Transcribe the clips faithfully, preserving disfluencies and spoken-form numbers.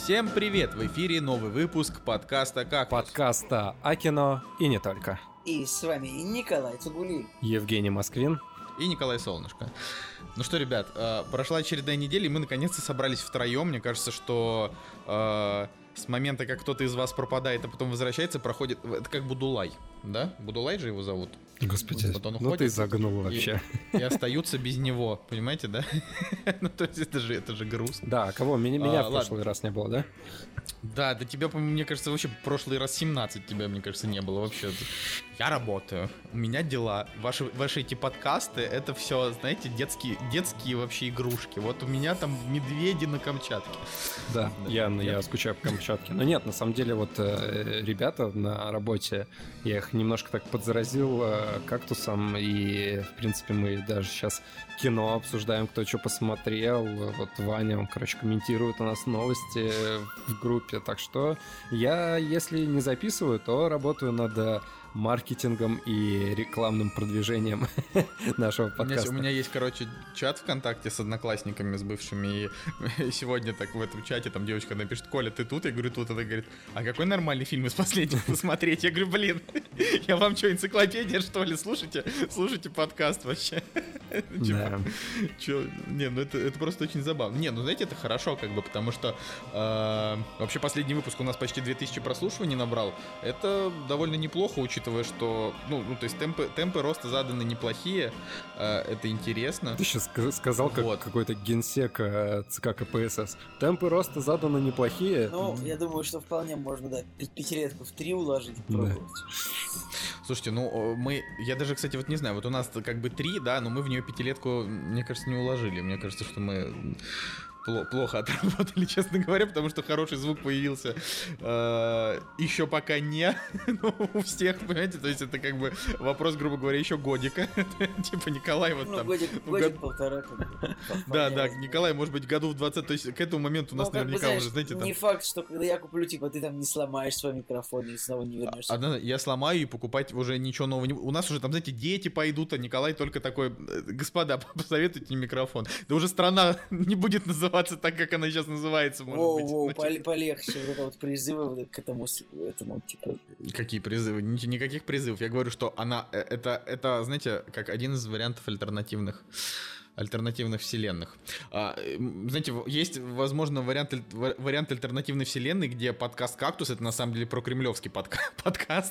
Всем привет! В эфире новый выпуск подкаста «Кактус». Подкаста о кино и не только. И с вами Николай Цугули, Евгений Москвин и Николай Солнышко. Ну что, ребят, прошла очередная неделя, и мы наконец-то собрались втроем. Мне кажется, что э, с момента, как кто-то из вас пропадает, а потом возвращается, проходит... Это как Будулай, да? Будулай же его зовут. Господи, вот он ну ты загнул вообще. И, и остаются без него, понимаете, да? Ну то есть это же, это же грустно. Да, кого? Меня, меня а, в прошлый ладно. раз не было, да? Да, да тебя, мне кажется, вообще в прошлый раз семнадцать тебя, мне кажется, не было вообще. Я работаю, у меня дела. Ваши, ваши эти подкасты, это все, знаете, детские, детские вообще игрушки. Вот у меня там медведи на Камчатке. Да, да я, я... я скучаю по Камчатке. Но нет, на самом деле вот э, ребята на работе, я их немножко так подзаразил э, кактусом, и, в принципе, мы даже сейчас кино обсуждаем, кто что посмотрел. Вот Ваня, он, короче, комментирует у нас новости в группе. Так что я, если не записываю, то работаю над маркетингом и рекламным продвижением нашего подкаста. У меня, у меня есть, короче, чат ВКонтакте с одноклассниками, с бывшими, и сегодня так в этом чате там девочка напишет: Коля, ты тут? Я говорю, тут. Она говорит: а какой нормальный фильм из последнего посмотреть? Я говорю, блин, я вам что, энциклопедия, что ли? Слушайте, слушайте подкаст вообще. Да. Чё? Не, ну это, это просто очень забавно. Не, ну знаете, это хорошо, как бы, потому что э, вообще последний выпуск у нас почти две тысячи прослушиваний набрал. Это довольно неплохо, учитывая, что, ну, ну то есть темпы, темпы роста заданы неплохие, э, это интересно. Ты сейчас сказал, как вот. Какой-то генсек э, ЦК КПСС. Темпы роста заданы неплохие. Ну, я думаю, что вполне можно, да, пятилетку в три уложить, пробовать. Да. Слушайте, ну, мы, я даже, кстати, вот не знаю, вот у нас как бы три, да, но мы в нее пятилетку, мне кажется, не уложили. Мне кажется, что мы плохо отработали, честно говоря, потому что хороший звук появился э, еще пока не ну, у всех, понимаете, то есть это как бы вопрос, грубо говоря, еще годика. Типа Николай вот ну, там... годик, годик полтора. Да, да, Николай, может быть, году в двадцать, то есть к этому моменту у нас ну, наверняка бы, знаешь, уже, знаете, там... Не факт, что когда я куплю, типа, ты там не сломаешь свой микрофон и снова не вернешься. А, а, я сломаю и покупать уже ничего нового не... У нас уже там, знаете, дети пойдут, а Николай только такой: господа, посоветуйте микрофон. Да уже страна не будет называться так, как она сейчас называется, может воу, быть. Воу, пол- полегче, вот это вот призывы к этому, этому, типа... Какие призывы? Никаких призывов. Я говорю, что она, это, это, знаете, как один из вариантов альтернативных альтернативных вселенных. А, знаете, есть, возможно, вариант, вариант альтернативной вселенной, где подкаст «Кактус» — это на самом деле про кремлевский подка- подкаст.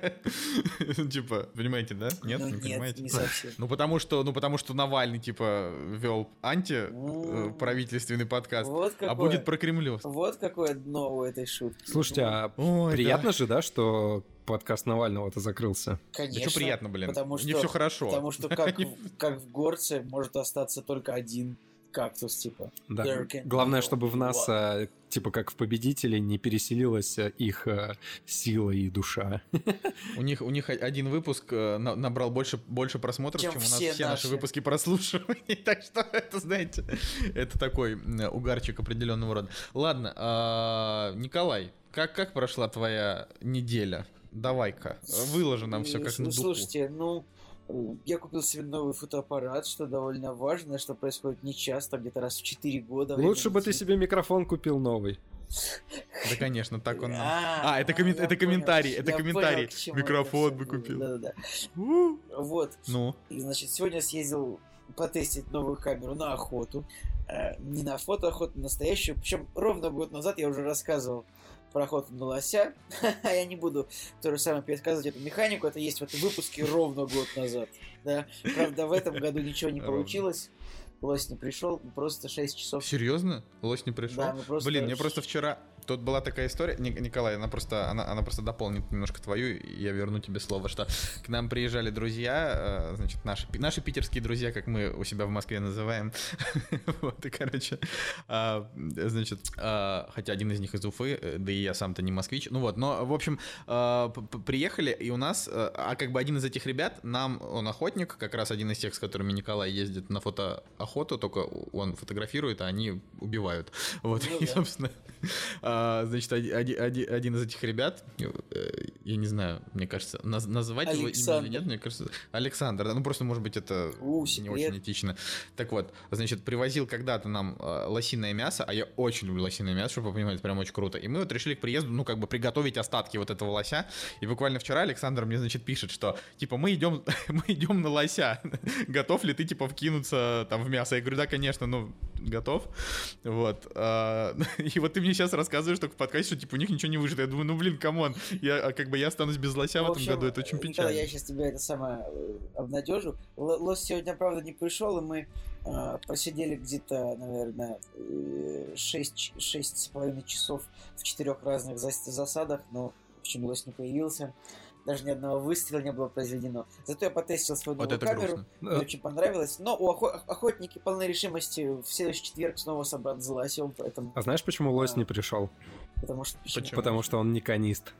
Типа, понимаете, да? Нет, ну, не нет, понимаете? Не совсем. Ну, потому что, ну, потому что Навальный, типа, вел антиправительственный подкаст, вот а будет про кремлевский. Вот какое дно у этой шутки. Слушайте, а Ой, приятно да. же, да, что подкаст Навального-то закрылся? Конечно. Да что приятно, блин. Потому что, не все хорошо. Потому что как, как в горце может остаться только один кактус, типа. Да. Главное, чтобы в нас, а, типа, как в победителей, не переселилась их а, сила и душа. У них, у них один выпуск на, набрал больше, больше просмотров, чем, чем у нас все, все наши выпуски прослушиваний. Так что это, знаете, это такой угарчик определенного рода. Ладно, а, Николай, как, как прошла твоя неделя? Давай-ка, выложи нам все как на духу. Слушайте, ну, я купил себе новый фотоаппарат, что довольно важно, что происходит нечасто, где-то раз в четыре года. Лучше бы ты себе микрофон купил новый. Да, конечно, так он... А, это комментарий, это комментарий. Микрофон бы купил. Да-да-да. Вот. Ну? И, значит, сегодня съездил потестить новую камеру на охоту. Не на фотоохоту, настоящую. Причем ровно год назад я уже рассказывал про охоту на лося. Я не буду то же самое пересказывать эту механику. Это есть в этом выпуске ровно год назад. Да? Правда, в этом году ничего не получилось. Лось не пришел, просто шесть часов. Серьезно? Лось не пришел? Да, мы просто... Блин, мне просто вчера... Тут была такая история, Николай, она просто, она, она просто дополнит немножко твою, и я верну тебе слово, что к нам приезжали друзья, значит, наши, наши питерские друзья, как мы у себя в Москве называем. Вот, и, короче, значит, хотя один из них из Уфы, да и я сам-то не москвич, ну вот, но, в общем, приехали, и у нас, а как бы один из этих ребят, нам, он охотник, как раз один из тех, с которыми Николай ездит на фотоохоту, только он фотографирует, а они убивают. Вот, и, собственно... А, значит, один, один, один из этих ребят, я не знаю, мне кажется, наз, называть его имя или нет, мне кажется, Александр, ну просто, может быть, это У, не очень этично. Так вот, значит, привозил когда-то нам э, лосиное мясо, а я очень люблю лосиное мясо, чтобы вы понимали, это прям очень круто. И мы вот решили к приезду, ну, как бы приготовить остатки вот этого лося. И буквально вчера Александр мне, значит, пишет, что, типа, мы идем, мы идем на лося. Готов ли ты, типа, вкинуться там в мясо? Я говорю, да, конечно, ну, готов. Вот. И вот ты мне сейчас рассказываешь только в подкасте, что, типа, у них ничего не вышло. Я думаю, ну, блин, камон, я, как бы я останусь без лося в, в этом году, это очень печально. Я сейчас тебя это самое обнадежу. Лось сегодня, правда, не пришел, и мы э, просидели где-то, наверное, шесть с половиной часов в четырех разных зас- засадах, но почему лось не появился. Даже ни одного выстрела не было произведено. Зато я потестил свою новую вот камеру. Мне очень понравилось. Но у охо- охотники полны решимости в следующий четверг снова собраться за лосем, поэтому... А знаешь, почему лось а, не пришел? Потому что... Почему? Потому что он не канист.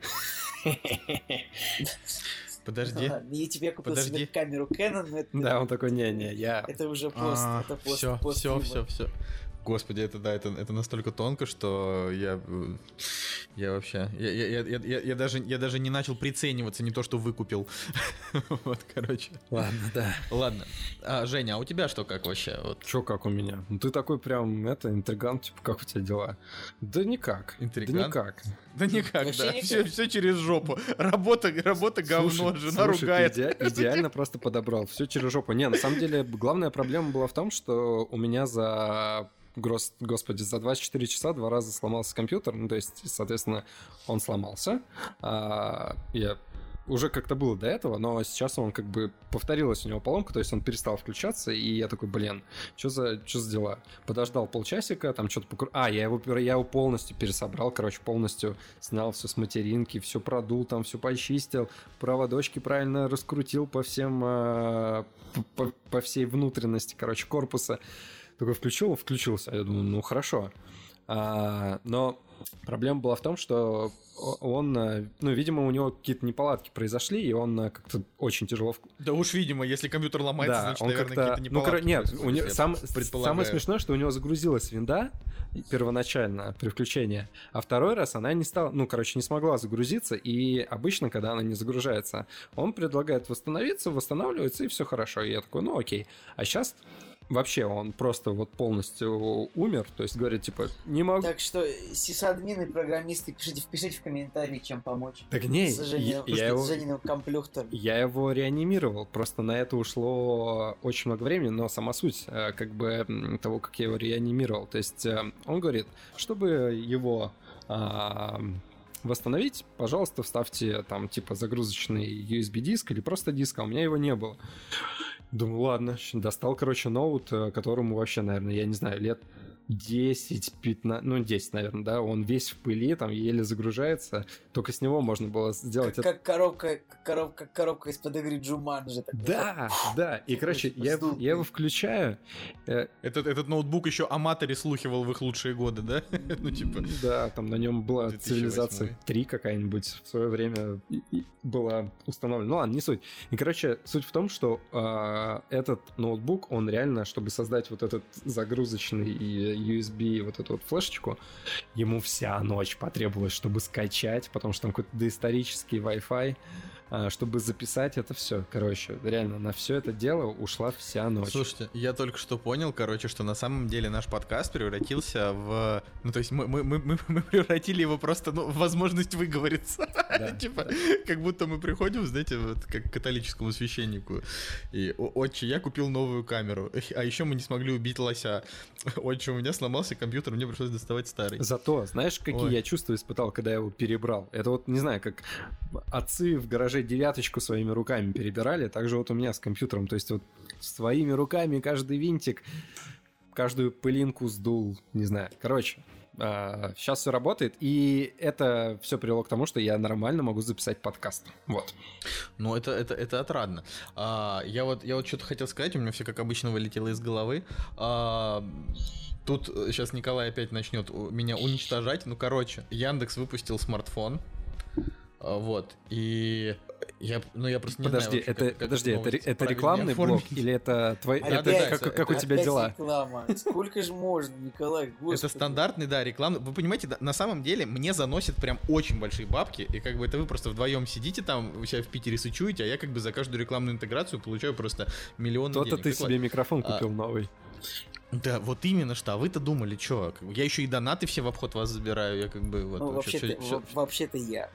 Подожди. Ага, и тебе купил Подожди. себе камеру Canon. Но это... Да, он такой, не-не, я... Это уже пост. А, это пост. Все, пост все, все, все. Господи, это да, это, это настолько тонко, что я, я вообще, я, я, я, я, я, даже, я даже не начал прицениваться, не то, что выкупил. Вот, короче. Ладно, да. Ладно. А, Женя, а у тебя что, как вообще? Вот. Че, как у меня? Ну, ты такой прям, это, интригант, типа, как у тебя дела? Да никак. Интригант? Да никак. Да никак, да. Все, все через жопу. Работа, работа говно, слушай, жена слушай, ругает. Иде, идеально просто подобрал. Все через жопу. Не, на самом деле, главная проблема была в том, что у меня за... Господи, за двадцать четыре часа два раза сломался компьютер, ну, то есть, соответственно, он сломался. А, я... Уже как-то было до этого, но сейчас он как бы повторилась у него поломка, то есть он перестал включаться, и я такой, блин, что за, что за дела? Подождал полчасика, там что-то покру... А, я его, я его полностью пересобрал, короче, полностью снял все с материнки, все продул, там все почистил, проводочки правильно раскрутил по всем, по, по всей внутренности, короче, корпуса. Такой включил, включился. Я думаю, ну хорошо. А, но проблема была в том, что он, ну, видимо, у него какие-то неполадки произошли, и он как-то очень тяжело... Да уж, видимо, если компьютер ломается, да, значит, он наверное, какие-то неполадки. Ну, нет, у него, сам, самое смешное, что у него загрузилась винда первоначально при включении, а второй раз она не стала, ну, короче, не смогла загрузиться, и обычно, когда она не загружается, он предлагает восстановиться, восстанавливается, и все хорошо. И я такой, ну, окей. А сейчас... Вообще, он просто вот полностью умер, то есть говорит, типа, не могу... Так что, сисадмины, программисты, пишите, пишите в комментарии, чем помочь. Так не, с Женей, я, я, его, я его реанимировал, просто на это ушло очень много времени, но сама суть, как бы, того, как я его реанимировал, то есть он говорит, чтобы его... А, восстановить, пожалуйста, вставьте там типа загрузочный ю эс би-диск или просто диск, а у меня его не было. Думаю, ладно, достал, короче, ноут, которому вообще, наверное, я не знаю, лет десять пятнадцать, ну десять, наверное, да, он весь в пыли, там еле загружается, только с него можно было сделать... Как, это... как коробка, коробка, коробка из-под игры Джуманджи. Да, да, и, короче, я, я его включаю. Этот, этот ноутбук еще Аматори слухивал в их лучшие годы, да? Ну, типа... Да, там на нем была цивилизация три какая-нибудь в свое время была установлена. Ну ладно, не суть. И, короче, суть в том, что этот ноутбук, он реально, чтобы создать вот этот загрузочный ю эс би, вот эту вот флешечку, ему вся ночь потребовалась, чтобы скачать, потому что там какой-то доисторический Wi-Fi, чтобы записать это все. Короче, реально, на все это дело ушла вся ночь. Слушайте, я только что понял, короче, что на самом деле наш подкаст превратился в... Ну, то есть мы, мы, мы, мы превратили его просто, ну, в возможность выговориться. Да, типа, да. Как будто мы приходим, знаете, вот как к католическому священнику. И, отче, я купил новую камеру. А еще мы не смогли убить лося. Отче, у меня сломался компьютер, мне пришлось доставать старый. Зато, знаешь, какие Ой. я чувства испытал, когда я его перебрал? Это вот, не знаю, как отцы в гараже девяточку своими руками перебирали, так же вот у меня с компьютером, то есть вот своими руками каждый винтик, каждую пылинку сдул, не знаю, короче, э, сейчас все работает, и это все привело к тому, что я нормально могу записать подкаст, вот. Ну, это, это, это отрадно. А, я вот, я вот что-то хотел сказать, у меня все как обычно вылетело из головы. А... Тут сейчас Николай опять начнет меня уничтожать. Ну, короче, Яндекс выпустил смартфон. Вот. И Я, ну, я просто не подожди, знаю, это, как, подожди, как это, это, это рекламный блок или это твой, Опять, это как, как у тебя опять дела? реклама. Сколько же можно, Николай, господи. Это стандартный, да, рекламный. Вы понимаете, да, на самом деле мне заносят прям очень большие бабки, и как бы это вы просто вдвоем сидите там, у себя в Питере сычуете, а я как бы за каждую рекламную интеграцию получаю просто миллионы То-то денег. ты Так себе вот, микрофон а, купил новый. Да, вот именно что. А вы-то думали, что? Я еще и донаты все в обход вас забираю. Я как бы вот. Ну, вообще вообще-то, всё- в- вообще-то я.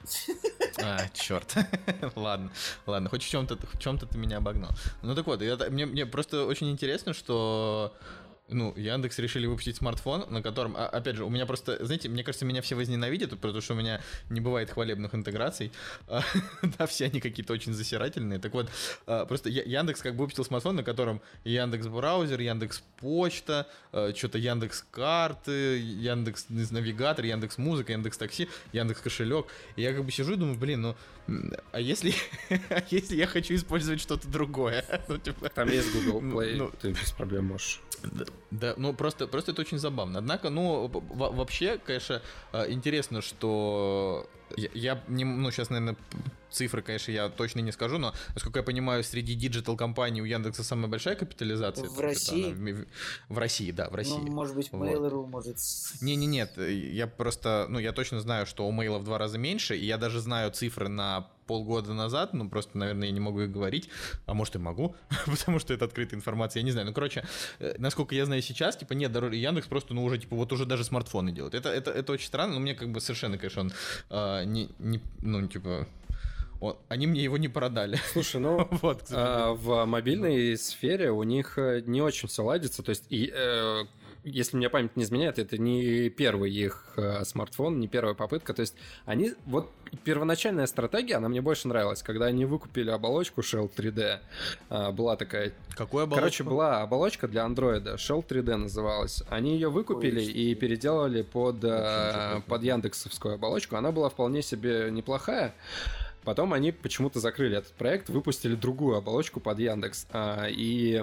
А, черт. Ладно, ладно, хоть в чем-то, в чем-то ты меня обогнал. Ну так вот, я, мне, мне просто очень интересно, что. Ну, Яндекс решили выпустить смартфон, на котором, а, опять же, у меня просто, знаете, мне кажется, меня все возненавидят, потому что у меня не бывает хвалебных интеграций, а, да, все они какие-то очень засирательные. Так вот, а, просто Я- Яндекс как бы выпустил смартфон, на котором Яндекс браузер, Яндекс почта, а, что-то Яндекс карты, Яндекс не знаю, навигатор, Яндекс музыка, Яндекс такси, Яндекс кошелек. И я как бы сижу и думаю, блин, ну, м, а если, а если я хочу использовать что-то другое? Ну, типа, Там есть Google Play, ну, ты без проблем можешь. да, да, ну просто, просто это очень забавно. Однако, ну, в- в- вообще, конечно, э, интересно, что я, я не, ну, сейчас, наверное, цифры, конечно, я точно не скажу, но, насколько я понимаю, среди диджитал-компаний у Яндекса самая большая капитализация. В Это России? она в, в России, да, в России. Ну, может быть, Вот. Mail.ru, может... с- Не, не, нет, я просто, ну, я точно знаю, что у Мейла в два раза меньше, и я даже знаю цифры на полгода назад, ну, просто, наверное, я не могу их говорить, а может и могу, потому что это открытая информация, я не знаю. Ну, короче, э, насколько я знаю сейчас, типа, нет, дороже, Яндекс просто, ну, уже, типа, вот уже даже смартфоны делают. Это, это, это очень странно, но мне как бы совершенно, конечно, он э, не, не, ну, типа... Он, они мне его не продали. Слушай, ну, Вот, к сожалению. а, в мобильной сфере у них э, не очень все ладится. То есть, и, э, если мне память не изменяет, это не первый их э, смартфон, не первая попытка. То есть, они... Вот первоначальная стратегия, она мне больше нравилась. Когда они выкупили оболочку Shell три дэ, э, была такая... Какой оболочку? Короче, была оболочка для андроида, Shell три дэ называлась. Они ее выкупили Ой, и переделали под, Вообще э, ничего себе. под яндексовскую оболочку. Она была вполне себе неплохая. Потом они почему-то закрыли этот проект, выпустили другую оболочку под Яндекс. А, и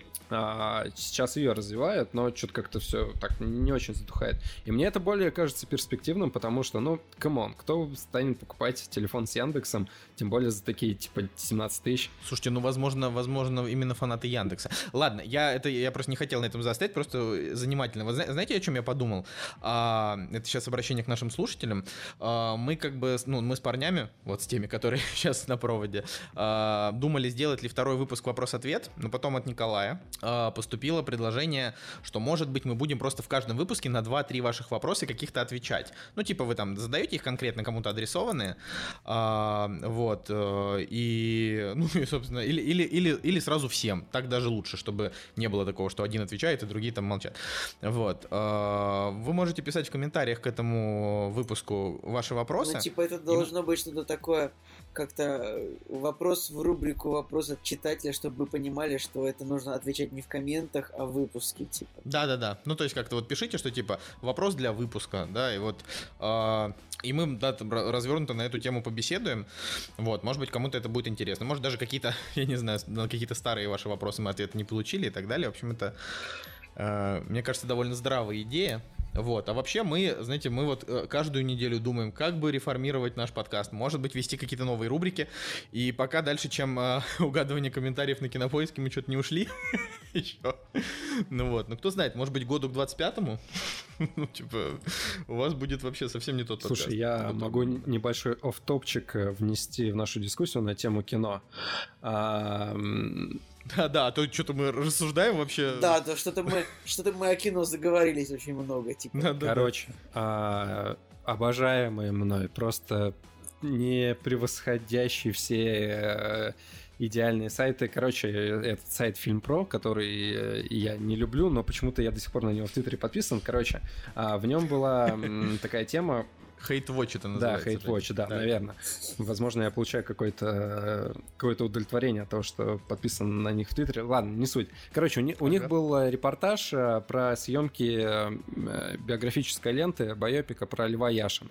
а, сейчас ее развивают, но что-то как-то все так не очень затухает. И мне это более кажется перспективным, потому что, ну, камон, кто станет покупать телефон с Яндексом, тем более за такие, типа, семнадцать тысяч. Слушайте, ну, возможно, возможно, именно фанаты Яндекса. Ладно, я, это, я просто не хотел на этом заострять, просто занимательно. Вы зна- знаете, о чем я подумал? А, это сейчас обращение к нашим слушателям. А, мы как бы, ну, мы с парнями, вот с теми, которые сейчас на проводе, а, думали, сделать ли второй выпуск «Вопрос-ответ», но потом от Николая а, поступило предложение, что, может быть, мы будем просто в каждом выпуске на два-три ваших вопроса каких-то отвечать. Ну, типа, вы там задаете их конкретно кому-то адресованные, а, вот, э, и, ну, и, собственно, или, или, или, или сразу всем, так даже лучше, чтобы не было такого, что один отвечает, и другие там молчат. Вот. э, Вы можете писать в комментариях к этому выпуску ваши вопросы. Ну, типа, это должно быть что-то такое, как-то э, вопрос в рубрику «Вопрос от читателя», чтобы вы понимали, что это нужно отвечать не в комментах, а в выпуске, типа. Да-да-да. Ну, то есть как-то вот пишите, что типа вопрос для выпуска, да, и вот э, и мы, да, там ра- развернуто на эту тему побеседуем. Вот, может быть, кому-то это будет интересно. Может, даже какие-то, я не знаю, на какие-то старые ваши вопросы мы ответы не получили и так далее. В общем, это, э, мне кажется, довольно здравая идея. Вот, а вообще мы, знаете, мы вот э, каждую неделю думаем, как бы реформировать наш подкаст, может быть, вести какие-то новые рубрики, и пока дальше, чем э, угадывание комментариев на Кинопоиске, мы что-то не ушли еще. Ну вот, ну кто знает, может быть, году к двадцать пятому, ну типа, у вас будет вообще совсем не тот подкаст. Слушай, я Вот. могу небольшой офф-топчик э, внести в нашу дискуссию на тему кино. А, м, Да-да, а то что-то мы рассуждаем вообще. Да, то что-то мы, что-то мы о кино заговорились очень много, типа. Да-да-да. Короче, а, обожаемый мной, просто не превосходящий все э, идеальные сайты. Короче, этот сайт Фильм.Про, который э, я не люблю, но почему-то я до сих пор на него в Твиттере подписан. Короче, а, в нем была м, такая тема. Hate-watch это Да, называется. Hate Watch, да, Да. наверное. Возможно, я получаю какое-то какое-то удовлетворение от того, что подписан на них в Твиттере. Ладно, не суть. Короче, у, ни- у них Ага. был э, репортаж э, про съемки э, биографической ленты байопика про Льва Яшина.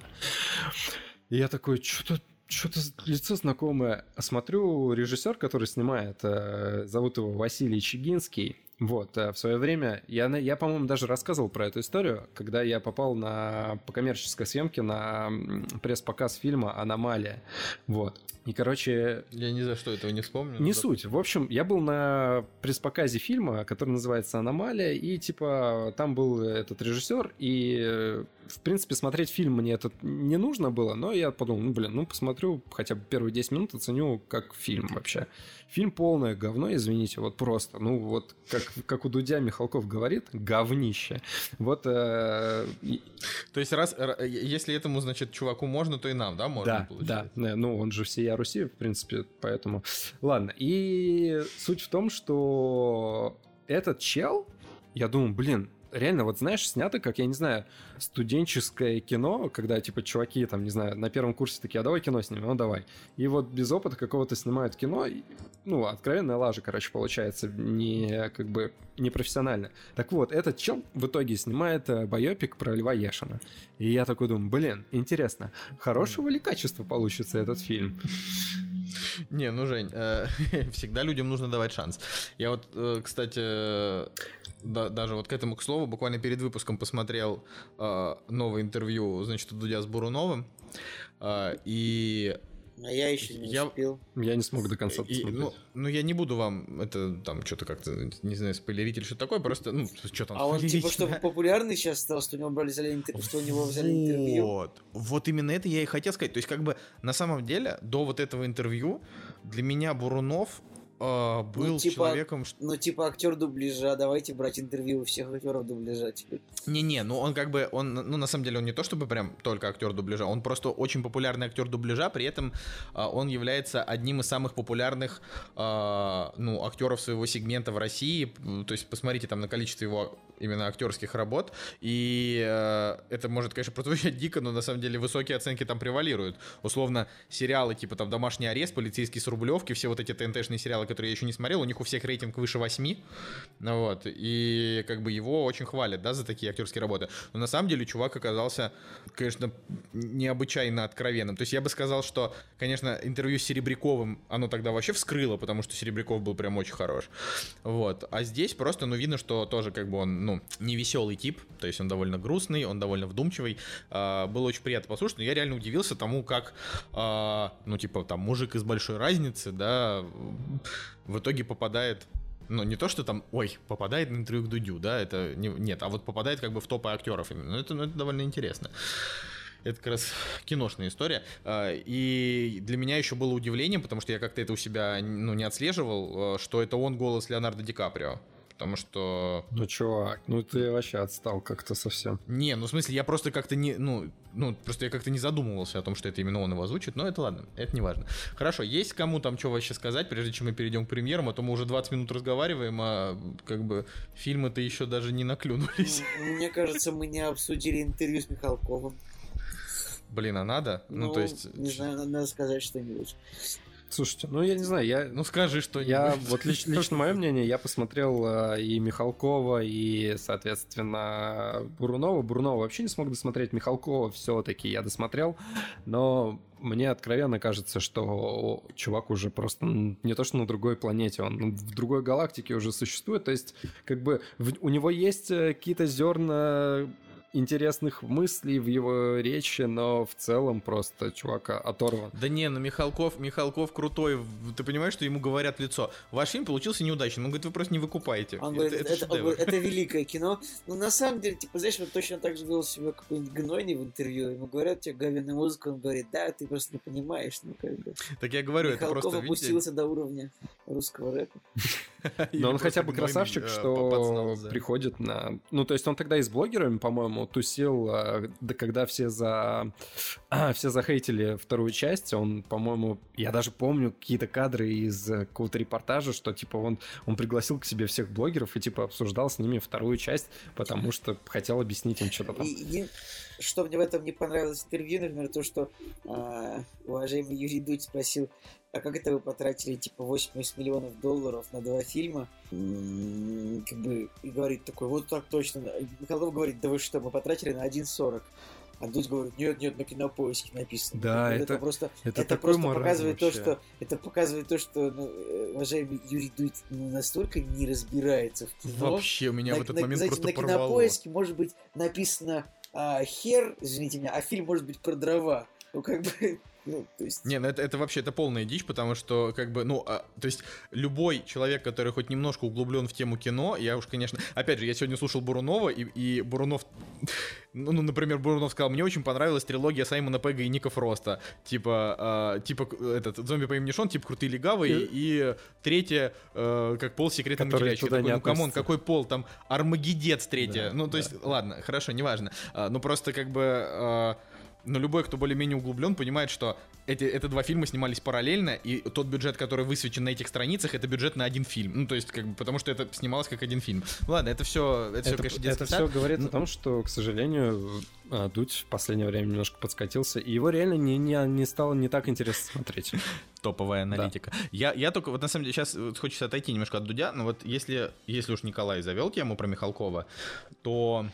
И я такой, что-то что-то лицо знакомое. А смотрю, режиссер, который снимает, э, зовут его Василий Чигинский. Вот, в свое время, я, я, по-моему, даже рассказывал про эту историю, когда я попал на, по коммерческой съемке на пресс-показ фильма «Аномалия». Вот. И, короче... Я ни за что этого не вспомню. Не суть. В общем, я был на пресс-показе фильма, который называется «Аномалия», и, типа, там был этот режиссер, и, в принципе, смотреть фильм мне этот не нужно было, но я подумал, ну, блин, ну, посмотрю хотя бы первые десять минут, оценю как фильм вообще. Фильм полное говно, извините, вот просто, ну, вот, как, как у Дудя Михалков говорит, говнище. Вот... Э, То есть, раз, если этому, значит, чуваку можно, то и нам, да, можно, да, получается? Да, ну, он же всея Руси, в принципе, поэтому... Ладно, и суть в том, что этот чел, я думаю, блин, реально, вот знаешь, снято, как, я не знаю, студенческое кино, когда, типа, чуваки, там, не знаю, на первом курсе такие, а давай кино снимем, ну, давай. И вот без опыта какого-то снимают кино, и, ну, откровенная лажа, короче, получается, не, как бы, непрофессионально. Так вот, этот чел в итоге снимает байопик про Льва Яшина. И я такой думаю, блин, интересно, хорошего ли качества получится этот фильм? Не, ну, Жень, э, всегда людям нужно давать шанс. Я вот, э, кстати, э, да, даже вот к этому, к слову, буквально перед выпуском посмотрел э, новое интервью, значит, у Дудя с Буруновым, э, и... А я еще не я... успел. Я не смог до конца посмотреть. Ну, ну, я не буду вам это там что-то как-то, не знаю, спойлерить или что-то такое, просто, ну, что там. А он типа что, популярный сейчас стал, что у него брали, взяли интер... что у него взяли интервью? Вот, вот именно это я и хотел сказать. То есть, как бы, на самом деле, до вот этого интервью для меня Бурунов э, был ну, типа, человеком... Ну, типа, актер дубляжа, давайте брать интервью у всех актеров дубляжа теперь. Не-не, ну он как бы, он, ну на самом деле он не то чтобы прям только актер дубляжа, он просто очень популярный актер дубляжа, при этом э, он является одним из самых популярных, э, ну, актеров своего сегмента в России. То есть посмотрите там на количество его именно актерских работ, и э, это может, конечно, прозвучать дико, но на самом деле высокие оценки там превалируют. Условно, сериалы типа там «Домашний арест», «Полицейский с Рублевки», все вот эти ТНТ-шные сериалы, которые я еще не смотрел, у них у всех рейтинг выше восьми, вот, и как бы его очень хвалят, да, за такие актерские работы. Но на самом деле чувак оказался, конечно, необычайно откровенным. То есть я бы сказал, что, конечно, интервью с Серебряковым, оно тогда вообще вскрыло, потому что Серебряков был прям очень хорош. Вот. А здесь просто, ну, видно, что тоже как бы он, ну, не веселый тип, то есть он довольно грустный, он довольно вдумчивый. А, было очень приятно послушать, но я реально удивился тому, как, а, ну, типа, там, мужик из «Большой разницы», да, в итоге попадает... Ну, не то, что там, ой, попадает на интервью к Дудю, да, это не, нет, а вот попадает как бы в топы актеров именно. Ну, это, ну, это довольно интересно. Это как раз киношная история. И для меня еще было удивлением, потому что я как-то это у себя, ну, не отслеживал, что это он голос Леонардо Ди Каприо. Потому что... Ну, чувак, ну ты вообще отстал как-то совсем. Не, ну в смысле, я просто как-то не... Ну, ну, просто я как-то не задумывался о том, что это именно он его озвучит, но это ладно, это не важно. Хорошо, есть кому там что вообще сказать, прежде чем мы перейдем к премьерам, а то мы уже двадцать минут разговариваем, а как бы фильмы-то еще даже не наклюнулись. Мне кажется, мы не обсудили интервью с Михалковым. Блин, а надо? Ну, ну то есть... Не знаю, надо сказать что-нибудь. Слушайте, ну я не знаю, я... Ну скажи что-нибудь. Я, вот лично, лично мое мнение, я посмотрел э, и Михалкова, и, соответственно, Бурунова. Бурунова вообще не смог досмотреть, Михалкова все-таки я досмотрел, но мне откровенно кажется, что чувак уже просто не то что на другой планете, он в другой галактике уже существует, то есть как бы в, у него есть какие-то зерна интересных мыслей в его речи, но в целом просто чувака оторван. Да не, ну Михалков, Михалков крутой. Ты понимаешь, что ему говорят в лицо: ваш фильм получился неудачным. Он говорит, вы просто не выкупаете. Он говорит, это, это, это, говорит, это великое кино. Но на самом деле, типа, знаешь, вот точно так же вел себя какой-нибудь Гнойный в интервью. Ему говорят, тебе говенная музыка, он говорит, да, ты просто не понимаешь. Ну, как бы. Так я говорю, Михалков это просто, опустился до уровня русского рэпа. Но он хотя бы красавчик, что приходит на... Ну, то есть он тогда и с блогерами, по-моему, тусил, да, когда все за а, все захейтили вторую часть, он, по-моему, я даже помню какие-то кадры из какого-то репортажа, что, типа, он, он пригласил к себе всех блогеров и, типа, обсуждал с ними вторую часть, потому что хотел объяснить им что-то там. И, что мне в этом не понравилось в интервью, например, то, что э, уважаемый Юрий Дудь спросил, а как это вы потратили, типа, восемьдесят миллионов долларов на два фильма? М-м, как бы, и говорит такой, вот так точно. Михалков говорит, да вы что, мы потратили на один сорок. А Дудь говорит, нет, нет, на Кинопоиске написано. Да, вот это, это просто, это, это такой просто показывает то, вообще. что это показывает то, что ну, уважаемый Юрий Дудь ну, настолько не разбирается в кино. Вообще, у меня на, в этот на, момент знаете, просто на порвало. Кинопоиске может быть написано а, хер, извините меня, а фильм может быть про дрова. Ну, как бы... Ну, то есть... Не, ну это, это вообще это полная дичь, потому что, как бы, ну, а, то есть, любой человек, который хоть немножко углублен в тему кино, я уж, конечно, опять же, я сегодня слушал Бурунова, и, и Бурунов, ну, ну, например, Бурунов сказал, мне очень понравилась трилогия Саймона Пегга и Ника Фроста, типа, а, типа, этот, зомби по имени Шон, типа, Крутые легавые, и, и третья, а, как пол секретной материальщика. Такой, ну, камон, какой пол, там, Армагеддец третья, да, ну, то да. есть, ладно, хорошо, неважно, а, ну, просто, как бы... А, но любой, кто более-менее углублен, понимает, что эти, это два фильма снимались параллельно, и тот бюджет, который высвечен на этих страницах, это бюджет на один фильм. Ну, то есть, как бы, потому что это снималось как один фильм. Ладно, это все, это, это все, конечно, это все говорит ну, о том, что, к сожалению, Дудь в последнее время немножко подскатился, и его реально не, не, не стало не так интересно смотреть. Топовая аналитика. Да. Я, я только, вот на самом деле, сейчас хочется отойти немножко от Дудя, но вот если, если уж Николай завел тему про Михалкова, то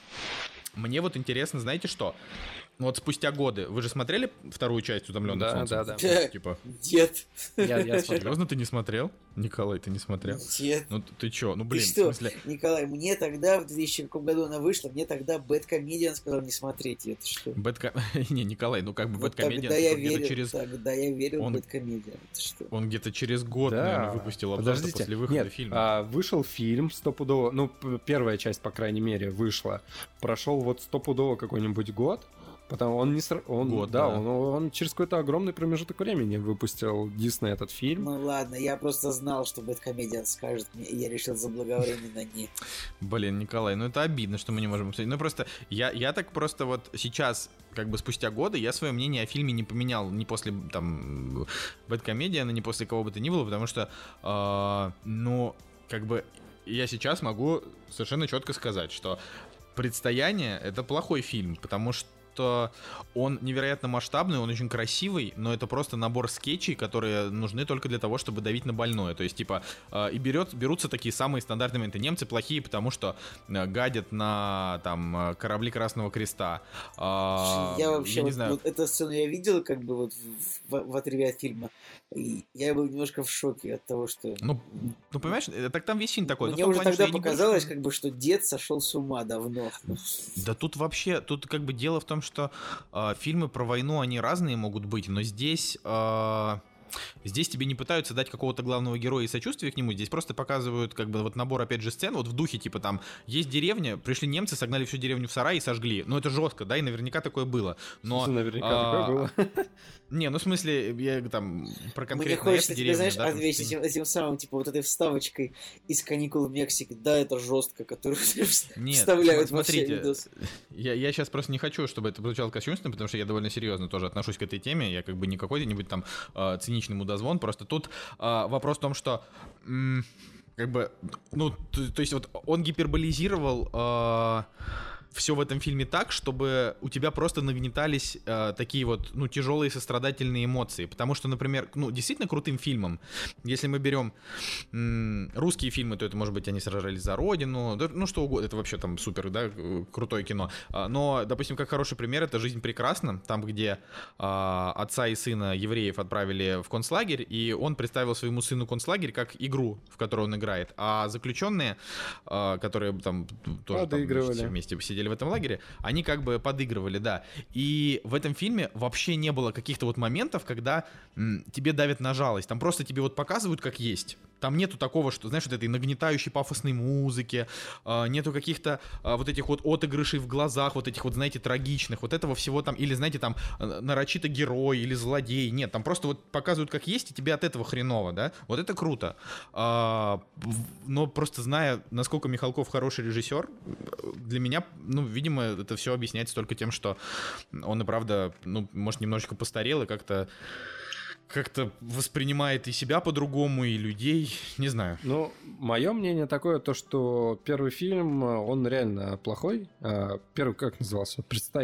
мне вот интересно, знаете что? Вот спустя годы. Вы же смотрели вторую часть «Утомленных да, солнцем»? Да, да, типа... Нет. Я, я смотрел. Серьезно, ты не смотрел? Николай, ты не смотрел? Нет. Ну ты чё? Ну блин, ты что? в смысле... Николай, мне тогда, в двухтысячном году она вышла, мне тогда Бэдкомедиан сказал не смотреть. Это что? Бэдко... не, Николай, ну как бы вот Бэдкомедиан... Тогда я верил, через... тогда я верил он... в Бэдкомедиан. Это что? Он где-то через год, да. наверное, выпустил обзор после выхода Нет, фильма. А, вышел фильм стопудово, ну первая часть, по крайней мере, вышла. Прошел вот стопудово какой-нибудь год. Потому он не сра... он, Год, да, да. Он, он через какой-то огромный промежуток времени выпустил Дисней этот фильм. Ну ладно, я просто знал, что Бэдкомедиан скажет мне, и я решил заблаговременно не. Блин, Николай, ну это обидно, что мы не можем обсудить. Ну просто я, я так просто вот сейчас, как бы спустя годы, я свое мнение о фильме не поменял ни после там Бэдкомедиана, ни после кого бы то ни было, потому что, э, ну, как бы я сейчас могу совершенно четко сказать, что «Предстояние» — это плохой фильм, потому что что он невероятно масштабный, он очень красивый, но это просто набор скетчей, которые нужны только для того, чтобы давить на больное. То есть, типа, э, и берет, берутся такие самые стандартные моменты. Немцы плохие, потому что э, гадят на там корабли Красного Креста. Э, я вообще, я вот, не знаю. Вот эту сцену я видел, как бы вот в, в, в отрыве от фильма. И я был немножко в шоке от того, что... Ну, ну понимаешь, так там весь фильм такой. Мне ну, уже плане, тогда показалось, говорю, как бы, что дед сошел с ума давно. Да тут вообще, тут как бы дело в том, что э, фильмы про войну, они разные могут быть, но здесь... Э, Здесь тебе не пытаются дать какого-то главного героя и сочувствия к нему, здесь просто показывают как бы вот набор, опять же, сцен, вот в духе, типа там, есть деревня, пришли немцы, согнали всю деревню в сарай и сожгли. Ну это жестко, да, и наверняка такое было. Но, наверняка а, такое было. Не, ну в смысле, я там про конкретно Мне хочется эту тебе, знаешь, да, ответить этим, этим самым, типа, вот этой вставочкой из «Каникул в Мексике». Да, это жестко, которую Нет, вставляют смотрите, во все видосы. Я, я сейчас просто не хочу, чтобы это прозвучало кощунственно, потому что я довольно серьезно тоже отношусь к этой теме. Я как бы не какой-нибудь там э, циничный мудозвон. Просто тут э, вопрос в том, что м- как бы, ну, то, то есть вот он гиперболизировал э, все в этом фильме так, чтобы у тебя просто нагнетались э, такие вот, ну, тяжелые сострадательные эмоции. Потому что, например, ну, действительно крутым фильмом, если мы берем м- русские фильмы, то это, может быть, они сражались за родину, да, ну, что угодно, это вообще там супер, да, крутое кино. А, но, допустим, как хороший пример, это «Жизнь прекрасна», там, где а, отца и сына евреев отправили в концлагерь, и он представил своему сыну концлагерь как игру, в которой он играет, а заключенные, а, которые там тоже там, значит, все вместе посидели в этом лагере, они как бы подыгрывали, да. И в этом фильме вообще не было каких-то вот моментов, когда м, тебе давят на жалость. Там просто тебе вот показывают, как есть. Там нету такого, что, знаешь, вот этой нагнетающей пафосной музыки, э, нету каких-то э, вот этих вот отыгрышей в глазах, вот этих вот, знаете, трагичных, вот этого всего там, или, знаете, там, нарочито герой или злодей. Нет, там просто вот показывают, как есть, и тебе от этого хреново, да. Вот это круто. А, но просто зная, насколько Михалков хороший режиссер, для меня, ну, видимо, это все объясняется только тем, что он и правда, ну, может, немножечко постарел и как-то как-то воспринимает и себя по-другому, и людей, не знаю. Ну, мое мнение такое, то, что первый фильм, он реально плохой. Первый, как назывался? «Предстояние».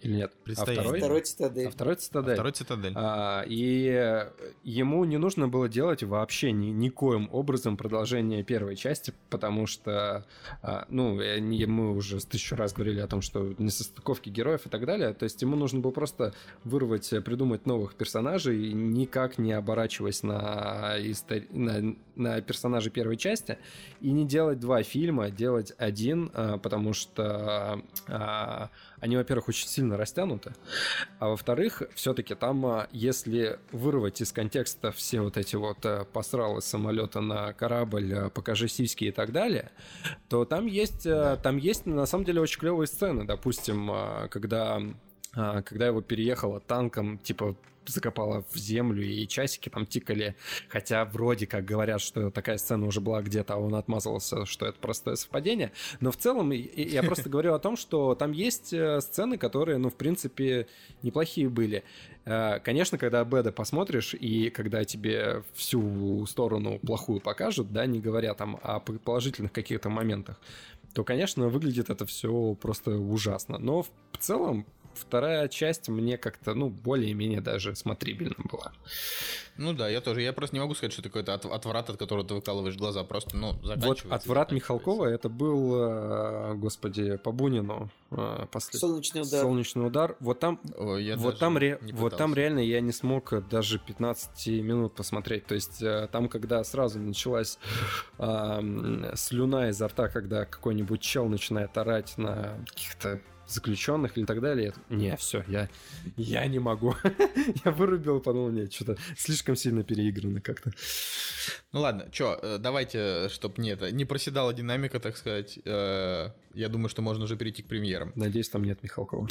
или нет? А второй? Второй Цитадель. А второй Цитадель. А второй Цитадель. А, и ему не нужно было делать вообще ни, никоим образом продолжение первой части, потому что, а, ну, мы уже тысячу раз говорили о том, что несостыковки героев и так далее, то есть ему нужно было просто вырвать, придумать новых персонажей, никак не оборачиваясь на, истори... на, на персонажей первой части, и не делать два фильма, делать один, а, потому что а, они, во-первых, очень сильно растянуты, а во-вторых, все-таки там, если вырвать из контекста все вот эти вот посралы с самолета на корабль, покажи сиськи и так далее, то там есть, там есть на самом деле очень клевые сцены, допустим, когда, когда его переехало танком, типа, закопала в землю, и часики там тикали, хотя вроде как говорят, что такая сцена уже была где-то, а он отмазывался, что это простое совпадение, но в целом я просто говорю о том, что там есть сцены, которые, ну, в принципе, неплохие были. Конечно, когда Бэда посмотришь, и когда тебе всю сторону плохую покажут, да, не говоря там о положительных каких-то моментах, то, конечно, выглядит это все просто ужасно, но в целом вторая часть мне как-то, ну, более-менее даже смотрибельна была. Ну да, я тоже. Я просто не могу сказать, что это какой-то от, отврат, от которого ты выкалываешь глаза. Просто, ну, заканчивается. Вот отврат Михалкова, это был, господи, по Бунину. Послед... Солнечный удар. Солнечный удар. Вот там, О, вот там, ре... вот там реально я не смог даже пятнадцать минут посмотреть. То есть там, когда сразу началась э, слюна изо рта, когда какой-нибудь чел начинает орать на каких-то заключенных или так далее. Не, все, я, я не могу. Я вырубил, подумал, нет, что-то слишком сильно переиграно как-то. Ну ладно, что, давайте, чтобы не это, не проседала динамика, так сказать. Я думаю, что можно уже перейти к премьерам. Надеюсь, там нет Михалкова.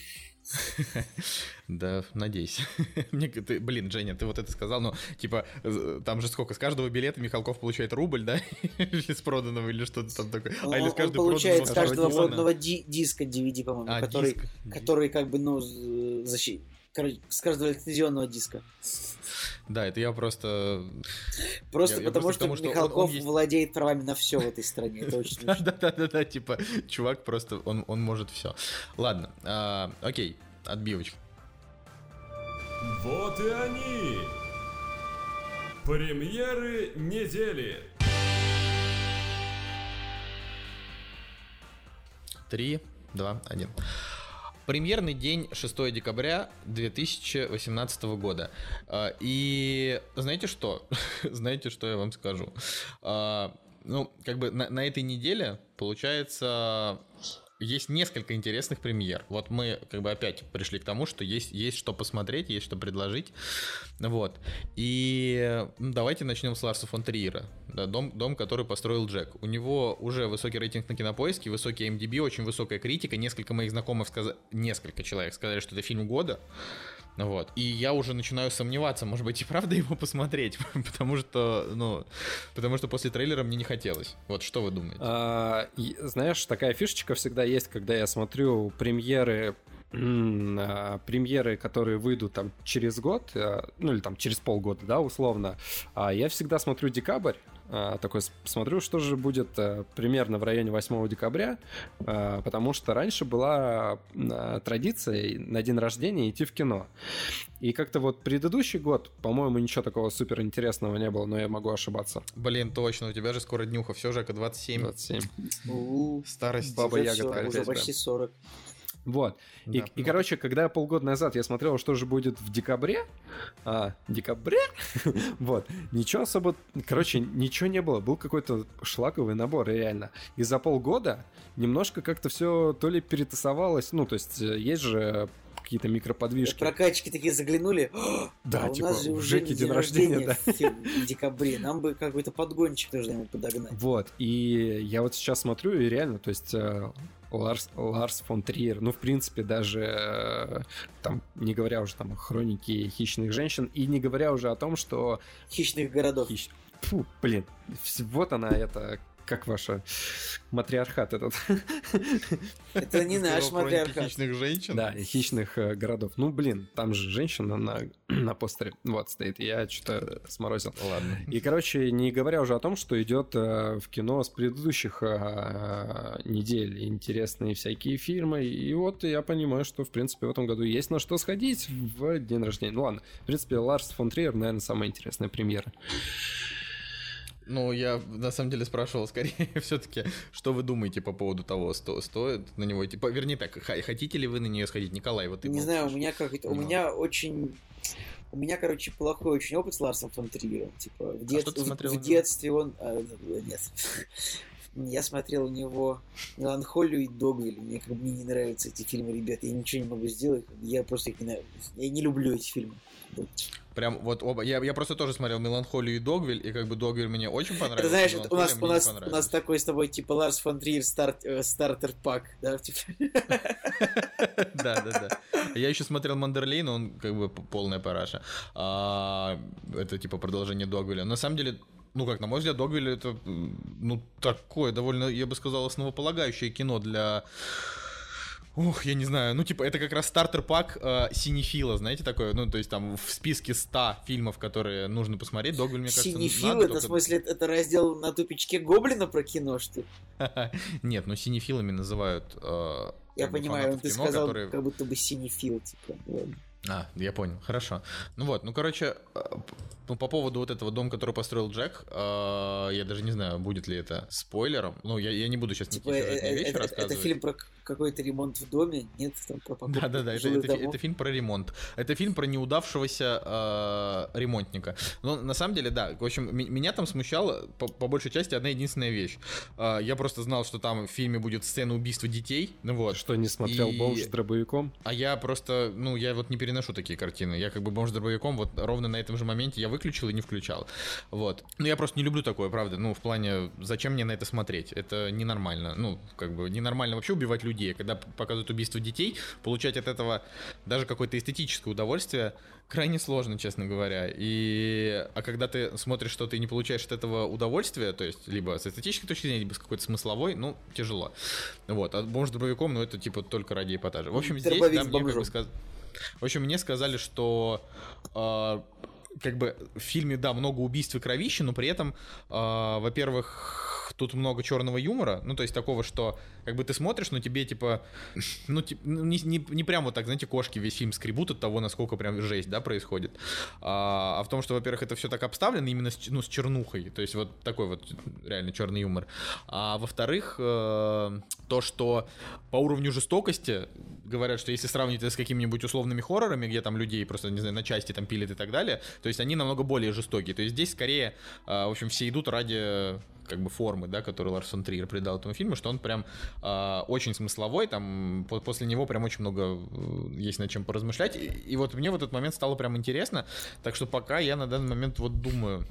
Да, надеюсь. Мне, ты, блин, Женя, ты вот это сказал, ну, типа, там же сколько, с каждого билета Михалков получает рубль, да? Или с проданного, или что-то там такое. Он, а или с он получает с каждого проданного ди- диска ди ви ди, по-моему, а, который, диск. который как бы, ну, защит... с каждого лицензионного диска. Да, это я просто... Просто я, потому, я что просто Михалков он, он есть... владеет правами на все в этой стране. Это очень смешно. Да-да-да, типа, чувак просто, он, он может все. Ладно, а, окей, отбивочка. Вот и они! Премьеры недели! Три, два, один. Премьерный день шестого декабря две тысячи восемнадцатого года. И знаете что? Знаете, что я вам скажу? Ну, как бы на, на этой неделе, получается, есть несколько интересных премьер. Вот мы как бы опять пришли к тому, что есть, есть что посмотреть, есть что предложить. Вот. И ну, давайте начнем с Ларса фон Триера. Да, дом, дом, который построил Джек. У него уже высокий рейтинг на Кинопоиске, высокий эм ди би, очень высокая критика. Несколько моих знакомых сказали, несколько человек сказали, что это фильм года. Вот. И я уже начинаю сомневаться, может быть, и правда его посмотреть, потому что, ну, потому что после трейлера мне не хотелось. Вот что вы думаете? А, и, знаешь, такая фишечка всегда есть, когда я смотрю премьеры, премьеры, которые выйдут там через год, ну или там через полгода, да, условно. Я всегда смотрю декабрь. Такой смотрю, что же будет примерно в районе восьмого декабря, потому что раньше была традиция на день рождения идти в кино. И как-то вот предыдущий год, по-моему, ничего такого супер интересного не было, но я могу ошибаться. Блин, точно, у тебя же скоро днюха, все, Жека, двадцать семь. двадцать семь. У-у-у. Старость. Баба Ягода опять, уже опять, почти да. сорок. Вот. Да, и, ну. и, короче, когда полгода назад я смотрел, что же будет в декабре, а, декабре, вот, ничего особо, короче, ничего не было. Был какой-то шлаковый набор, реально. И за полгода немножко как-то все то ли перетасовалось, ну, то есть есть же какие-то микроподвижки. Прокатчики такие заглянули. Да, а типа, у нас же в уже Жеке день рождения, да. в декабре. Нам бы какой-то подгончик нужно ему подогнать. Вот, и я вот сейчас смотрю, и реально, то есть Ларс, Ларс фон Триер, ну, в принципе, даже там, не говоря уже там о хронике хищных женщин, и не говоря уже о том, что... Хищных городов. Хищ... Фу, блин, вот она, эта как ваша матриархат этот? Это не наш матриархат. Хищных женщин? Да, и хищных э, городов. Ну, блин, там же женщина на, на постере вот стоит. Я что-то сморозил. Ладно. И, короче, не говоря уже о том, что идет э, в кино с предыдущих э, недель интересные всякие фильмы. И вот я понимаю, что, в принципе, в этом году есть на что сходить в день рождения. Ну, ладно. В принципе, Ларс фон Триер, наверное, самая интересная премьера. Ну, я на самом деле спрашивал скорее все-таки, что вы думаете по поводу того, сто, стоит на него идти. Вернее так, хотите ли вы на нее сходить? Николай, вот ты. Не знаю, у меня как это. У Ну. меня очень. У меня, короче, плохой очень опыт с Ларсом фон Триером. Типа, в, дет... что ты в- смотрел в у него? детстве он. а, Нет. Я смотрел у него «Меланхолию» и «Догвиль». Мне как бы мне не нравятся эти фильмы, ребят. Я ничего не могу сделать. Я просто их не нравлюсь. Я не люблю эти фильмы. Прям вот оба. Я, я просто тоже смотрел «Меланхолию» и «Догвиль», и как бы «Догвиль» мне очень понравился. Это знаешь, вот у нас, «Меланхолия» у, мне нас, не у нас понравилась. такой с тобой, типа, Ларс фон Триер старт, э, стартер-пак, да, типа. Да, да, да. Я еще смотрел «Мандерлей», но он как бы полная параша. А, это типа продолжение «Догвиля». На самом деле, ну как, на мой взгляд, «Догвиль» это, ну, такое довольно, я бы сказал, основополагающее кино для... Ух, я не знаю, ну типа это как раз стартер-пак э, синефила, знаете, такое, ну то есть там в списке ста фильмов, которые нужно посмотреть, «Догвиль», мне кажется, Синефил, надо это только- в смысле, это раздел на тупичке Гоблина про кино, что ли? Нет, ну синефилами называют э, Я как бы понимаю, фанатов ты кино, сказал, которые- как будто бы синефил, типа. ладно. А, я понял, хорошо. Ну вот, ну короче, э, ну, по поводу вот этого дома, который построил Джек, э, я даже не знаю, будет ли это спойлером. Ну, я, я не буду сейчас Типа, никакие э, сюжетные э, вещи это, рассказывать. это фильм про к- какой-то ремонт в доме, нет, там про покупку Да-да-да, это, жилых это, домов. это фильм про ремонт. Это фильм про неудавшегося э, ремонтника. Но на самом деле, да, в общем, м- меня там смущала по, по большей части одна единственная вещь. Э, я просто знал, что там в фильме будет сцена убийства детей, ну вот. Что, не смотрел И- «Бомж с дробовиком»? А я просто, ну, я вот не переношу такие картины. Я как бы «Бомж с дробовиком» вот ровно на этом же моменте я выключил и не включал. Вот. Ну, я просто не люблю такое, правда. Ну, в плане, зачем мне на это смотреть? Это ненормально. Ну, как бы ненормально вообще убивать людей. Когда п- показывают убийство детей, получать от этого даже какое-то эстетическое удовольствие крайне сложно, честно говоря. И... А когда ты смотришь что-то и не получаешь от этого удовольствия, то есть либо с эстетической точки зрения, либо с какой-то смысловой, ну, тяжело. Вот. А «Бомж с дробовиком», ну, это типа только ради эпатажа. В общем, здесь, Дробовик да, с мне как бы бомжом. сказ- В общем, мне сказали, что э, как бы в фильме, да, много убийств и кровищи, но при этом, э, во-первых, тут много черного юмора, ну, то есть такого, что как бы ты смотришь, но тебе, типа, ну, тип- ну, не, не, не прям вот так, знаете, кошки весь фильм скребут от того, насколько прям жесть, да, происходит. А, а в том, что, во-первых, это все так обставлено именно с, ч- ну, с чернухой, то есть вот такой вот реально черный юмор. А во-вторых, э, то, что по уровню жестокости говорят, что если сравнить это с какими-нибудь условными хоррорами, где там людей просто, не знаю, на части там пилят и так далее, то есть они намного более жестокие. То есть здесь скорее, э, в общем, все идут ради как бы формы, да, которую Ларс фон Триер придал этому фильму, что он прям э, очень смысловой, там по- после него прям очень много э, есть над чем поразмышлять, и, и вот мне в этот момент стало прям интересно, так что пока я на данный момент вот думаю,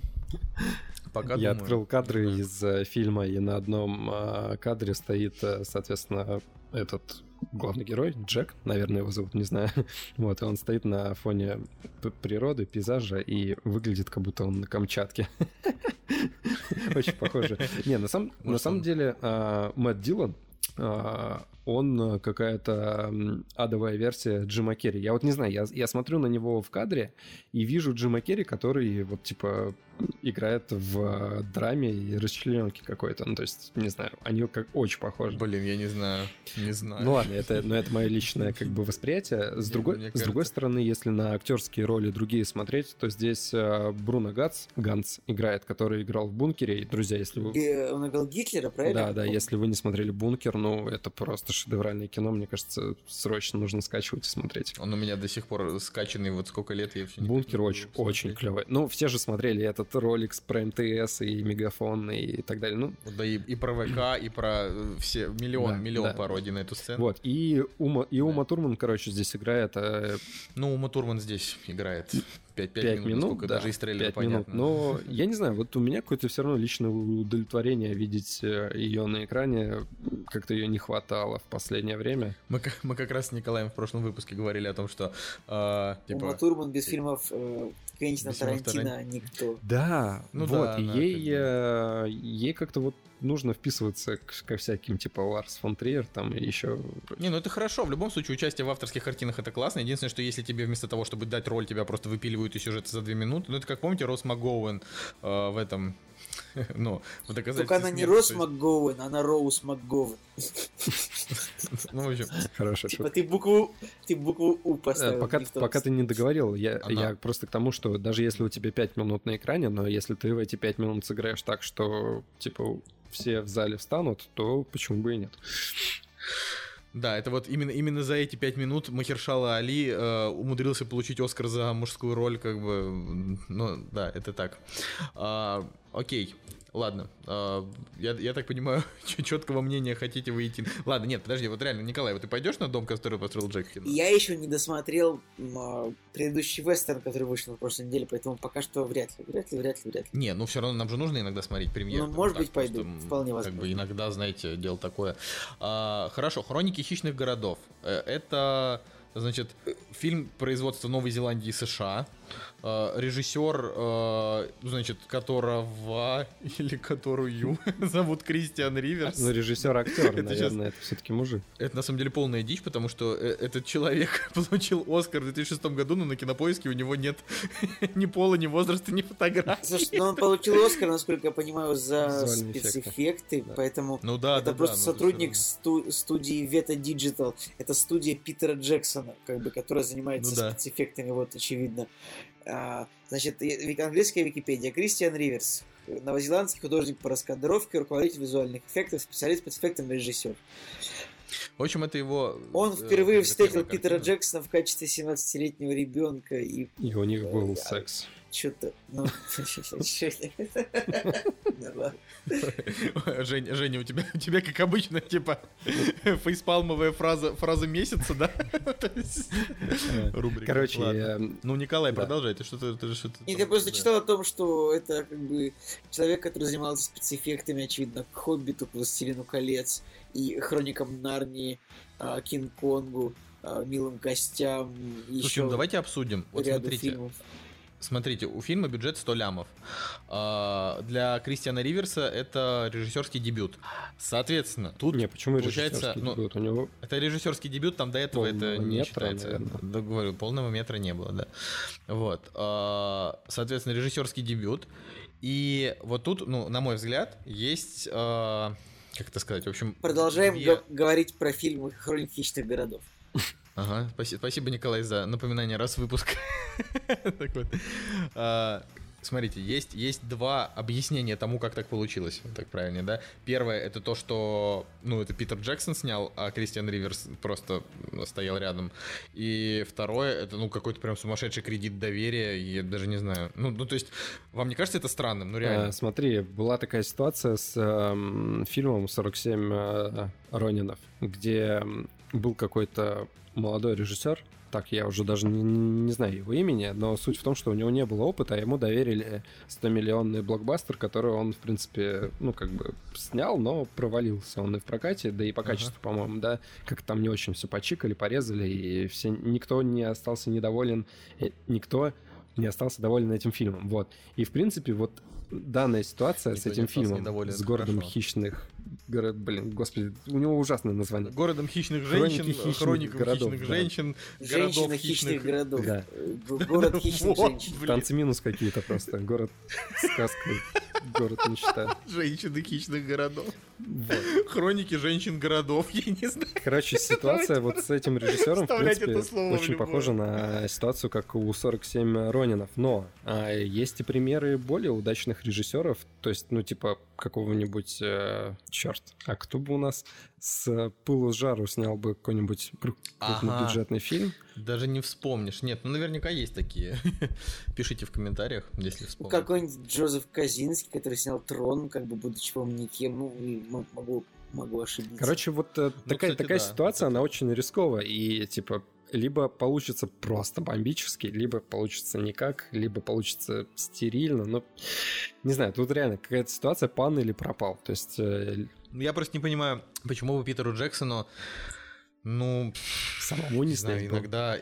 пока Я думаю. открыл кадры Да. из э, фильма, и на одном э, кадре стоит, э, соответственно, этот главный герой, Джек, наверное, его зовут, не знаю. Вот, и он стоит на фоне п- природы, пейзажа, и выглядит, как будто он на Камчатке. Очень похоже. Не, на самом, на Может, самом он- деле, а, Мэтт Дилан, а, он какая-то м, адовая версия Джима Керри. Я вот не знаю, я, я смотрю на него в кадре и вижу Джима Керри, который вот типа играет в э, драме и расчлененке какой-то. Ну, то есть, не знаю, они как очень похожи. Блин, я не знаю, не знаю. Ну ладно, это, но это мое личное как бы восприятие. С Мне- другой, мне с другой кажется- стороны, если на актерские роли другие смотреть, то здесь э, Бруно Гац, Ганц играет, который играл в «Бункере». И, друзья, если вы... Э, Он играл Гитлера, правильно? Да, да, если вы не смотрели «Бункер», ну, это просто шедевральное кино. Мне кажется, срочно нужно скачивать и смотреть. Он у меня до сих пор скачанный, вот сколько лет я вообще не «Бункер» могу очень, смотреть. очень клевый. Ну, все же смотрели этот ролик про эм тэ эс и Мегафон и так далее. Ну, Да и, и про ВК, и про э, все, миллион, Да, миллион да. пародий на эту сцену. вот. И Ума, и Ума Да. Турман, короче, здесь играет э, Ну, Ума Турман здесь играет пять пять минут, минут, насколько да, даже из трейлера пять минут. понятно. Но я не знаю, вот у меня какое-то все равно личное удовлетворение видеть ее на экране. Как-то ее не хватало в последнее время. Мы, как- мы как раз с Николаем в прошлом выпуске говорили о том, что э, типа... Ума Турман без фильмов э, Квентина Весьма Тарантино никто. Да, Ну вот, да, и она ей, как бы- э, ей как-то вот нужно вписываться к- ко всяким, типа Ларс фон Триер, там и еще... Не, ну это хорошо. В любом случае, участие в авторских картинах это классно. Единственное, что если тебе вместо того, чтобы дать роль, тебя просто выпиливают из сюжета за две минуты. Ну, это как помните, Росс МакГоуэн э, в этом. Ну, в доказательстве Только она не смерти, Росс то есть- МакГоуэн, она Роуз МакГоуэн. Ну, в общем, Хорошая Типа шутка. ты букву, ты букву У Э, поставил. Пока, не в том пока ты не договорил, я, Она- я просто к тому, что даже если у тебя пять минут на экране, но если ты в эти пять минут сыграешь так, что типа все в зале встанут, то почему бы и нет? да, это вот именно, именно за эти пять минут Махершала Али э, умудрился получить Оскар за мужскую роль, как бы, ну, да, это так. А, окей, ладно, а, я, я так понимаю, четкого мнения хотите выйти. Ладно, нет, подожди, вот реально, Николай, вот ты пойдешь на дом, который построил Джек в кино? Я еще не досмотрел м, а, предыдущий вестерн, который вышел на прошлой неделе, поэтому пока что вряд ли, вряд ли, вряд ли, вряд ли. Не, ну все равно нам же нужно иногда смотреть премьеры. Ну, может Так быть, пойду, просто, вполне Как возможно. бы иногда, знаете, дело такое. А, хорошо, «Хроники хищных городов». Э, Это, значит, фильм производства Новой Зеландии и США. Э, Режиссер, э, значит, которого или которую зовут Кристиан Риверс. Ну, режиссер-актер, Это наверное, это все-таки мужик. Это на самом деле полная дичь, потому что э, этот человек получил Оскар в две тысячи шестом году, но на Кинопоиске у него нет ни пола, ни возраста, ни фотографии. Слушай, ну он получил Оскар, насколько я понимаю, за Визуальные эффекты. спецэффекты, Да. поэтому Ну да, это да, просто да, но сотрудник всё сту- студии Veta Digital. Это студия Питера Джексона, как бы, которая занимается Ну да. спецэффектами, вот очевидно. А, значит, и- английская Википедия. Кристиан Риверс. Новозеландский художник по раскадровке, руководитель визуальных эффектов, специалист по спецэффектам, режиссер. В общем, это его... Он э, впервые как бы встретил первая Питера картина. Джексона в качестве семнадцатилетнего ребенка и И у них был Э, секс. что-то... Ну, да ладно. Жень, Женя, у тебя, у тебя, как обычно, типа, фейспалмовая фраза, фраза месяца, да? То есть, рубрика. Короче, Ладно. э, Ну, Николай, да. продолжай, ты что-то... Ты же что-то Нет, там- я просто да. читал о том, что это как бы человек, который занимался спецэффектами, очевидно, к «Хоббиту», к «Властелину колец» и «Хроникам Нарнии», а, «Кинг-Конгу», а, «Милым костям», и Слушай, еще ну давайте обсудим. Вот ряду смотрите, фильмов. смотрите, у фильма бюджет сто лямов. А, Для Кристиана Риверса это режиссерский дебют. Соответственно, тут Не, почему получается, режиссерский ну, дебют? У него это режиссерский дебют, там до этого это Полного не метра, считается. наверное. Да, говорю, полного метра не было, да. Вот. А, Соответственно, режиссерский дебют. И вот тут, ну, на мой взгляд, есть, а, как это сказать, в общем... Продолжаем две- г- говорить про фильмы «Хроники хищных городов». Ага, спасибо, спасибо, Николай, за напоминание раз выпуск. Так вот. А, Смотрите, есть, есть два объяснения тому, как так получилось. Вот так правильно, да? Первое, это то, что, ну, это Питер Джексон снял, а Кристиан Риверс просто стоял рядом. И второе, это, ну, какой-то прям сумасшедший кредит доверия, и я даже не знаю. Ну, ну то есть, вам не кажется это странным? Ну, реально. Э, Смотри, была такая ситуация с эм, фильмом сорок семь э, Ронинов, где м, был какой-то молодой режиссер, так я уже даже не, не знаю его имени, но суть в том, что у него не было опыта, а ему доверили сто-миллионный блокбастер, который он, в принципе, ну, как бы снял, но провалился он и в прокате, да и по Ага. качеству, по-моему, да, как там не очень все почикали, порезали, и все, никто не остался недоволен, э, никто не остался доволен этим фильмом, вот. И, в принципе, вот данная ситуация Никто с не этим остался фильмом, недоволен, с это городом хорошо. хищных город, блин, господи, у него ужасное название. Городом хищных Хроники женщин, хищных хроником городов, хищных да. женщин, Женщина городов хищных городов. Да. Э, Город хищных Вот, женщин. блин. Танцы минус какие-то просто. Город сказка, город мечта. Женщины хищных городов. Вот. Хроники женщин городов, я не знаю. Короче, ситуация вот с этим режиссером, в Вставлять принципе, это слово в очень любое. похожа на ситуацию, как у сорок семь Ронинов. Но а, есть и примеры более удачных режиссеров, то есть, ну, типа, какого-нибудь... Э, черт, а кто бы у нас с пылу с жару снял бы какой-нибудь кру- Ага. крупнобюджетный фильм? Даже не вспомнишь. Нет, ну наверняка есть такие. Пишите в комментариях, если Ну, вспомните. какой-нибудь Джозеф Казинский, который снял «Трон», как бы будучи, по-моему, никем, ну, и м- могу, могу ошибиться. Короче, вот э, такая, кстати, такая да. ситуация, она очень рисковая. И, типа, либо получится просто бомбически, либо получится никак, либо получится стерильно. Но, не знаю, тут реально какая-то ситуация пан или пропал. То есть, э, Ну, я просто не понимаю, почему бы Питеру Джексону, ну, самому не не знаю, снять было. иногда... и-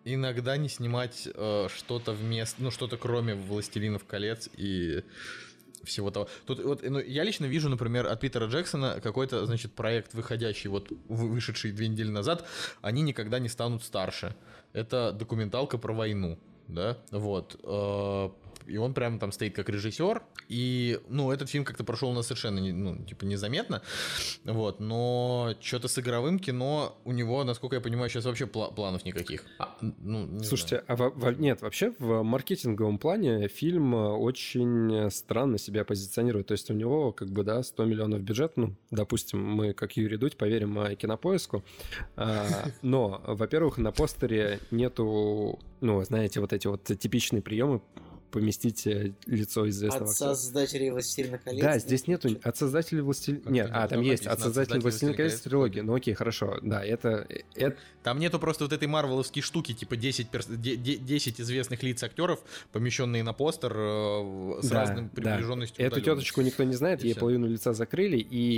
иногда не снимать э, что-то вместо, ну, что-то кроме «Властелинов колец» и всего того. Тут вот, ну, я лично вижу, например, от Питера Джексона какой-то, значит, проект, выходящий, вот, вышедший две недели назад, «Они никогда не станут старше». Это документалка про войну, да, вот. И он прям там стоит как режиссер, и, ну, этот фильм как-то прошел у нас совершенно, не, ну, типа, незаметно, вот, но что-то с игровым кино у него, насколько я понимаю, сейчас вообще пла- планов никаких. А, ну, не Слушайте, знаю. а во, во, нет, вообще в маркетинговом плане фильм очень странно себя позиционирует, то есть у него, как бы, да, сто миллионов бюджет, ну, допустим, мы, как Юрий Дудь, поверим Кинопоиску, но, во-первых, на постере нету, ну, знаете, вот эти вот типичные приемы, поместить лицо известного От актера. создателей «Властелина колец». Да, здесь нету от создателей «Властелина». Нет, а, там есть от создателей «Властелина колец» трилогии. Ну окей, хорошо, да, это, это... Там нету просто вот этой марвеловской штуки, типа десять, перс... десять известных лиц актеров, помещенные на постер э, с да, разным приближенностью. Да. Эту теточку никто не знает, и ей все. Половину лица закрыли,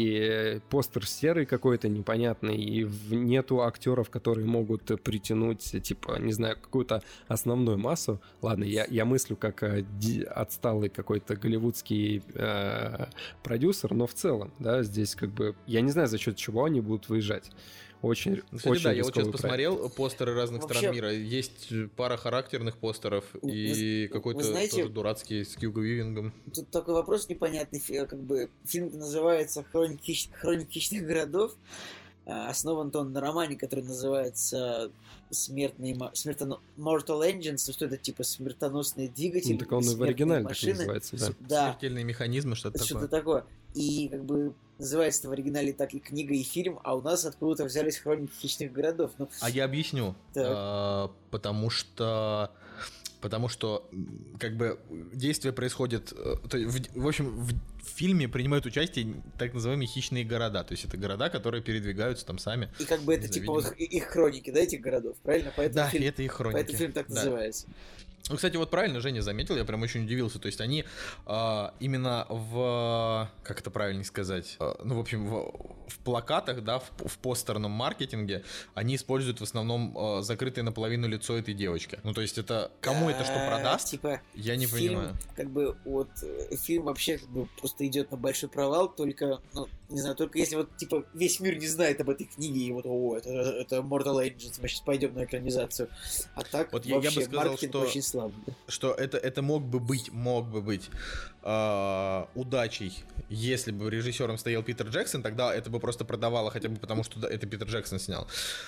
и постер серый какой-то непонятный, и нету актеров, которые могут притянуть, типа, не знаю, какую-то основную массу. Ладно, я, я мыслю как отсталый какой-то голливудский э, продюсер, но в целом, да, здесь как бы, я не знаю, за счет чего они будут выезжать. Очень, Кстати, очень да, я вот сейчас проект. посмотрел постеры разных Вообще... стран мира. Есть пара характерных постеров вы, и какой-то знаете, тоже дурацкий с Хьюго Уивингом. Тут такой вопрос непонятный. Как бы фильм называется «Хроники хищ... хищных городов». Основан-то он на романе, который называется «Смертный... Смертоно... Mortal Engines», что это типа смертоносные двигатели. Ну, так он и в оригинале так называется, да. да. Смертельные механизмы, что-то такое. Что-то такое. И как бы называется в оригинале так и книга, и фильм, а у нас откуда-то взялись «Хроники хищных городов». Ну, а я объясню. А, потому что... Потому что, как бы, действие происходит... То есть, в, в общем, в, в фильме принимают участие так называемые хищные города. То есть, это города, которые передвигаются там сами. И как бы это типа вот их хроники, да, этих городов, правильно? Поэтому да, фильм, это их хроники. Поэтому фильм так да. называется. Ну, кстати, вот правильно Женя заметил, я прям очень удивился. То есть они э, именно в... Как это правильно сказать? Э, ну, в общем, в, в плакатах, да, в, в постерном маркетинге они используют в основном э, закрытое наполовину лицо этой девочки. Ну, то есть это... Кому это что продаст? Типа, я не фильм, понимаю. Как бы, вот, фильм вообще как бы просто идет на большой провал, только, ну, не знаю, только если вот, типа, весь мир не знает об этой книге, и вот, о, это, это Mortal Engines, мы сейчас пойдем на экранизацию. А так, вот вообще, я, я бы сказал, маркетинг что... очень слабый. Что это, это мог бы быть, мог бы быть э, удачей, если бы режиссером стоял Питер Джексон, тогда это бы просто продавало хотя бы потому, что это Питер Джексон снял.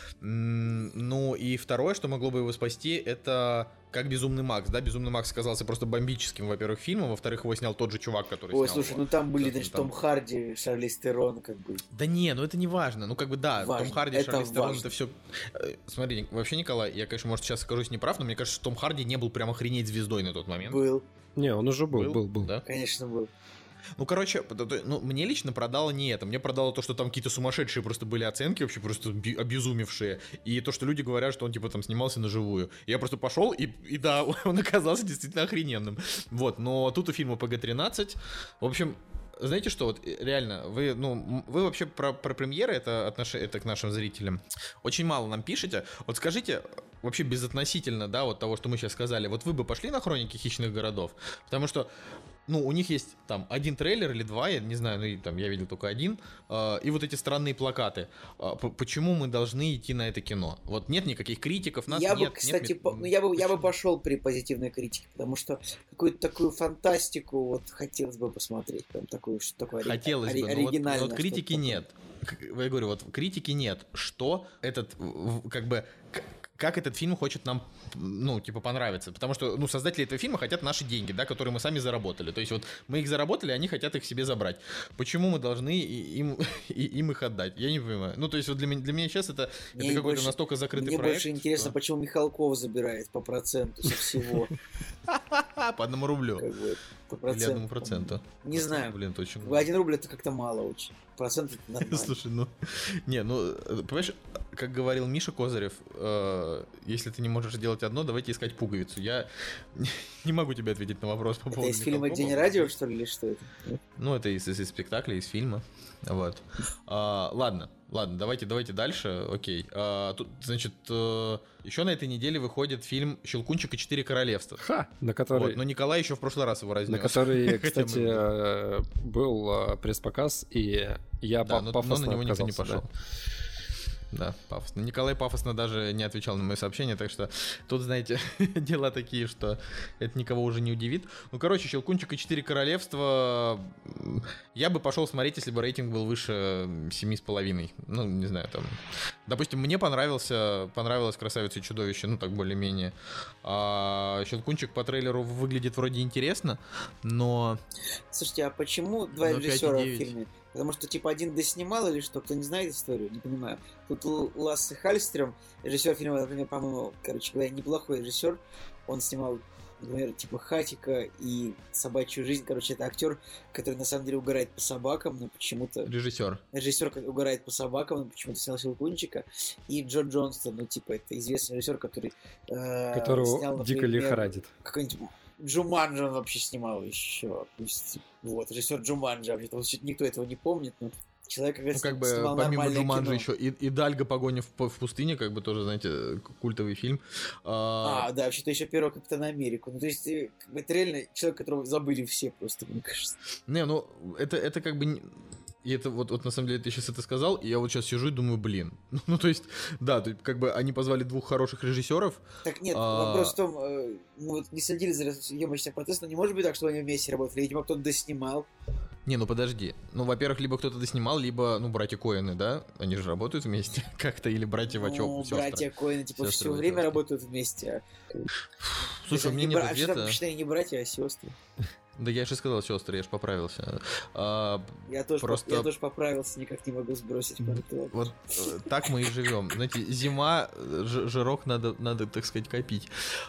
Ну и второе, что могло бы его спасти, это как «Безумный Макс», да, «Безумный Макс» оказался просто бомбическим, во-первых, фильмом, во-вторых, его снял тот же чувак, который Ой, снял слушай, его. ну там были, значит, Том Харди, Шарлиз Терон, как бы. Да не, ну это не важно, ну как бы да, важно. Том Харди, это Шарлиз Терон, важно. это все... Смотри, вообще, Николай, я, конечно, может, сейчас окажусь неправ, но мне кажется, что Том Харди не был прям охренеть звездой на тот момент. Был. Не, он уже был, был, был. был. Да? Конечно, был. Ну, короче, ну, мне лично продало не это. Мне продало то, что там какие-то сумасшедшие просто были оценки, вообще просто обезумевшие. И то, что люди говорят, что он, типа, там снимался на живую. Я просто пошел, и, и да, он оказался действительно охрененным. Вот, но тут у фильма Пэ Гэ тринадцать. В общем, знаете что, вот реально, вы, ну, вы вообще про, про премьеры, это, отнош... это к нашим зрителям, очень мало нам пишете. Вот скажите, вообще безотносительно, да, вот того, что мы сейчас сказали, вот вы бы пошли на «Хроники хищных городов»? Потому что, ну, у них есть там один трейлер или два, я не знаю, ну, и, там я видел только один, э, и вот эти странные плакаты. Э, почему мы должны идти на это кино? Вот нет никаких критиков, нас я нет. Бы, кстати, нет, по, ну, я бы, я бы пошел при позитивной критике, потому что какую-то такую фантастику вот хотелось бы посмотреть, там такую, что такое хотелось ори- бы, оригинальное. но вот, вот критики нет. Я говорю, вот критики нет. Что этот, как бы, как этот фильм хочет нам, ну, типа, понравиться. Потому что, ну, создатели этого фильма хотят наши деньги, да, которые мы сами заработали. То есть вот мы их заработали, они хотят их себе забрать. Почему мы должны им, им их отдать? Я не понимаю. Ну, то есть вот для меня, для меня сейчас это, это какой-то больше, настолько закрытый мне проект. Мне больше интересно, что... почему Михалков забирает по проценту со всего. По одному рублю. Как бы, по Или проценту. одному проценту. Не знаю. Блин, это очень... Один рубль это как-то мало очень. Процент это нормально. Слушай, ну... Не, ну, понимаешь, как говорил Миша Козырев, э, если ты не можешь делать одно, давайте искать пуговицу. Я не могу тебе ответить на вопрос по Это поводу из фильма Михалкова. «День радио», что ли, или что это? Ну, это из, из, из спектакля, из фильма. Вот. А, ладно, ладно, давайте, давайте дальше. Окей. А, тут, значит, э, еще на этой неделе выходит фильм «Щелкунчик и четыре королевства». Ха! На который... Вот, но Николай еще в прошлый раз его разнес. На который, Хотя кстати, мы- э, был э, пресс-показ, и я Да, па- но, но пафосно на него никто не отказался, пошел. Да, пафосно. Николай пафосно даже не отвечал на мои сообщения, так что тут, знаете, дела такие, что это никого уже не удивит. Ну, короче, «Щелкунчик и четыре королевства» м, я бы пошел смотреть, если бы рейтинг был выше семи с половиной. Ну, не знаю, там... Допустим, мне понравился, понравилась «Красавица и чудовище», ну, так более-менее. А «Щелкунчик» по трейлеру выглядит вроде интересно, но... Слушайте, а почему два Ну, режиссера в пять и девять. фильме? Потому что, типа, один доснимал или что? Кто не знает историю? Не понимаю. Тут Л- Лассе Хальстрем, режиссер фильма, например, по-моему, короче говоря, неплохой режиссер. Он снимал, например, типа, «Хатика» и «Собачью жизнь». Короче, это актер, который, на самом деле, угорает по собакам, но почему-то... Режиссер. Режиссер который угорает по собакам, но почему-то снял «Щелкунчика». И Джо Джонстон, ну, типа, это известный режиссер, который э, которого снял, дико например, лихорадит. какой-нибудь Джуманджи он вообще снимал еще. То есть, вот, режиссер Джуманджи, вообще-то вот никто этого не помнит, но человек, Ну, как бы, снимал помимо нормальное Джуманджи кино. еще и, и Дальго «Погоня в, п- в пустыне», как бы тоже, знаете, культовый фильм. А, А, да, вообще-то еще первого Капитана Америку. Ну, то есть, э, как бы, это реально человек, которого забыли все просто, мне кажется. Не, ну, это, это как бы... не- И это вот, вот на самом деле ты сейчас это сказал, и я вот сейчас сижу и думаю, блин. Ну, то есть, да, то есть, как бы они позвали двух хороших режиссеров. Так нет, А. вопрос в том, э, мы вот не следили за съемочным процессом, но не может быть так, что они вместе работали. Видимо, кто-то доснимал. Не, ну подожди. Ну, во-первых, либо кто-то доснимал, либо, ну, братья Коэны, да? Они же работают вместе как-то, или братья Вачов, Ну, сестры. братья Коэны, типа, Сестры все время Вачовски. работают вместе. Слушай, у меня не нет бра- вообще-то, ответа. вообще-то они не братья, а сестры. Да я же сказал сестры, я же поправился. А, Я тоже, Просто- поп- я тоже поправился, никак не могу сбросить. поэтому- Вот э, так мы и живем. Знаете, зима, э, ж- жирок надо, надо, так сказать, копить.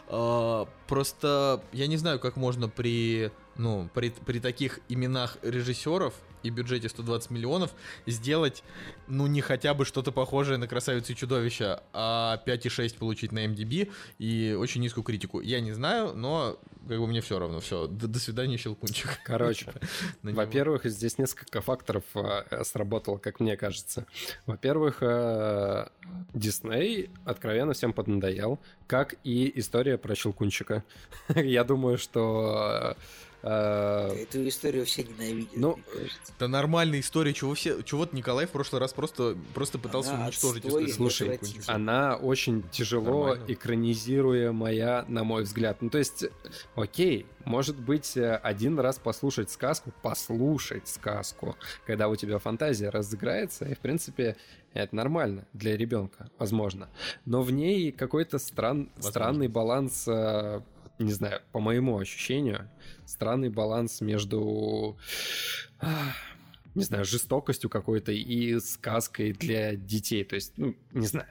А, просто я не знаю, как можно при, ну, при, при таких именах режиссеров и бюджете сто двадцать миллионов сделать, ну, не хотя бы что-то похожее на «Красавицу и чудовище», а пять и шесть получить на эм ди би и очень низкую критику. Я не знаю, но как бы мне все равно. Все, до, до свидания, Щелкунчик. Короче, На него. во-первых, здесь несколько факторов э, сработало, как мне кажется. Во-первых, э, Дисней откровенно всем поднадоел, как и история про Щелкунчика. Я думаю, что... э, Эту историю все ненавидят, Ну, мне кажется. Это нормальная история, чего все, чего вот Николай в прошлый раз просто, просто пытался Она уничтожить отстой, историю. Слушай, отвратительно. она очень тяжело Нормально. экранизируемая, на мой взгляд. Ну, то есть, окей, может быть, э, один раз послушать сказку, послушать сказку, когда у тебя фантазия разыграется, и, в принципе, это нормально для ребенка, возможно. Но в ней какой-то стран... Возможно. странный баланс, э, не знаю, по моему ощущению, странный баланс между... ах, не знаю, жестокостью какой-то и сказкой для детей. То есть, ну, не знаю.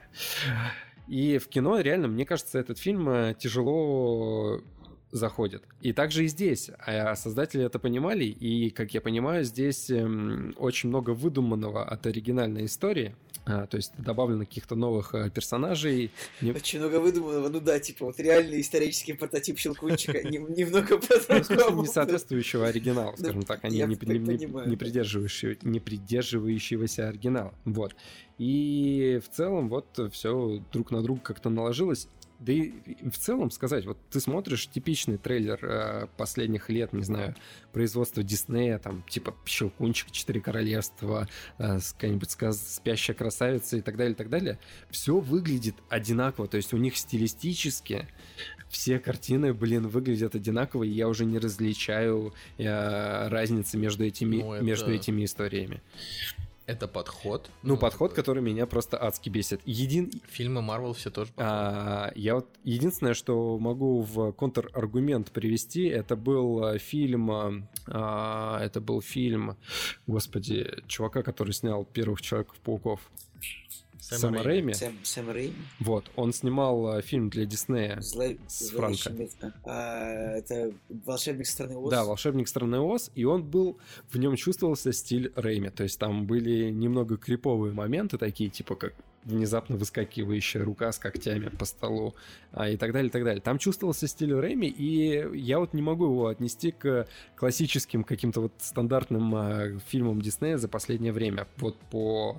И в кино, реально, мне кажется, этот фильм э, тяжело заходит. И также и здесь. А создатели это понимали, и, как я понимаю, здесь эм, очень много выдуманного от оригинальной истории. А, то есть добавлено каких-то новых э, персонажей. Не- Очень много выдуманного, ну да, типа вот реальный исторический прототип Щелкунчика, нем- немного Ну, в смысле, по-другому. не соответствующего оригиналу, скажем так. Они я не, так не- не- понимаю, не да. придерживающие- не придерживающегося оригинала. Вот. И в целом вот все друг на друга как-то наложилось. Да и в целом сказать, вот ты смотришь типичный трейлер э, последних лет, не знаю, производства Диснея, там, типа «Щелкунчик», «Четыре королевства», э, с- какая-нибудь сказ- «Спящая красавица» и так далее, и так далее. Все выглядит одинаково, то есть у них стилистически все картины, блин, выглядят одинаково, и я уже не различаю э, разницы между этими, Ну, это- между этими историями. Это подход. Ну, подход, это- который меня просто адски бесит. Един... Фильмы Марвел все тоже подход. А, я вот единственное, что могу в контраргумент привести, это был а, фильм, а, это был фильм, господи, чувака, который снял первых Человеков-пауков. Сэм Сэма Рэйми. Рэйми. Сэм, Сэм Рэйми. Вот, он снимал э, фильм для Диснея Зло... с Зловещий Франко. мир. А, это «Волшебник страны Оз». Да, «Волшебник страны Оз», и он был, в нем чувствовался стиль Рэйми, то есть там были немного криповые моменты такие, типа как внезапно выскакивающая рука с когтями по столу а, и так далее, и так далее. Там чувствовался стиль Рэйми, и я вот не могу его отнести к классическим каким-то вот стандартным а, фильмам Диснея за последнее время. Вот по...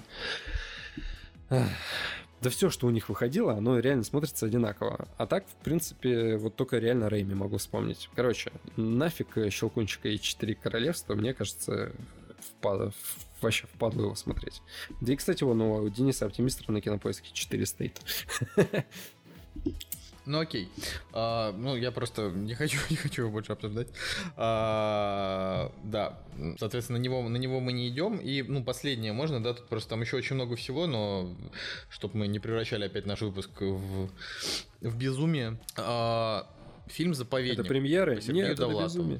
Да все, что у них выходило, оно реально смотрится одинаково. А так, в принципе, вот только реально Рэйми могу вспомнить. Короче, нафиг Щелкунчика и Четыре королевства, мне кажется, впад... вообще впадло его смотреть. Да и, кстати, вон у Дениса Оптимистра на Кинопоиске четыре стоит. Ну окей. А, ну, я просто не хочу, не хочу его больше обсуждать. А, да, соответственно, на него, на него мы не идем. И, ну, последнее можно, да, тут просто там еще очень много всего, но чтобы мы не превращали опять наш выпуск в, в безумие. А, фильм «Заповедник». Это премьеры? По Сергею Нет, это Довлатову. безумие.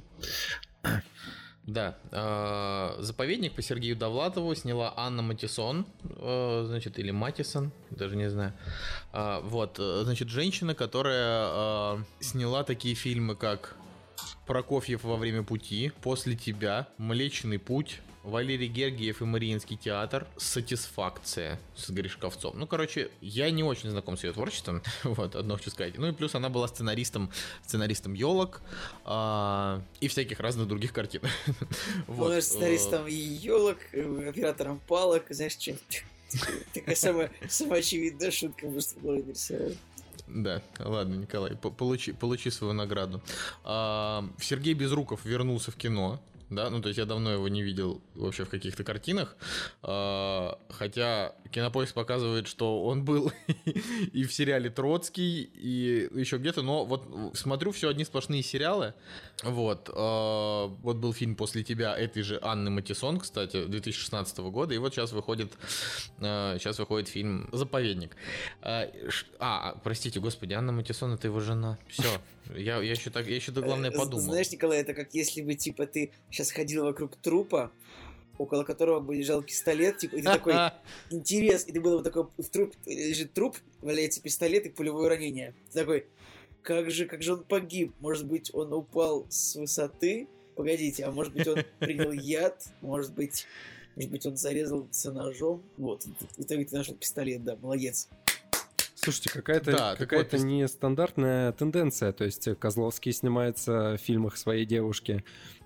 Да, э, «Заповедник» по Сергею Довлатову сняла Анна Матисон, э, значит, или Матисон, даже не знаю. Э, вот, значит, женщина, которая э, сняла такие фильмы, как «Прокофьев во время пути», «После тебя», «Млечный путь», Валерий Гергиев и Мариинский театр, «Сатисфакция» с Гришковцом. Ну, короче, я не очень знаком с ее творчеством, вот, одно хочу сказать. Ну и плюс она была сценаристом, сценаристом «Елок» а, и всяких разных других картин. Вот. Он сценаристом «Елок», оператором «Палок», знаешь, что-нибудь. Такая самая очевидная шутка, может, было нарисовать. Да, ладно, Николай, получи, получи свою награду. А, Сергей Безруков вернулся в кино. Да, ну то есть я давно его не видел вообще в каких-то картинах, а, хотя Кинопоиск показывает, что он был и в сериале «Троцкий», и еще где-то, но вот смотрю все одни сплошные сериалы, вот, а, вот был фильм «После тебя» этой же Анны Матисон, кстати, две тысячи шестнадцатого года, и вот сейчас выходит, а, сейчас выходит фильм «Заповедник». А, а, простите, господи, Анна Матисон — это его жена, все. Я, я еще так, я еще, да, главное, подумал. Знаешь, Николай, это как если бы, типа, ты сейчас ходил вокруг трупа, около которого бы лежал пистолет, типа, и ты такой, интерес, и ты был вот такой, в труп, лежит труп, валяется пистолет и пулевое ранение. Ты такой, как же, как же он погиб? Может быть, он упал с высоты? Погодите, а может быть, он принял яд? Может быть, может быть, он зарезался ножом? Вот, в итоге ты нашел пистолет, да, молодец. Слушайте, какая-то, да, какая-то вот... нестандартная тенденция. То есть Козловский снимается в фильмах своей девушки,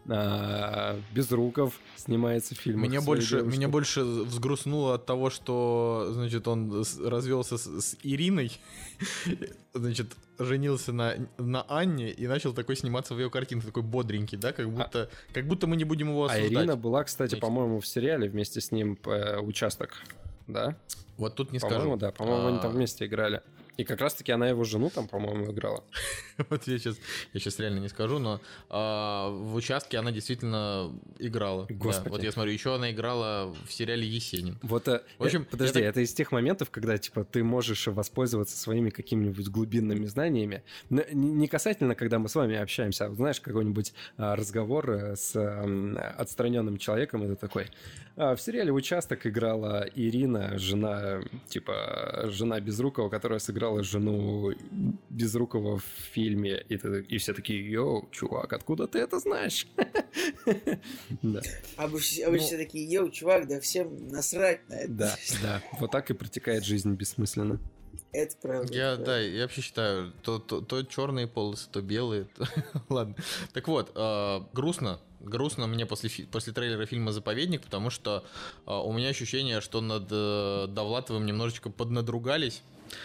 а Безруков снимается в фильмах меня своей больше, девушки. Меня больше взгрустнуло от того, что, значит, он развелся с, с Ириной, значит, женился на, на Анне и начал такой сниматься в ее картинке, такой бодренький, да, как будто, а... как будто мы не будем его осуждать. А Ирина была, кстати, значит, по-моему, в сериале вместе с ним «Участок», да? Вот тут не по-моему, скажу. Да, по-моему, а... они там вместе играли. И как раз-таки она его жену там, по-моему, играла. Вот я сейчас, я сейчас реально не скажу, но а, в «Участке» она действительно играла. Господи. Да, вот я смотрю, еще она играла в сериале «Есенин». Вот, в общем, э, подожди, так... это из тех моментов, когда, типа, ты можешь воспользоваться своими какими-нибудь глубинными знаниями. Не касательно, когда мы с вами общаемся, а, знаешь, какой-нибудь а, разговор с а, отстраненным человеком, это такой... А, в сериале «Участок» играла Ирина, жена, типа, жена Безрукова, которая сыграла жену Безрукова в фильме, и, ты, и все такие, йоу, чувак, откуда ты это знаешь? А вы все такие, йоу, чувак, да всем насрать на это. Да, да, вот так и протекает жизнь бессмысленно. Это правда. Я, это да, я вообще считаю, то, то, то черные полосы, то белые. То... Ладно. Так вот, э, грустно. Грустно мне после, фи- после трейлера фильма «Заповедник», потому что э, у меня ощущение, что над э, Довлатовым немножечко поднадругались.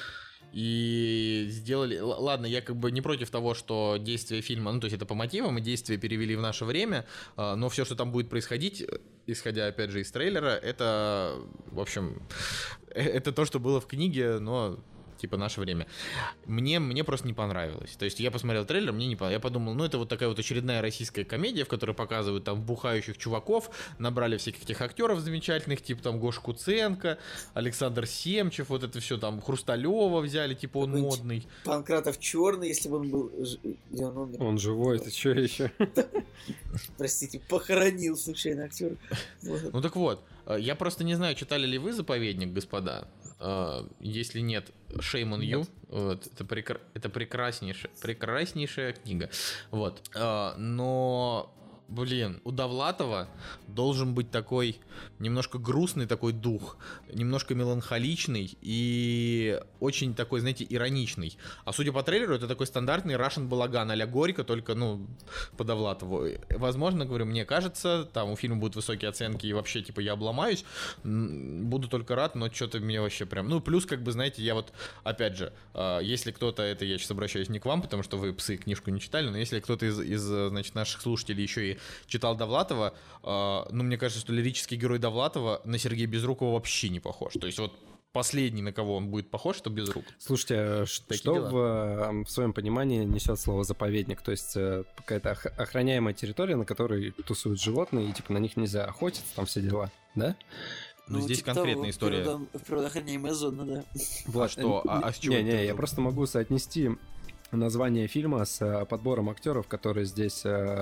И сделали... Л- ладно, я как бы не против того, что действие фильма, ну, то есть это по мотивам, и действия перевели в наше время, э, но все, что там будет происходить, исходя, опять же, из трейлера, это, в общем, это то, что было в книге, но... типа наше время. Мне, мне просто не понравилось. То есть я посмотрел трейлер, мне не понравилось. Я подумал, ну это вот такая вот очередная российская комедия, в которой показывают там бухающих чуваков, набрали всяких этих актеров замечательных, типа там Гоша Куценко, Александр Семчев, вот это все там, Хрусталева взяли, типа он Какой-нибудь модный. Панкратов черный, если бы он был... Где он умер? Он живой, ты что еще? Простите, похоронил случайно актер. Ну так вот, я просто не знаю, читали ли вы «Заповедник», господа. э, если нет, shame on you. Вот, это, прекра- это прекраснейшая, прекраснейшая книга. Вот. Э, но... Блин, у Довлатова должен быть такой немножко грустный такой дух, немножко меланхоличный и очень такой, знаете, ироничный. А судя по трейлеру, это такой стандартный Russian балаган а-ля Горько, только, ну, по Довлатову. Возможно, говорю, мне кажется, там у фильма будут высокие оценки и вообще, типа, я обломаюсь. Буду только рад, но что-то мне вообще прям... Ну, плюс, как бы, знаете, я вот, опять же, если кто-то, это я сейчас обращаюсь не к вам, потому что вы, псы, книжку не читали, но если кто-то из, из значит, наших слушателей еще и читал Довлатова, э, ну, мне кажется, что лирический герой Довлатова на Сергея Безрукова вообще не похож. То есть вот последний, на кого он будет похож, это Безрук. Слушайте, Такие что в, в своем понимании несет слово «заповедник»? То есть какая-то охраняемая территория, на которой тусуют животные, и типа на них нельзя охотиться, там все дела, да? Ну, здесь типа конкретная того, история. В природоохраняемая зона, да. Вот. А что? А, а с чего? Не-не, я просто могу соотнести название фильма с подбором актеров, которые здесь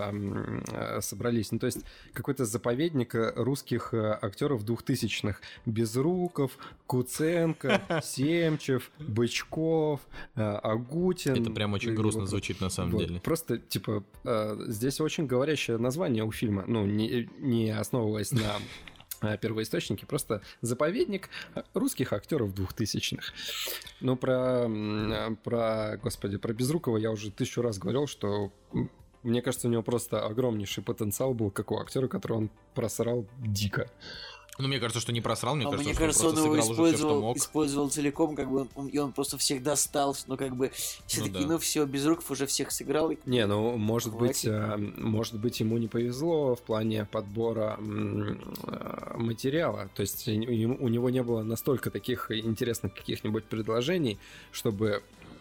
э, собрались. Ну, то есть какой-то заповедник русских актеров двухтысячных. Безруков, Куценко, Семчев, Бычков, э, Агутин. Это прям очень грустно вот, звучит на самом вот, деле. Просто, типа, э, здесь очень говорящее название у фильма. Ну, не, не основываясь на первоисточники, просто заповедник русских актеров двухтысячных. Ну, про, про, господи, про Безрукова я уже тысячу раз говорил, что мне кажется, у него просто огромнейший потенциал был, как у актера, который он просрал дико. Ну, мне кажется, что не просрал, мне а кажется, мне что кажется, он, он его просто сыграл уже все, что мог. Использовал целиком, как бы, он, и он просто всех достал, но как бы все ну, такие, да. ну все, Безруков уже всех сыграл. И... Не, ну, может Хватит. быть, может быть, ему не повезло в плане подбора материала, то есть у него не было настолько таких интересных каких-нибудь предложений, чтобы...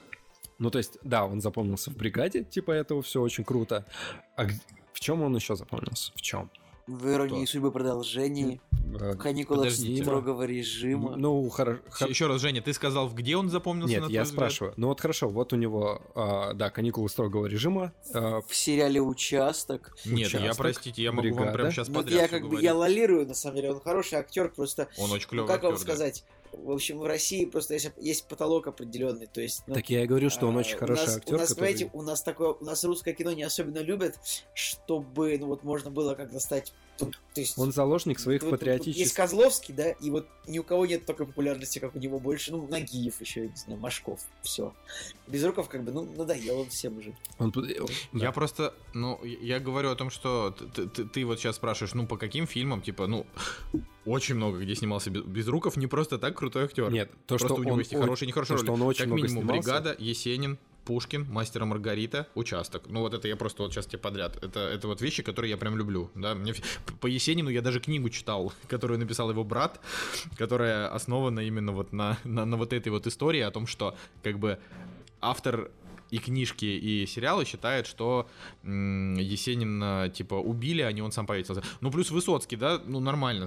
Ну, то есть, да, он запомнился в «Бригаде», типа этого, все очень круто. А в чем он еще запомнился? В чем? В «Иронии судьбы» продолжении, в «Каникулах строгого режима». Ну, хорошо. Еще раз, Женя, ты сказал, где он запомнился? Нет, я спрашиваю. Ну вот хорошо, вот у него, а, да, «Каникулы строгого режима». А, в сериале «Участок». Нет, Участок, я, простите, я могу «Бригада». вам прямо сейчас ну, подряд я как бы, говорить. я лолирую, на самом деле, он хороший актер, просто... Он очень клевый ну, как актер, вам да. сказать? В общем, в России просто есть, есть потолок определенный, то есть... Ну, так я и говорю, что он а, очень хороший нас, актер, у нас, который... понимаете, у нас такое, у нас русское кино не особенно любят, чтобы, ну вот, можно было как-то стать... То есть, он заложник своих вот, патриотических... Есть Козловский, да, и вот ни у кого нет такой популярности, как у него больше. Ну, Нагиев еще, не знаю, Машков, все. Безруков как бы, ну, надоел он всем уже. Он... Я да. просто, ну, я говорю о том, что ты, ты, ты вот сейчас спрашиваешь, ну, по каким фильмам, типа, ну, очень много где снимался Безруков, не просто так крутой актер. Нет, то, просто что у него он, есть и хорошие, и нехорошие роли. Что он очень как много минимум, снимался. «Бригада», Есенин, Пушкин, «Мастер и Маргарита», «Участок». Ну вот это я просто вот сейчас тебе подряд. Это, это вот вещи, которые я прям люблю. Да? Мне, по Есенину я даже книгу читал, которую написал его брат, которая основана именно вот на, на, на вот этой вот истории о том, что как бы автор и книжки, и сериалы считают, что м- Есенина, типа, убили, а не он сам повесился. Ну, плюс Высоцкий, да, ну, нормально.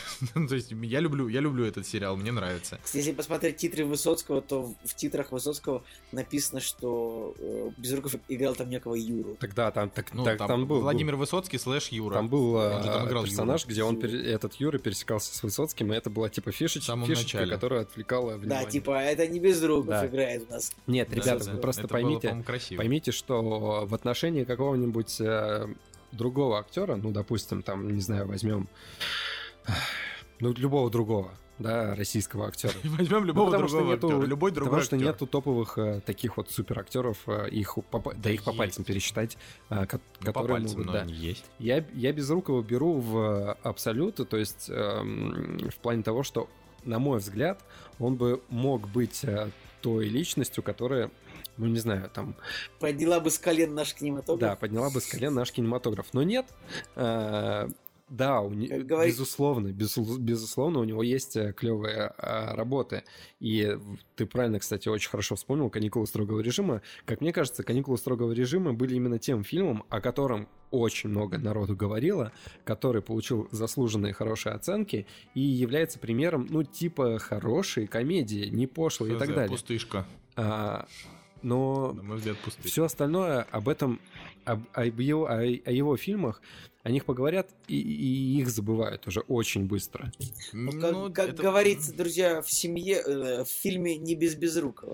То есть я люблю, я люблю этот сериал, мне нравится. Если посмотреть титры Высоцкого, то в титрах Высоцкого написано, что э, Безруков играл там некого Юру. Тогда там, так, ну, так, там, там был Владимир Высоцкий слэш Юра. Там был он же там играл персонаж, Юру. где он, этот Юра пересекался с Высоцким, и это была, типа, фишечка, фишечка которая отвлекала внимание. Да, типа, это не Безруков да. играет у нас. Нет, да, ребята, да, вы да. просто это поймите... Было, Поймите, что в отношении какого-нибудь э, другого актера, ну, допустим, там, не знаю, возьмем, ну, любого другого, да, российского актера. Возьмем любого ну, другого нету, актера, любой другой Потому что актер. нету топовых э, таких вот суперактеров, э, их по, да, да их по пальцам пересчитать, э, ко- ну, которые по пальцам, могут, но да. они есть. Я, я Безрукова беру в абсолюты, то есть э, в плане того, что, на мой взгляд, он бы мог быть э, той личностью, которая, ну, не знаю, там... Подняла бы с колен наш кинематограф. Да, подняла бы с колен наш кинематограф. Но нет, э, да, у не... говорит... безусловно, без... безусловно, у него есть клевые э, работы. И ты правильно, кстати, очень хорошо вспомнил «Каникулы строгого режима». Как мне кажется, «Каникулы строгого режима» были именно тем фильмом, о котором очень много народу говорило, который получил заслуженные хорошие оценки и является примером, ну, типа хорошей комедии, не пошлой и так далее. Пустышка. А, но на мой взгляд, пустые. Все остальное об этом, об, об его, о, о его фильмах, о них поговорят и, и их забывают уже очень быстро. Ну, как, Ну, как это- говорится, друзья, в семье, э, в фильме «Не без Безрукова».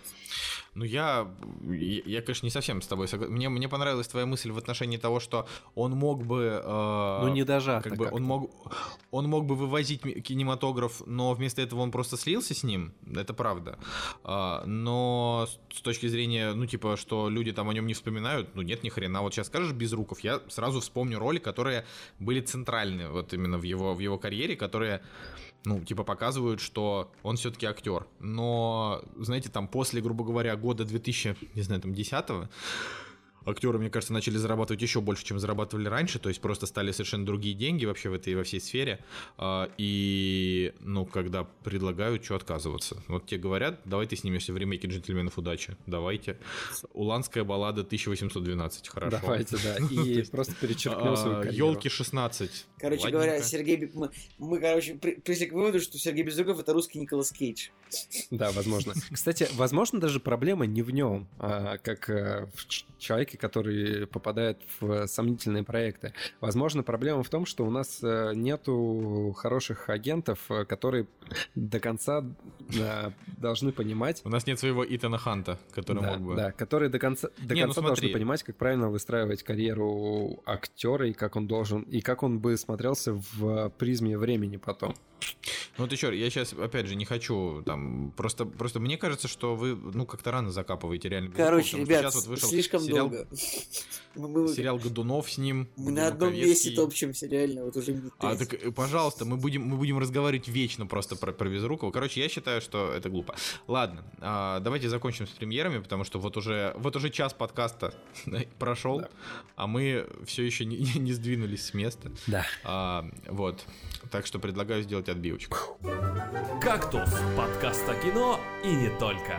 Ну, я, я, я, конечно, не совсем с тобой согласен. Мне, мне понравилась твоя мысль в отношении того, что он мог бы... э, Ну, не дожато как бы как-то. он мог, он мог бы вывозить ми- кинематограф, но вместо этого он просто слился с ним. Это правда. А, но с- с точки зрения, ну, типа, что люди там о нем не вспоминают, ну, нет, ни хрена. Вот сейчас скажешь Безруков, я сразу вспомню роли, которые были центральны вот именно в его, в его карьере, которые... ну, типа, показывают, что он все-таки актер. Но, знаете, там, после, грубо говоря, года две тысячи, не знаю, там, десятого, актеры, мне кажется, начали зарабатывать еще больше, чем зарабатывали раньше, то есть просто стали совершенно другие деньги вообще в этой, во всей сфере. А, И, ну, когда предлагают, что отказываться? Вот тебе говорят, давай ты снимешься в ремейке «Джентльменов удачи». Давайте. «Уланская баллада» тысяча восемьсот двенадцать. Хорошо. Давайте, да. И просто перечеркнем свою карьеру. Елки шестнадцать. Короче Ладненько. говоря, Сергей... Бе- Мы, мы, короче, при- пришли к выводу, что Сергей Безруков — это русский Николас Кейдж. Да, возможно. Кстати, возможно, даже проблема не в нем, а как э, в ч- человеке, который попадает в сомнительные проекты. Возможно, проблема в том, что у нас э, нету хороших агентов, э, которые до конца э, должны понимать. У нас нет своего Итана Ханта, который Да, мог бы... да, которые до конца, до Не, ну конца смотри. должны понимать, как правильно выстраивать карьеру актера и как он должен, и как он бы смотрелся в призме времени потом. Ну вот еще, я сейчас, опять же, не хочу там, просто, просто мне кажется, что вы, ну, как-то рано закапываете реально. Безрукова, Короче, потому что ребят, сейчас вот вышел слишком сериал, долго. Мы, мы- сериал Годунов с ним. мы на одном Маковецкий. месте топчемся, реально, вот уже минут А, пять. так, э, пожалуйста, мы будем, мы будем разговаривать вечно просто про, про Безрукова. Короче, я считаю, что это глупо. Ладно, а, давайте закончим с премьерами, потому что вот уже, вот уже час подкаста прошел, Да. а мы все еще не, не- не сдвинулись с места. Да. А, вот, так что предлагаю сделать отбивочку. «Кактус» — подкаст о кино и не только.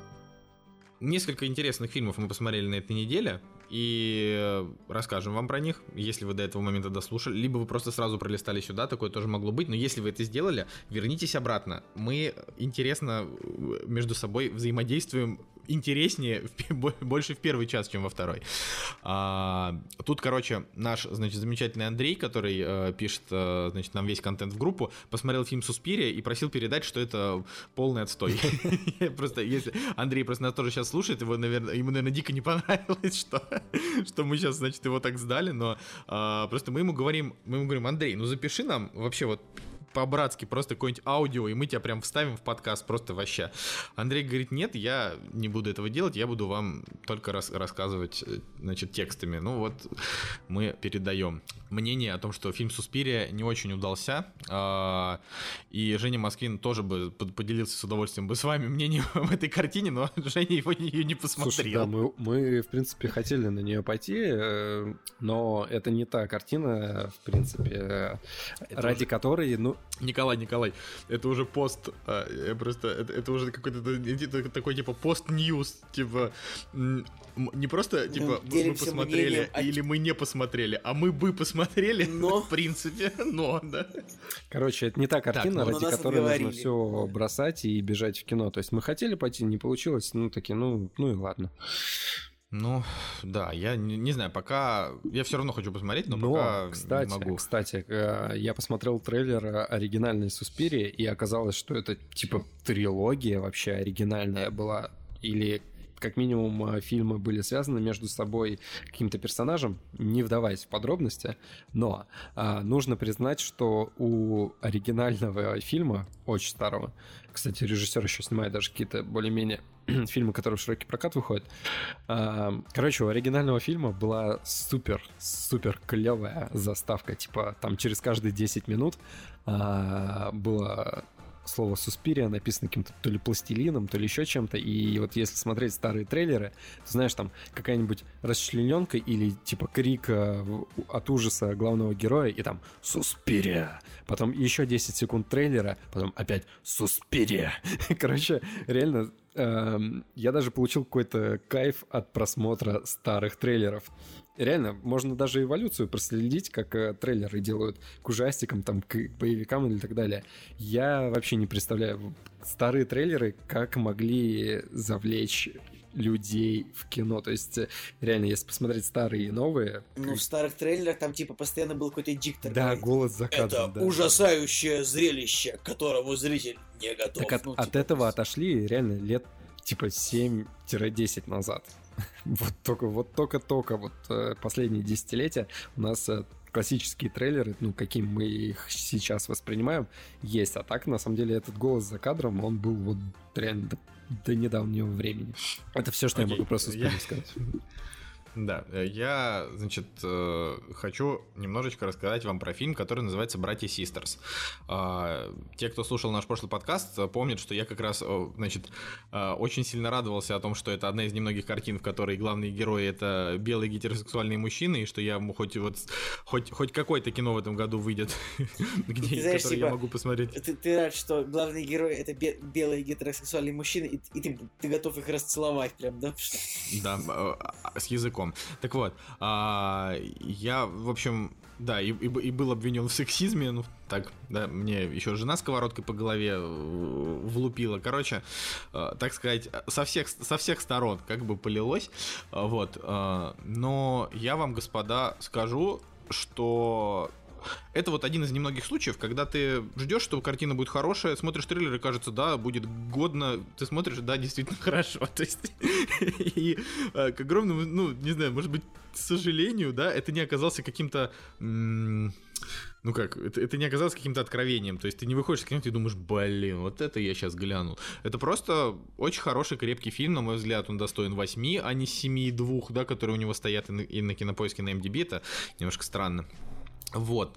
Несколько интересных фильмов мы посмотрели на этой неделе, и э, расскажем вам про них, если вы до этого момента дослушали, либо вы просто сразу пролистали сюда, такое тоже могло быть, но если вы это сделали, вернитесь обратно. Мы интересно э, между собой взаимодействуем интереснее, в пе- бо- больше в первый час, чем во второй. А, тут, короче, наш, значит, замечательный Андрей, который э, пишет, э, значит, нам весь контент в группу, посмотрел фильм «Суспирия» и просил передать, что это полный отстой. Просто, если Андрей просто нас тоже сейчас слушает, его, наверное, ему, наверное, дико не понравилось, что, что мы сейчас, значит, его так сдали, но а, просто мы ему говорим, мы ему говорим, Андрей, ну запиши нам вообще вот по-братски просто какое-нибудь аудио, и мы тебя прям вставим в подкаст, просто вообще. Андрей говорит, нет, я не буду этого делать, я буду вам только рас- рассказывать, значит, текстами. Ну вот, мы передаем мнение о том, что фильм «Суспирия» не очень удался, а, и Женя Москвин тоже бы под- поделился с удовольствием бы с вами мнением об этой картине, но Женя его ее не посмотрел. Слушай, да, мы, мы, в принципе, хотели на нее пойти, э, но это не та картина, в принципе, э, Это ради уже- которой, ну, Николай, Николай, это уже пост, а, я просто, это, это уже какой-то это такой типа пост-ньюс, типа м, м, не просто типа мы делимся посмотрели мнением о- или мы не посмотрели, а мы бы посмотрели, Но. в принципе, но, да. короче, это не та картина, ну, ради нас которой нужно отговорили. все бросать и бежать в кино. То есть мы хотели пойти, не получилось, ну, такие, ну, ну и ладно. Ну, да, я не, не знаю, пока я все равно хочу посмотреть, но, Но, пока кстати, не могу. кстати, э, я посмотрел трейлер оригинальной «Суспирии», и оказалось, что это типа трилогия вообще оригинальная была, или как минимум э, фильмы были связаны между собой каким-то персонажем, не вдаваясь в подробности, но э, нужно признать, что у оригинального фильма, очень старого, кстати, режиссер еще снимает даже какие-то более-менее фильмы, которые в широкий прокат выходят. А, Короче, у оригинального фильма была супер, супер клевая заставка. Типа, там через каждые десять минут а, было слово «Суспирия» написано каким-то то ли пластилином, то ли еще чем-то. И вот если смотреть старые трейлеры, ты знаешь, там какая-нибудь расчлененка или типа крик а, в- от ужаса главного героя, и там «Суспирия». Потом еще десять секунд трейлера, потом опять «Суспирия». Короче, реально, эм, я даже получил какой-то кайф от просмотра старых трейлеров. Реально, можно даже эволюцию проследить, как э, трейлеры делают к ужастикам, там, к боевикам или так далее. Я вообще не представляю старые трейлеры, как могли завлечь людей в кино. То есть, реально, если посмотреть старые и новые... Ну, в старых трейлерах там, типа, постоянно был какой-то диктор. Да, говорит, голос за кадром, это да. ужасающее зрелище, к которому зритель не готов. Так от, ну, от типа, этого отошли реально лет, типа, семь-десять назад. Вот только, вот только-только, вот э, последние десятилетия у нас э, классические трейлеры, ну, каким мы их сейчас воспринимаем, есть. А так, на самом деле, этот голос за кадром, он был вот реально до, до недавнего времени. Это все, что Окей, я могу просто я... сказать. Да, я, значит, хочу немножечко рассказать вам про фильм, который называется «Братья Систерс». Те, кто слушал наш прошлый подкаст, помнят, что я как раз, значит, очень сильно радовался о том, что это одна из немногих картин, в которой главные герои — это белые гетеросексуальные мужчины, и что я хоть вот хоть, хоть какое-то кино в этом году выйдет, где, знаешь, которое типа, я могу посмотреть. Ты, ты рад, что главные герои — это бе- белые гетеросексуальные мужчины, и, и ты, ты готов их расцеловать прям, да? Да, с языком. Так вот, а, я, в общем, да, и, и, и был обвинен в сексизме, ну, так, да, мне еще жена сковородкой по голове влупила, короче, а, так сказать, со всех, со всех сторон как бы полилось, а, вот, а, но я вам, господа, скажу, что... Это вот один из немногих случаев, когда ты ждешь, что картина будет хорошая, смотришь трейлер и кажется, да, будет годно, ты смотришь, да, действительно хорошо. То есть, и к огромному, ну, не знаю, может быть, к сожалению, да, это не оказался каким-то... М- Ну как, это, это не оказалось каким-то откровением. То есть ты не выходишь с кино и думаешь, блин, вот это я сейчас глянул. Это просто очень хороший, крепкий фильм, на мой взгляд. Он достоин восьми, а не семи и двух, да, которые у него стоят и на, и на Кинопоиске, и на эм ди би. Это немножко странно. Вот.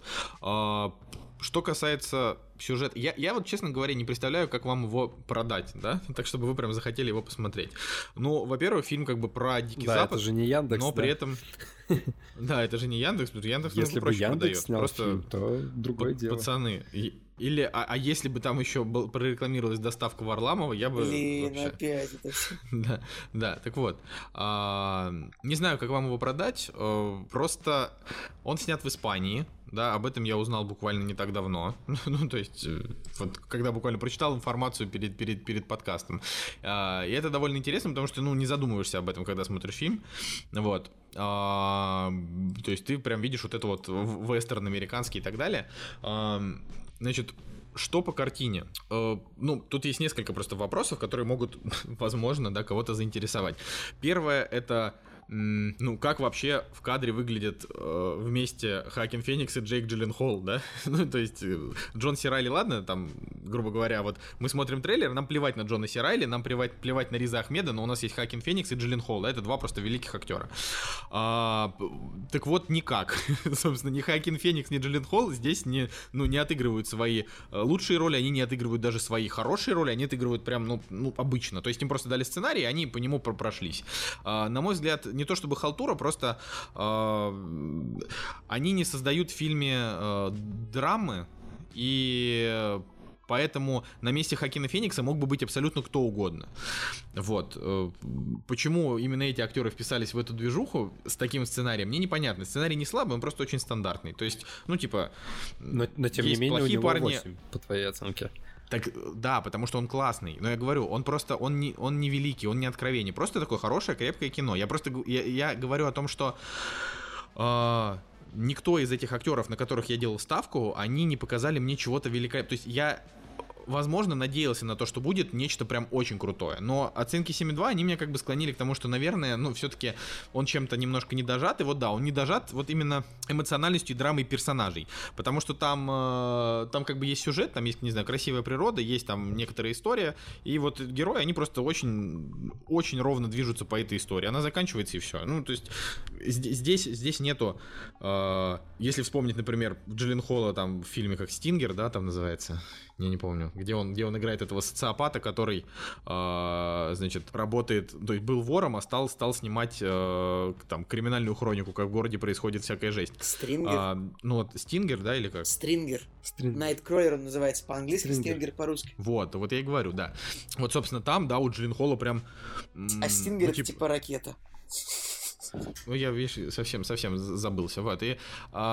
Что касается сюжета, я, я вот, честно говоря, не представляю, как вам его продать, да, так, чтобы вы прям захотели его посмотреть. Ну, во-первых, фильм как бы про Дикий да, Запад, это же не Яндекс, но да? при этом... Да, это же не Яндекс, Яндекс если бы проще Яндекс продает. снял Просто фильм, то другое дело. Пацаны, или, а, а если бы там еще был, прорекламировалась доставка Варламова, я бы Блин, вообще... опять это все. Да, да, так вот, а, не знаю, как вам его продать, а, просто он снят в Испании, да, об этом я узнал буквально не так давно, ну, то есть, вот, когда буквально прочитал информацию перед, перед, перед подкастом, а, и это довольно интересно, потому что, ну, не задумываешься об этом, когда смотришь фильм, вот, а, то есть ты прям видишь вот это вот вестерн американский и так далее, а, значит, что по картине? Э, ну, тут есть несколько просто вопросов, которые могут, возможно, да, кого-то заинтересовать. Первое — это, м, ну, как вообще в кадре выглядят э, вместе Хоакин Феникс и Джейк Джилленхол, да? Ну, то есть Джон Си Райли, ладно, там, грубо говоря, вот мы смотрим трейлер, нам плевать на Джона Си Райли, нам плевать, плевать на Риза Ахмеда, но у нас есть Хоакин Феникс и Джилленхол, да, это два просто великих актера. А, так вот, никак. Собственно, ни Хоакин Феникс, ни Джилленхол здесь не, ну, не отыгрывают свои лучшие роли, они не отыгрывают даже свои хорошие роли, они отыгрывают прям, ну, ну обычно. То есть им просто дали сценарий, и они по нему прошлись. А, на мой взгляд, не то чтобы халтура, просто а, они не создают в фильме а, драмы, и поэтому на месте Хоакина Феникса мог бы быть абсолютно кто угодно. Вот. Почему именно эти актеры вписались в эту движуху с таким сценарием, мне непонятно. Сценарий не слабый, он просто очень стандартный. То есть, ну, типа... Но, но тем не менее у него парни... восемь, по твоей оценке. Так, да, потому что он классный. Но я говорю, он просто, он не, он не великий, он не откровенный. Просто такое хорошее, крепкое кино. Я просто, я, я говорю о том, что... Э, никто из этих актеров, на которых я делал ставку, они не показали мне чего-то великолепного. То есть я, возможно, надеялся на то, что будет нечто прям очень крутое. Но оценки семь и два, они меня как бы склонили к тому, что, наверное, ну, все-таки он чем-то немножко не дожат. И вот да, он не дожат вот именно эмоциональностью и драмой персонажей. Потому что там, э, там как бы есть сюжет, там есть, не знаю, красивая природа, есть там некоторая история. И вот герои, они просто очень, очень ровно движутся по этой истории. Она заканчивается и все. Ну, то есть здесь, здесь нету... Э, если вспомнить, например, Джилленхола там в фильме как «Стингер», да, там называется... Я не помню, где он, где он играет этого социопата, который, э, значит, работает, то есть был вором, а стал, стал снимать э, там криминальную хронику, как в городе происходит всякая жесть. Стрингер. А, ну вот Стингер, да, или как? Стрингер. Стрингер. Найткроллер он называется по-английски, Стрингер. Стрингер по-русски. Вот, вот я и говорю, да. Вот, собственно, там, да, у Джилленхола прям... М- А Стингер ну, это типа ракета. Ну, я, видишь, совсем, совсем забылся. Вот. И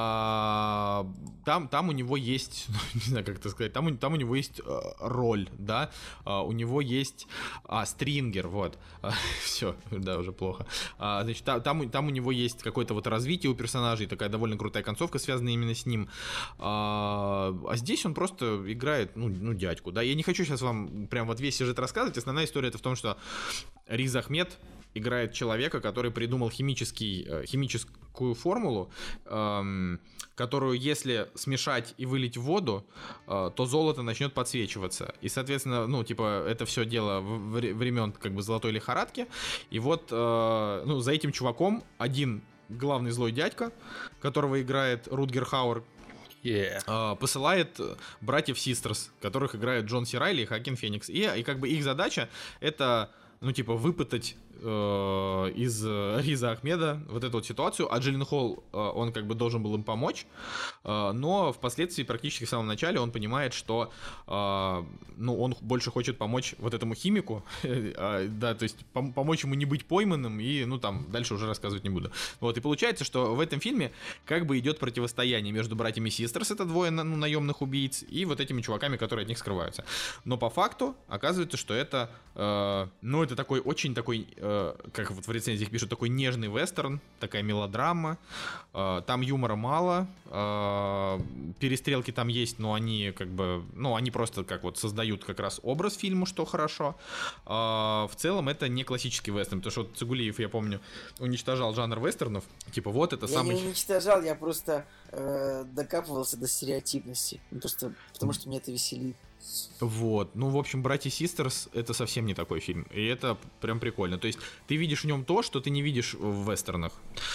а, там, там у него есть, не знаю, как это сказать, там, у- там у него есть а, роль, да, а, у него есть а, стрингер, вот. Все, да, уже плохо. А, значит, та- там, у- там у него есть какое-то вот развитие у персонажей, такая довольно крутая концовка, связанная именно с ним. А, а здесь он просто играет, ну, ну, дядьку, да. Я не хочу сейчас вам прям вот весь сюжет рассказывать. Основная история это в том, что Риз Ахмед играет человека, который придумал химический, э, химическую формулу, эм, которую, если смешать и вылить в воду, э, то золото начнет подсвечиваться. И, соответственно, ну, типа, это все дело в- вре- времен как бы золотой лихорадки. И вот, э, ну, за этим чуваком один главный злой дядька, которого играет Рутгер Хауэр, Yeah. э, посылает братьев Систерс, которых играют Джон Си Райли и Хоакин Феникс. И, и как бы их задача это, ну, типа, выпытать э, из э, Риза Ахмеда вот эту вот ситуацию, а Джилленхол, э, он как бы должен был им помочь, э, но впоследствии, практически в самом начале, он понимает, что, э, ну, он больше хочет помочь вот этому химику, э, да, то есть пом- помочь ему не быть пойманным, и, ну, там, дальше уже рассказывать не буду. Вот, и получается, что в этом фильме как бы идет противостояние между братьями Систерс, это двое на- ну, наемных убийц, и вот этими чуваками, которые от них скрываются. Но по факту оказывается, что это, э, ну, это такой очень такой, э, как вот в рецензиях пишут, такой нежный вестерн, такая мелодрама. Э, там юмора мало, э, перестрелки там есть, но они как бы, ну, они просто как вот создают как раз образ фильма, что хорошо. Э, в целом это не классический вестерн, потому что вот Цигулиев, я помню, уничтожал жанр вестернов. Типа вот это Я самый... не уничтожал, я просто э, докапывался до стереотипности. Ну, просто потому что меня это веселит. Вот, ну, в общем, «Братья Систерс» — это совсем не такой фильм, и это прям прикольно. То есть ты видишь в нем то, что ты не видишь в вестернах.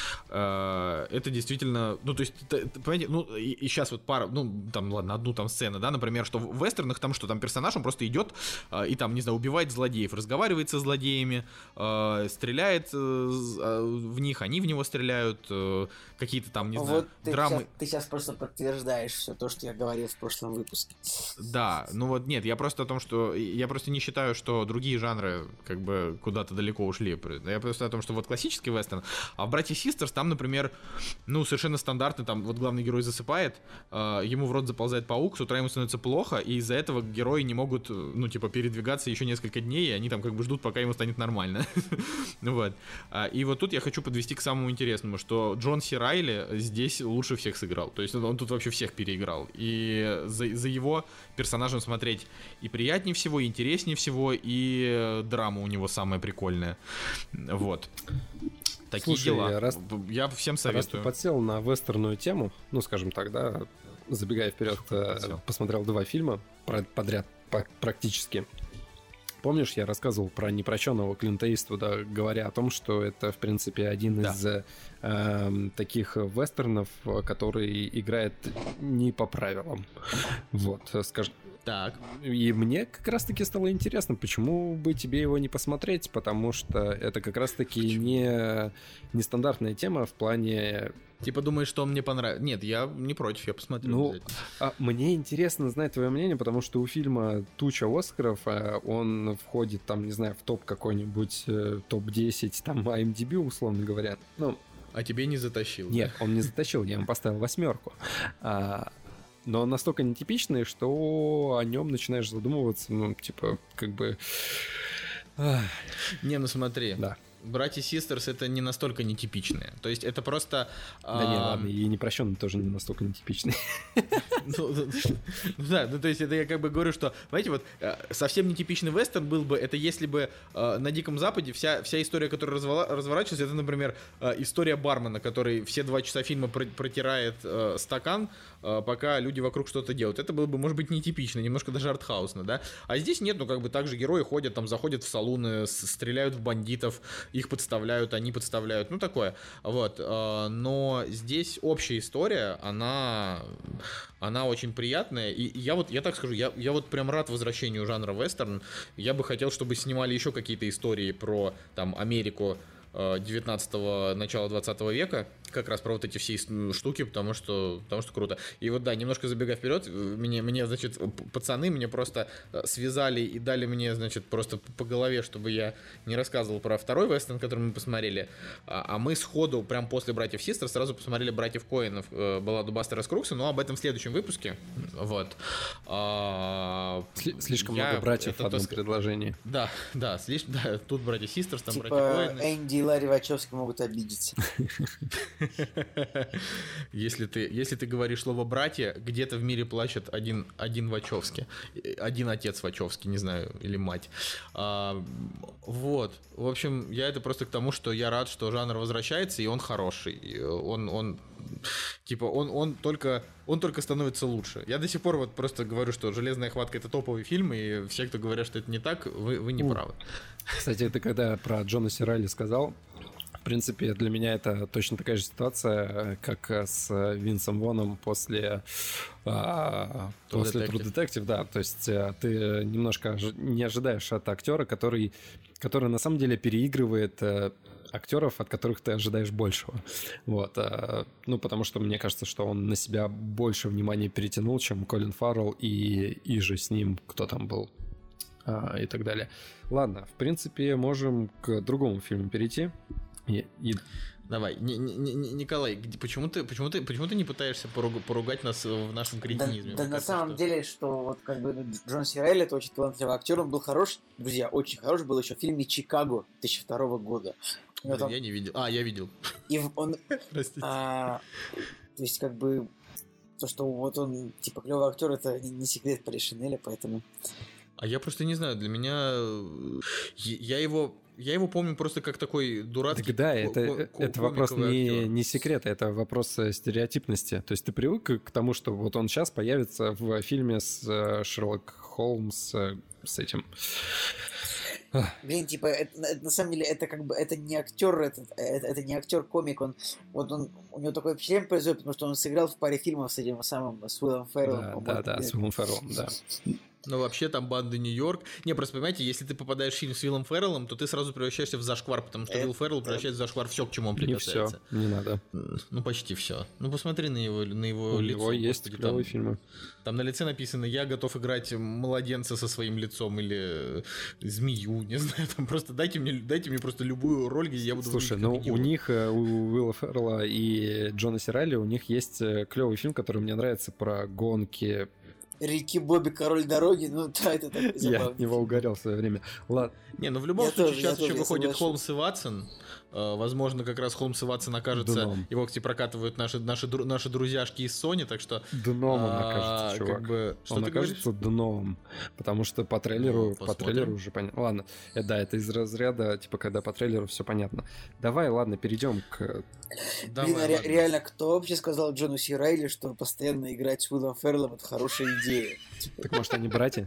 Э, Это действительно, ну, то есть, т- т- понимаете, ну, и, и сейчас вот пара, ну, там, ладно, одну там сцену, да, например, что в вестернах там что, там персонаж, он просто идет э, и там, не знаю, убивает злодеев, разговаривает со злодеями, э, стреляет э, з- э, в них, они в него стреляют, э, какие-то там, не знаю, Вот ты драмы. щас, ты сейчас просто подтверждаешь все то, что я говорил в прошлом выпуске. Да, ну вот нет, я просто о том, что я просто не считаю, что другие жанры как бы куда-то далеко ушли. Я просто о том, что вот классический вестерн, а в «Братья Систерс» там, например, ну совершенно стандартно, там вот главный герой засыпает, э, ему в рот заползает паук, с утра ему становится плохо, и из-за этого герои не могут, ну типа, передвигаться еще несколько дней, и они там как бы ждут, пока ему станет нормально. Вот. И вот тут я хочу подвести к самому интересному, что Джон Си Райли здесь лучше всех сыграл. То есть он тут вообще всех переиграл. И за, за его персонажем смотреть и приятнее всего, и интереснее всего, и драма у него самая прикольная. Вот. Такие Слушай, дела. раз- Я всем Раз ты советую. подсел на вестерную тему, ну, скажем так, да, забегая вперед, э, Подсел. посмотрел два фильма про- подряд па- практически. Помнишь, я рассказывал про непрощенного Клинта Иствуда, говоря о том, что это, в принципе, один Да. из э, эм, таких вестернов, который играет не по правилам. Вот, э, скажем. Так. И мне как раз-таки стало интересно, почему бы тебе его не посмотреть, потому что это как раз-таки не нестандартная тема в плане... Типа думаешь, что он мне понравится? Нет, я не против, я посмотрю. Ну, обязательно. а мне интересно знать твое мнение, потому что у фильма «Туча Оскаров», а, он входит там, не знаю, в топ какой-нибудь, э, топ десять, там, ай эм ди би, условно говоря. Ну, А тебе не затащил. нет, он не затащил, я ему поставил восьмерку. А, но он настолько нетипичный, что о нем начинаешь задумываться, ну, типа, как бы... ах, Не, ну смотри. да. «Братья Систерс» — это не настолько нетипичные. То есть это просто... Да не, а, ладно, и непрощенный тоже не настолько нетипичный. Ну, ну, ну да, ну то есть это я как бы говорю, что, знаете, вот э, совсем нетипичный вестерн был бы, это если бы э, на Диком Западе вся, вся история, которая развала- разворачивалась, это, например, э, история бармена, который все два часа фильма про- протирает э, стакан, э, пока люди вокруг что-то делают. Это было бы, может быть, нетипично, немножко даже артхаусно, да? А здесь нет, ну как бы так же герои ходят, там заходят в салуны, с- стреляют в бандитов, их подставляют, они подставляют, ну такое. Вот. э, Но здесь общая история, она... Она очень приятная, и я вот, я так скажу, я, я вот прям рад возвращению жанра вестерн. Я бы хотел, чтобы снимали еще какие-то истории про, там, Америку девятнадцатого, начала двадцатого века, как раз про вот эти все штуки, потому что, потому что круто. И вот, да, немножко забегая вперед, мне, мне, значит, пацаны мне просто связали и дали мне, значит, просто по голове, чтобы я не рассказывал про второй вестерн, который мы посмотрели, а, а мы сходу, прям после «Братьев Систер», сразу посмотрели «Братьев Коэнов», Балладу Бастера Скрукса, но об этом в следующем выпуске. Вот. А, Слишком я, много братьев в одном ск... предложении. Да, да, слишком, да, тут «Братья Систерс», там типа «Братья Коэны». Энди и Ларри Вачовски могут обидеться. Если ты, если ты говоришь слово «братья», где-то в мире плачет один, один Вачовски. Один отец Вачовски, не знаю, или мать. А, вот. В общем, я это просто к тому, что я рад, что жанр возвращается, и он хороший. Он, он типа, он, он, только, он только становится лучше. Я до сих пор вот просто говорю, что «Железная хватка» — это топовый фильм, и все, кто говорят, что это не так, вы, вы не правы. Кстати, ты когда про Джона Си Райли сказал, в принципе, для меня это точно такая же ситуация, как с Винсом Воном после, а, после True Detective, да. То есть ты немножко не ожидаешь от актера, который, который на самом деле переигрывает актеров, от которых ты ожидаешь большего. Вот. Ну, потому что мне кажется, что он на себя больше внимания перетянул, чем Колин Фаррелл и, и же с ним, кто там был, и так далее. Ладно, в принципе, можем к другому фильму перейти. И, и... Давай, не, не, не, Николай, почему ты, почему ты, почему ты не пытаешься поруг, поругать нас в нашем кретинизме? Да, да на самом что... деле, что вот как бы Джон Си Райли — это очень талантливый актер, он был хорош, друзья, очень хорош был еще в фильме «Чикаго» две тысячи второго года. Блин, там... Я не видел. А, я видел. И он, Простите. А, то есть как бы то, что вот он типа клевый актер, это не секрет Полишинеля, поэтому. А я просто не знаю, для меня я его Я его помню просто как такой дурацкий... Так да, это, это вопрос не, не секрета, это вопрос стереотипности. То есть ты привык к тому, что вот он сейчас появится в фильме с Шерлок Холмс, с этим... Блин, типа, это, это, на самом деле, это как бы, это не актер, это, это, это не актер-комик, он, вот он, у него такое впечатление произойдет, потому что он сыграл в паре фильмов с этим самым, с Уиллом Ферреллом. Да, да, да, с Уиллом Ферреллом, да. Ну, вообще, там «Банды Нью-Йорк». Не, просто понимаете, если ты попадаешь в фильм с Уиллом Ферреллом, то ты сразу превращаешься в зашквар, потому что Уилл Феррелл превращается в зашквар все, к чему он прикасается. Не все, не надо. Ну, почти все. Ну, посмотри на его, на его У лицо. него есть клевые фильмы. Там на лице написано: «Я готов играть младенца со своим лицом» или змею, не знаю. Там просто дайте мне, дайте мне просто любую роль, где я буду... Слушай, ну у них, у Уилла Феррелла и Джона Си Райли, у них есть клевый фильм, который мне нравится, про гонки... Рики Бобби, король дороги, ну да, это так забавно. Я от него угорел в свое время. Ладно. Не, ну в любом я случае тоже, сейчас еще выходит Холмс и Ватсон. Uh, возможно, как раз Холмс и Ватсон окажется... Дном. Его, кстати, прокатывают наши, наши, наши друзьяшки из Sony, так что... Дном он а, окажется, чувак. Как бы... Что он ты окажется говоришь? Дном. Потому что по трейлеру, ну, по трейлеру уже понятно. Ладно, это, да, это из разряда, типа, когда по трейлеру все понятно. Давай, ладно, перейдем к... Давай, Блин, ладно. Реально, кто вообще сказал Джону Си Райли, что постоянно играть с Уиллом Ферреллом — это хорошая идея? Так может, они братья?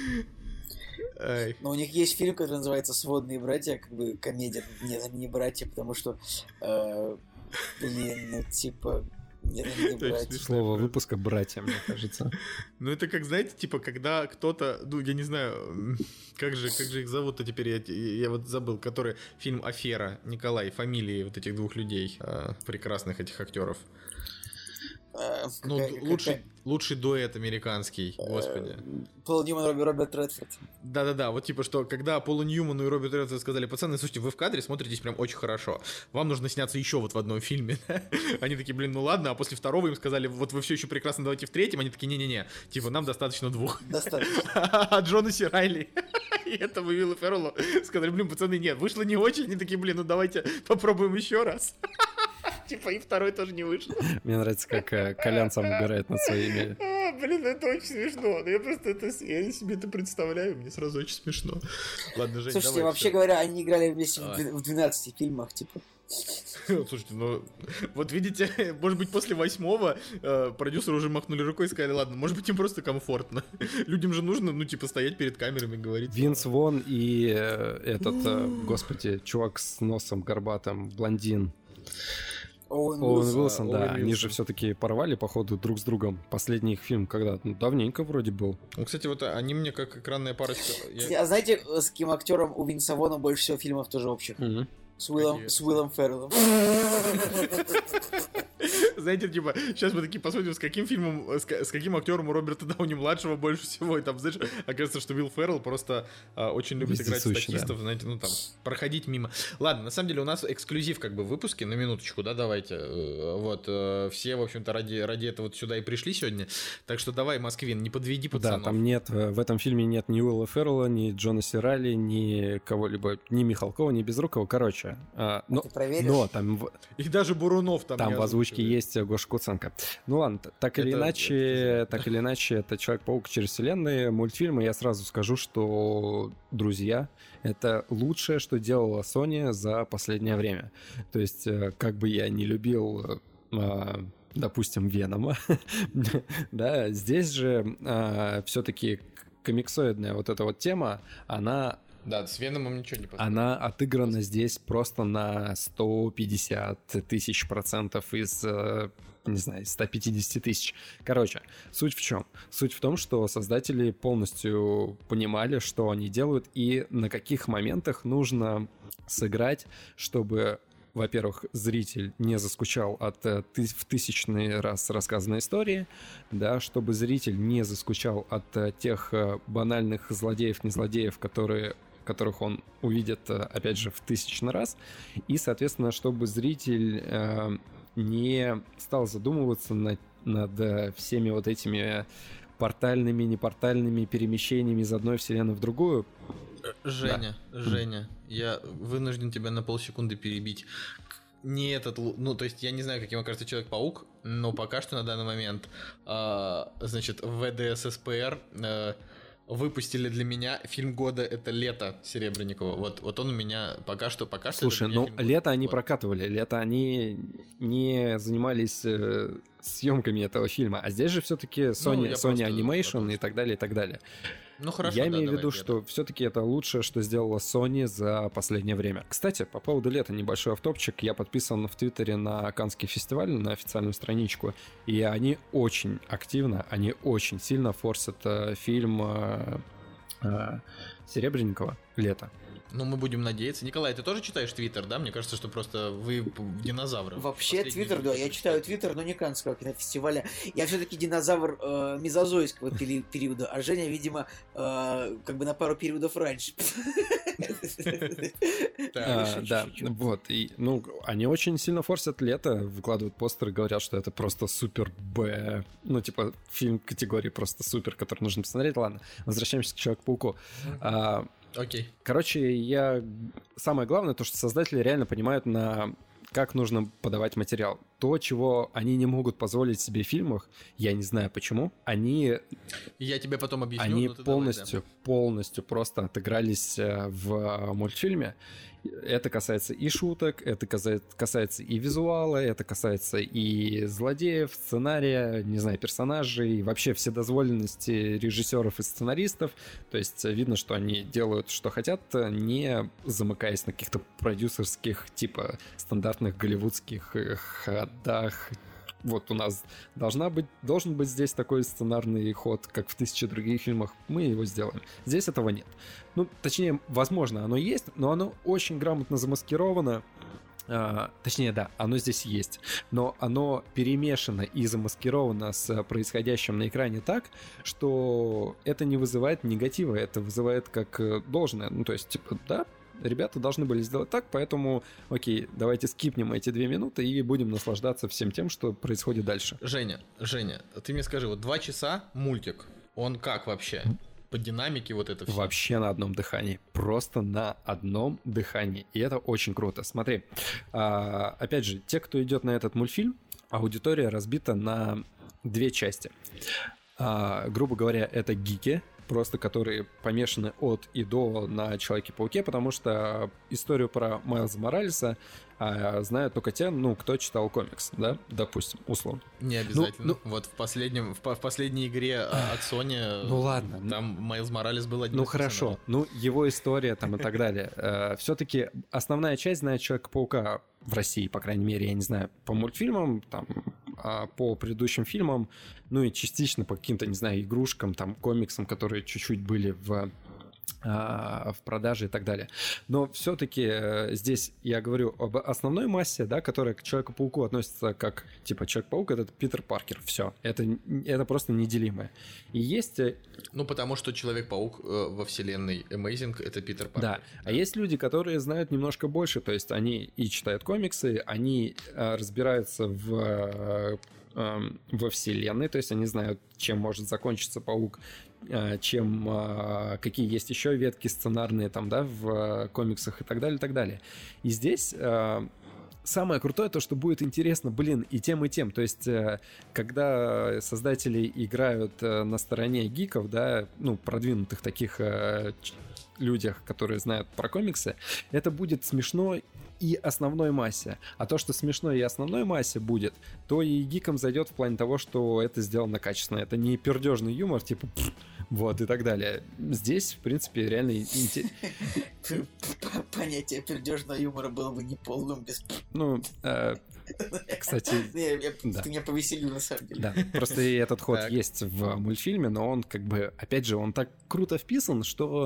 Но у них есть фильм, который называется «Сводные братья», как бы комедия. Нет, они не братья, потому что, э, блин, ну типа... Нет, они не братья. Слово выпуска «братья», мне кажется. Ну это как, знаете, типа, когда кто-то, ну я не знаю, как же, как же их зовут-то теперь, я, я вот забыл, который фильм «Афера», Николай, фамилии вот этих двух людей, э, прекрасных этих актеров. А, ну, какая, лучший, какая... лучший дуэт американский, господи. Пол Ньюман и Роберт Редфорд. Да-да-да, вот типа, что когда Полу Ньюману и Роберту Редфорду сказали: пацаны, слушайте, вы в кадре смотритесь прям очень хорошо, вам нужно сняться еще вот в одном фильме. Они такие: блин, ну ладно, а после второго им сказали: вот вы все еще прекрасно, давайте в третьем. Они такие: не-не-не, типа, нам достаточно двух. Достаточно. А Джону Си Райли и этому Уиллу Ферреллу сказали: блин, пацаны, нет, вышло не очень. Они такие: блин, ну давайте попробуем еще раз. Типа, и второй тоже не вышел. Мне нравится, как Колян сам угорает над своими. А, блин, это очень смешно. Я просто это, я себе это представляю, мне сразу очень смешно. Ладно, Жень, слушайте, давай, вообще все. говоря, они играли вместе в двенадцати фильмах, типа. Слушайте, ну, вот видите, может быть, после восьмого э, продюсеры уже махнули рукой и сказали: ладно, может быть, им просто комфортно. Людям же нужно, ну, типа, стоять перед камерами и говорить. Винс Вон и э, этот, э, господи, чувак с носом горбатым, блондин. Оуэн Уилсон, Уилсон, да, Оуэн они Уилсон. же все-таки порвали, походу, друг с другом. Последний их фильм когда? Ну, давненько вроде был. Ну, кстати, вот они мне как экранная парочка. Я... А знаете, с каким актером у Винса Вона больше всего фильмов тоже общих? Mm-hmm. С Уиллом, Какие? с Уиллом Ферреллом. Знаете, типа, сейчас мы такие посмотрим, с каким фильмом, с, с каким актером у Роберта Дауни-младшего больше всего, и там, знаешь, окажется, что Уилл Феррелл просто а, очень любит играть статистов, да. Знаете, ну там, проходить мимо. Ладно, на самом деле у нас эксклюзив как бы в выпуске, на минуточку, да, давайте. Вот, все, в общем-то, ради, ради этого вот сюда и пришли сегодня, так что давай, Москвин, не подведи пацанов. Да, там нет, в этом фильме нет ни Уилла Феррелла, ни Джона Сирали, ни кого-либо, ни Михалкова, ни Безрукова, короче. А, но, но там... И даже Бурунов там Там в озвучке есть Гоша Куценко. Ну ладно, так или это, иначе, это, так или иначе, это Человек-паук через вселенные, мультфильмы. Я сразу скажу, что «Друзья» — это лучшее, что делала Sony за последнее время. То есть, как бы я не любил, допустим, Венома, да, здесь же все-таки комиксоидная вот эта вот тема, она... Да, с Веномом ничего не посмотрел. Она отыграна здесь просто на сто пятьдесят тысяч процентов из, не знаю, сто пятьдесят тысяч. Короче, суть в чем? Суть в том, что создатели полностью понимали, что они делают и на каких моментах нужно сыграть, чтобы... Во-первых, зритель не заскучал от ты- в тысячный раз рассказанной истории, да, чтобы зритель не заскучал от тех банальных злодеев-незлодеев, которые, которых он увидит, опять же, в тысячный раз, и, соответственно, чтобы зритель э, не стал задумываться над, над всеми вот этими портальными, непортальными перемещениями из одной вселенной в другую. Женя, да. Женя, я вынужден тебя на полсекунды перебить. Не этот, ну, то есть я не знаю, каким окажется Человек-паук, но пока что на данный момент, э, значит, в вэ дэ эс эс пэ эр э, выпустили для меня фильм года, это «Лето» Серебренникова. Вот, вот он у меня пока что, пока что. Слушай, ну, «Лето» они вот. прокатывали, «Лето» они не занимались э, съемками этого фильма, а здесь же все-таки Sony, ну, Sony Animation и так далее, и так далее. Ну хорошо, я да, имею в виду, давай, что «Лето». все-таки это лучшее, что сделала Sony за последнее время. Кстати, по поводу «Лета» небольшой автопчик. Я подписан в Твиттере на Каннский фестиваль, на официальную страничку, и они очень активно, они очень сильно форсят э, фильм э, э, Серебренникова «Лето». Ну, мы будем надеяться. Николай, ты тоже читаешь Твиттер, да? Мне кажется, что просто вы динозавры. Вообще, Твиттер, да, я читаю Твиттер, но не Каннского кинофестиваля. Я все-таки динозавр э, мезозойского пери- периода, а Женя, видимо, э, как бы на пару периодов раньше. Да, вот. Ну, они очень сильно форсят «Лето», выкладывают постеры, говорят, что это просто супер Б. Ну, типа, фильм категории просто супер, который нужно посмотреть. Ладно, возвращаемся к Человеку-пауку. Окей. Короче, я... Самое главное, то, что создатели реально понимают, на как нужно подавать материал. То, чего они не могут позволить себе в фильмах, я не знаю почему, они... Я тебе потом объясню. Они полностью, давай, да. полностью просто отыгрались в мультфильме. Это касается и шуток, это касается и визуала, это касается и злодеев, сценария, не знаю, персонажей, вообще вседозволенности режиссеров и сценаристов. То есть видно, что они делают, что хотят, не замыкаясь на каких-то продюсерских, типа, стандартных голливудских ходах. Вот у нас должна быть, должен быть здесь такой сценарный ход, как в тысяче других фильмах, мы его сделаем. Здесь этого нет. Ну, точнее, возможно, оно есть, но оно очень грамотно замаскировано. А, точнее, да, оно здесь есть, но оно перемешано и замаскировано с происходящим на экране так, что это не вызывает негатива, это вызывает как должное. Ну, то есть, типа, да, ребята должны были сделать так, поэтому, окей, давайте скипнем эти две минуты и будем наслаждаться всем тем, что происходит дальше. Женя, Женя, ты мне скажи, вот два часа мультик, он как вообще? По динамике вот это все? Вообще на одном дыхании. Просто на одном дыхании. И это очень круто. Смотри, а, опять же, те, кто идет на этот мультфильм, аудитория разбита на две части. А, грубо говоря, это гики, просто которые помешаны от и до на Человеке-пауке, потому что историю про Майлза Моралеса а, знают только те, ну, кто читал комикс, да, допустим, условно. Не обязательно. Ну, ну, вот в последнем, в, в последней игре от Sony, ну ладно, там Майлз Моралес был одним ну из хорошо, персонажей. Ну его история там и так далее. Все-таки основная часть знает Человека-паука в России, по крайней мере, я не знаю, по мультфильмам, там, по предыдущим фильмам, ну и частично по каким-то, не знаю, игрушкам, там, комиксам, которые чуть-чуть были в в продаже и так далее. Но все-таки здесь я говорю об основной массе, да, которая к Человеку-пауку относится как, типа, Человек-паук — это Питер Паркер, все. Это, это просто неделимое. И есть... Ну, потому что Человек-паук э, во вселенной Amazing — это Питер Паркер. Да. А есть люди, которые знают немножко больше, то есть они и читают комиксы, они э, разбираются в... Э, во вселенной, то есть они знают, чем может закончиться паук, чем, какие есть еще ветки сценарные там, да, в комиксах и так далее, и так далее. И здесь самое крутое то, что будет интересно, блин, и тем, и тем. То есть, когда создатели играют на стороне гиков, да, ну, продвинутых таких людях, которые знают про комиксы, это будет смешно и основной массе. А то, что смешно и основной массе будет, то и гикам зайдет в плане того, что это сделано качественно. Это не пердежный юмор, типа вот и так далее. Здесь, в принципе, реально интересно. Понятие пердежного юмора было бы неполным без... Ну, кстати... Ты меня повеселил, на самом деле. Да, просто и этот ход есть в мультфильме, но он, как бы, опять же, он так круто вписан, что,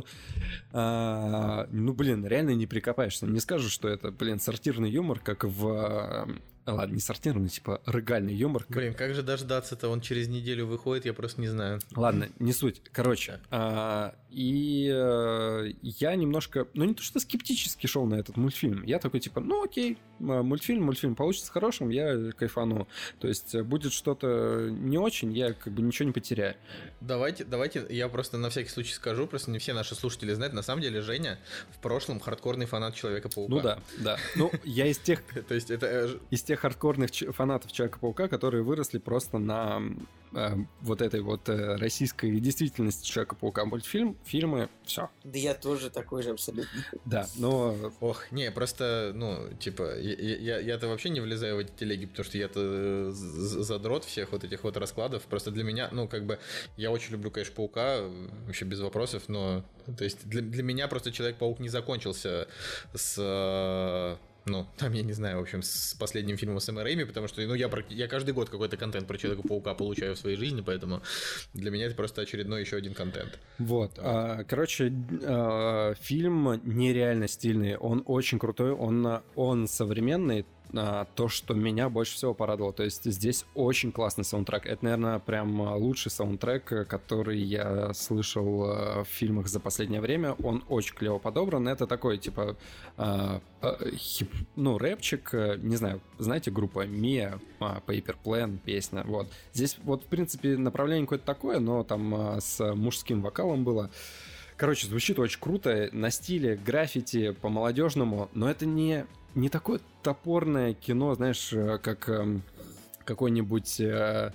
ну, блин, реально не прикопаешься. Не скажешь, что это, блин, сортирный юмор, как в... Ладно, не сортированный, типа рыгальный юмор. Блин, как же дождаться-то? Он через неделю выходит, я просто не знаю. Ладно, не суть. Короче, а, и а, я немножко, ну не то что скептически шел на этот мультфильм. Я такой типа, ну окей, мультфильм, мультфильм получится хорошим, я кайфану. То есть будет что-то не очень, я как бы ничего не потеряю. Давайте, давайте, я просто на всякий случай скажу, просто не все наши слушатели знают, на самом деле Женя в прошлом хардкорный фанат Человека-паука. Ну да, да. Ну, я из тех... То есть это... Из тех хардкорных фанатов Человека-паука, которые выросли просто на э, вот этой вот э, российской действительности Человека-паука. Мультфильм, фильмы, все. Да я тоже такой же абсолютно. Да, но... Ох, не, просто, ну, типа, я, я, я-то вообще не влезаю в эти телеги, потому что я-то задрот всех вот этих вот раскладов. Просто для меня, ну, как бы, я очень люблю, конечно, Паука, вообще без вопросов, но, то есть, для, для меня просто Человек-паук не закончился с... Ну, там, я не знаю, в общем, с последним фильмом с Сэма Рэйми, потому что, ну, я, я каждый год какой-то контент про Человека-паука получаю в своей жизни, поэтому для меня это просто очередной еще один контент. Вот. А, короче, а, фильм нереально стильный, он очень крутой, он, он современный, а, то, что меня больше всего порадовало. То есть здесь очень классный саундтрек. Это, наверное, прям лучший саундтрек, который я слышал в фильмах за последнее время. Он очень клево подобран. Это такой, типа, а, хип, ну, рэпчик. Не знаю, знаете, группа Mia, Paper Plan, песня. Вот. Здесь вот, в принципе, направление какое-то такое, но там с мужским вокалом было. Короче, звучит очень круто, на стиле граффити, по-молодежному, но это не, не такое топорное кино, знаешь, как э, какой-нибудь... Э,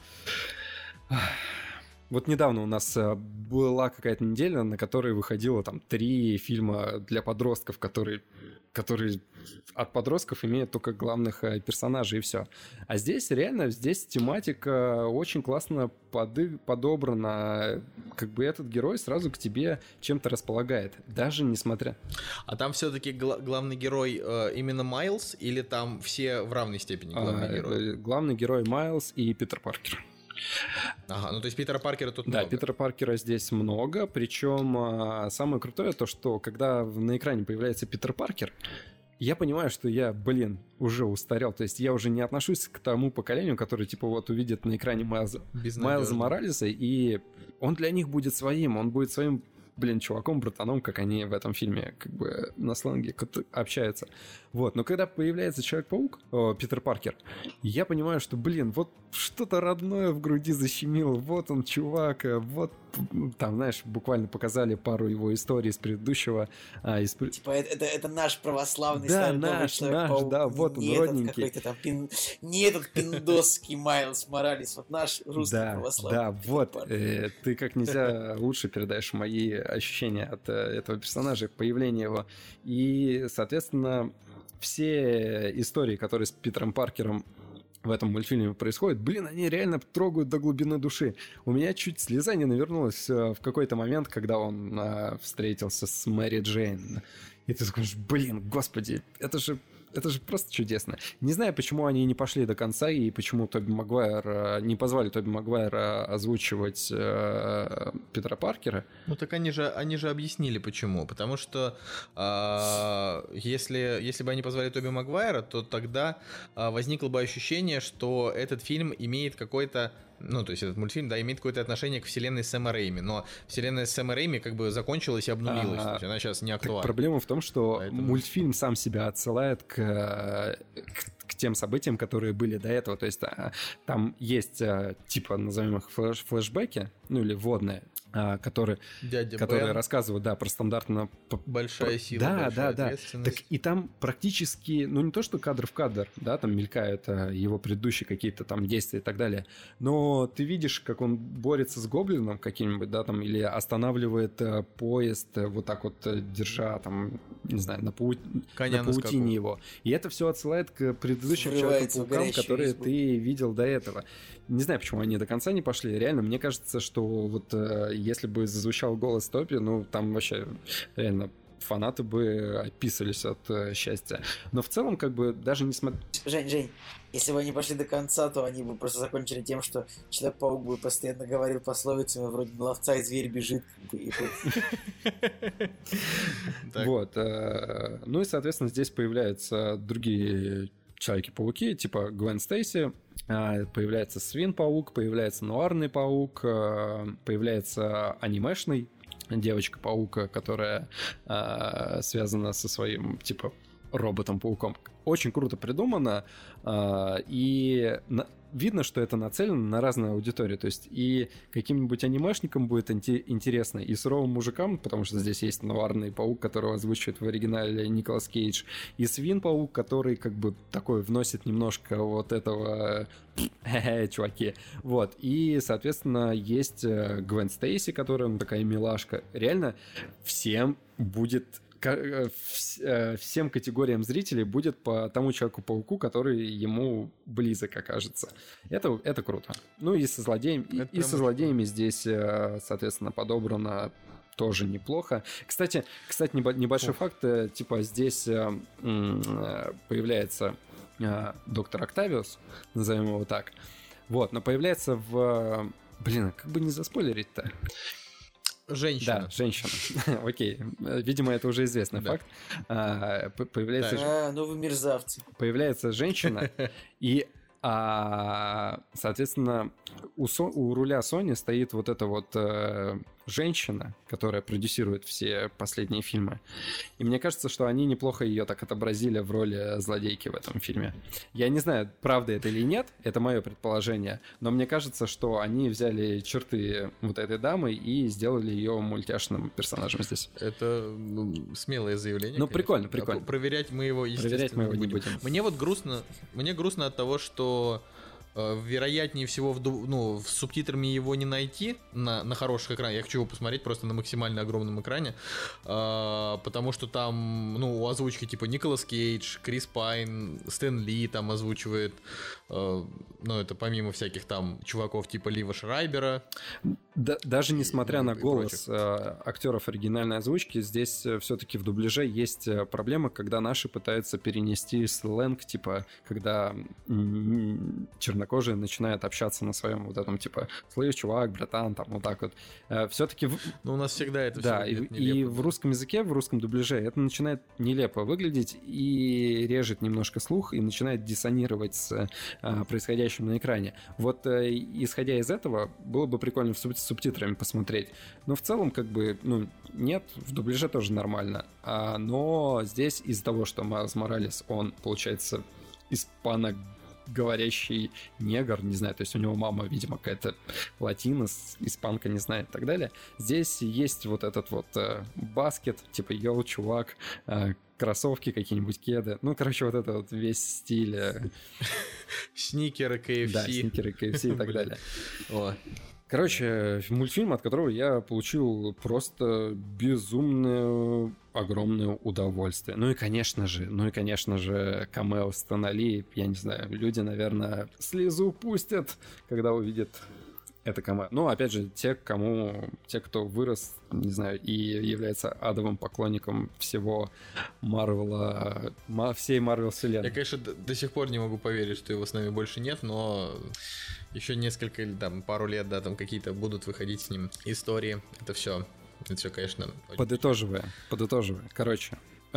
э, вот недавно у нас была какая-то неделя, на которой выходило там три фильма для подростков, которые, которые от подростков имеют только главных персонажей, и все. А здесь реально, здесь тематика очень классно поды- подобрана. Как бы этот герой сразу к тебе чем-то располагает, даже несмотря... А там все-таки гла- главный герой э, именно Майлз, или там все в равной степени главный а, герой? Главный герой Майлз и Питер Паркер. Ага, ну то есть Питера Паркера тут да, много. Да, Питера Паркера здесь много, причем а, самое крутое то, что когда на экране появляется Питер Паркер, я понимаю, что я, блин, уже устарел. То есть я уже не отношусь к тому поколению, которое, типа, вот увидит на экране Майлза, Майлза Моралеса, и он для них будет своим, он будет своим, блин, чуваком, братаном, как они в этом фильме, как бы, на сленге общаются. Вот, но когда появляется Человек-паук, о, Питер Паркер, я понимаю, что, блин, вот что-то родное в груди защемило, вот он, чувак, вот там, знаешь, буквально показали пару его историй из предыдущего. А, из... Типа, это, это, это наш православный да, старый наш, Человек-паук. Наш, да, вот не он, этот родненький. Какой-то там пин... Не этот пиндосский Майлз Моралес, вот наш русский да, православный. Да, вот, э, ты как нельзя лучше передаешь мои ощущения от э, этого персонажа, появления его. И, соответственно, все истории, которые с Питером Паркером в этом мультфильме происходят, блин, они реально трогают до глубины души. У меня чуть слеза не навернулась в какой-то момент, когда он а, встретился с Мэри Джейн. И ты скажешь, блин, господи, это же это же просто чудесно. Не знаю, почему они не пошли до конца и почему Тоби Магуайр не позвали Тоби Магуайра озвучивать э, Питера Паркера. Ну так они же, они же объяснили почему. Потому что э, если, если бы они позвали Тоби Магуайра, то тогда э, возникло бы ощущение, что этот фильм имеет какой-то, ну, то есть этот мультфильм, да, имеет какое-то отношение к вселенной Сэма Рэйми, но вселенная Сэма Рэйми как бы закончилась и обнулилась, а, то есть она сейчас не актуальна. Проблема в том, что Поэтому... мультфильм сам себя отсылает к, к, к тем событиям, которые были до этого, то есть там есть, типа, назовем их флэш, флэшбэки, ну, или вводные, которые, которые рассказывают, да, про стандартно... Большая сила, да, большая да, да. ответственность. Так и там практически, ну, не то, что кадр в кадр, да, там мелькают его предыдущие какие-то там действия и так далее, но ты видишь, как он борется с гоблином каким-нибудь, да, там, или останавливает поезд вот так вот, держа, там, не знаю, на, пау... на паутине его. И это все отсылает к предыдущим Человекам-паукам, которые избу. Ты видел до этого. Не знаю, почему они до конца не пошли. Реально, мне кажется, что вот э, если бы зазвучал голос Тоби, ну, там вообще реально фанаты бы описались от э, счастья. Но в целом, как бы, даже не смотря... Жень, Жень, если бы они пошли до конца, то они бы просто закончили тем, что Человек-паук бы постоянно говорил пословицами вроде «на ловца и зверь бежит». Вот. Ну и, соответственно, здесь появляются другие Человеки-пауки, типа Гвен Стейси, появляется Свин-паук, появляется Нуарный паук, появляется анимешный девочка-паук, которая связана со своим, типа, роботом-пауком. Очень круто придумано, и видно, что это нацелено на разную аудиторию. То есть и каким-нибудь анимешникам будет интересно, и суровым мужикам, потому что здесь есть Нуарный паук, которого озвучивает в оригинале Николас Кейдж, и Свин-паук, который как бы такой вносит немножко вот этого хе-хе, чуваки. Вот. И, соответственно, есть Гвен Стейси, которая ну, такая милашка. Реально всем будет... всем категориям зрителей будет по тому Человеку-пауку, который ему близок окажется. Это, это круто. Ну и со злодеями, и, и со злодеями здесь, соответственно, подобрано тоже неплохо. Кстати, кстати небольшой Фу. факт, типа здесь появляется доктор Октавиус, назовем его так. Вот, но появляется в... Блин, как бы не заспойлерить-то? Женщина. Да, женщина. Окей. Видимо, это уже известный да. факт. А, появляется... А, ну вы мерзавцы. Появляется женщина, и, а, соответственно, у, Со... у руля Sony стоит вот эта вот э, женщина, которая продюсирует все последние фильмы. И мне кажется, что они неплохо ее так отобразили в роли злодейки в этом фильме. Я не знаю, правда это или нет, это мое предположение, но мне кажется, что они взяли черты вот этой дамы и сделали ее мультяшным персонажем здесь. Это ну, смелое заявление. Ну, конечно. прикольно, прикольно. А проверять мы его, естественно, Проверять мы его не будем. будем. Мне вот грустно, мне грустно от того, что вероятнее всего в, ну, в субтитрами его не найти на, на хороших экранах. Я хочу его посмотреть просто на максимально огромном экране, э, потому что там, ну, у озвучки типа Николас Кейдж, Крис Пайн, Стэн Ли там озвучивает, э, ну, это помимо всяких там чуваков типа Лива Шрайбера. Да, даже несмотря и, на и голос э, актеров оригинальной озвучки, здесь э, все-таки в дубляже есть проблема, когда наши пытаются перенести сленг, типа, когда м- чернокожие начинают общаться на своем вот этом, типа, слышь, чувак, братан, там, вот так вот. Э, все-таки... В... Ну, у нас всегда это да, и, и в русском языке, в русском дубляже это начинает нелепо выглядеть и режет немножко слух, и начинает диссонировать с э, происходящим на экране. Вот, э, исходя из этого, было бы прикольно в субтитрах с субтитрами посмотреть. Но в целом, как бы, ну, нет, в дубляже тоже нормально. А, но здесь из-за того, что Майлз Моралес, он, получается, испаноговорящий негр, не знаю, то есть у него мама, видимо, какая-то латина, испанка, не знаю, и так далее. Здесь есть вот этот вот э, баскет, типа, йоу, чувак, э, кроссовки какие-нибудь, кеды. Ну, короче, вот это вот весь стиль. Сникеры, кей эф си. Да, сникеры, кей эф си и так далее. Короче, мультфильм, от которого я получил просто безумное, огромное удовольствие. Ну и, конечно же, ну и, конечно же, камео Стэна Ли. Я не знаю, люди, наверное, слезу пустят, когда увидят эта команда. Ну, опять же, те, кому, те, кто вырос, не знаю, и является адовым поклонником всего Марвела, всей Марвел вселенной. Я, конечно, до, до сих пор не могу поверить, что его с нами больше нет, но еще несколько или там пару лет, да, там какие-то будут выходить с ним истории. Это все, это все, конечно. Очень... Подытоживая, подытоживая. Короче,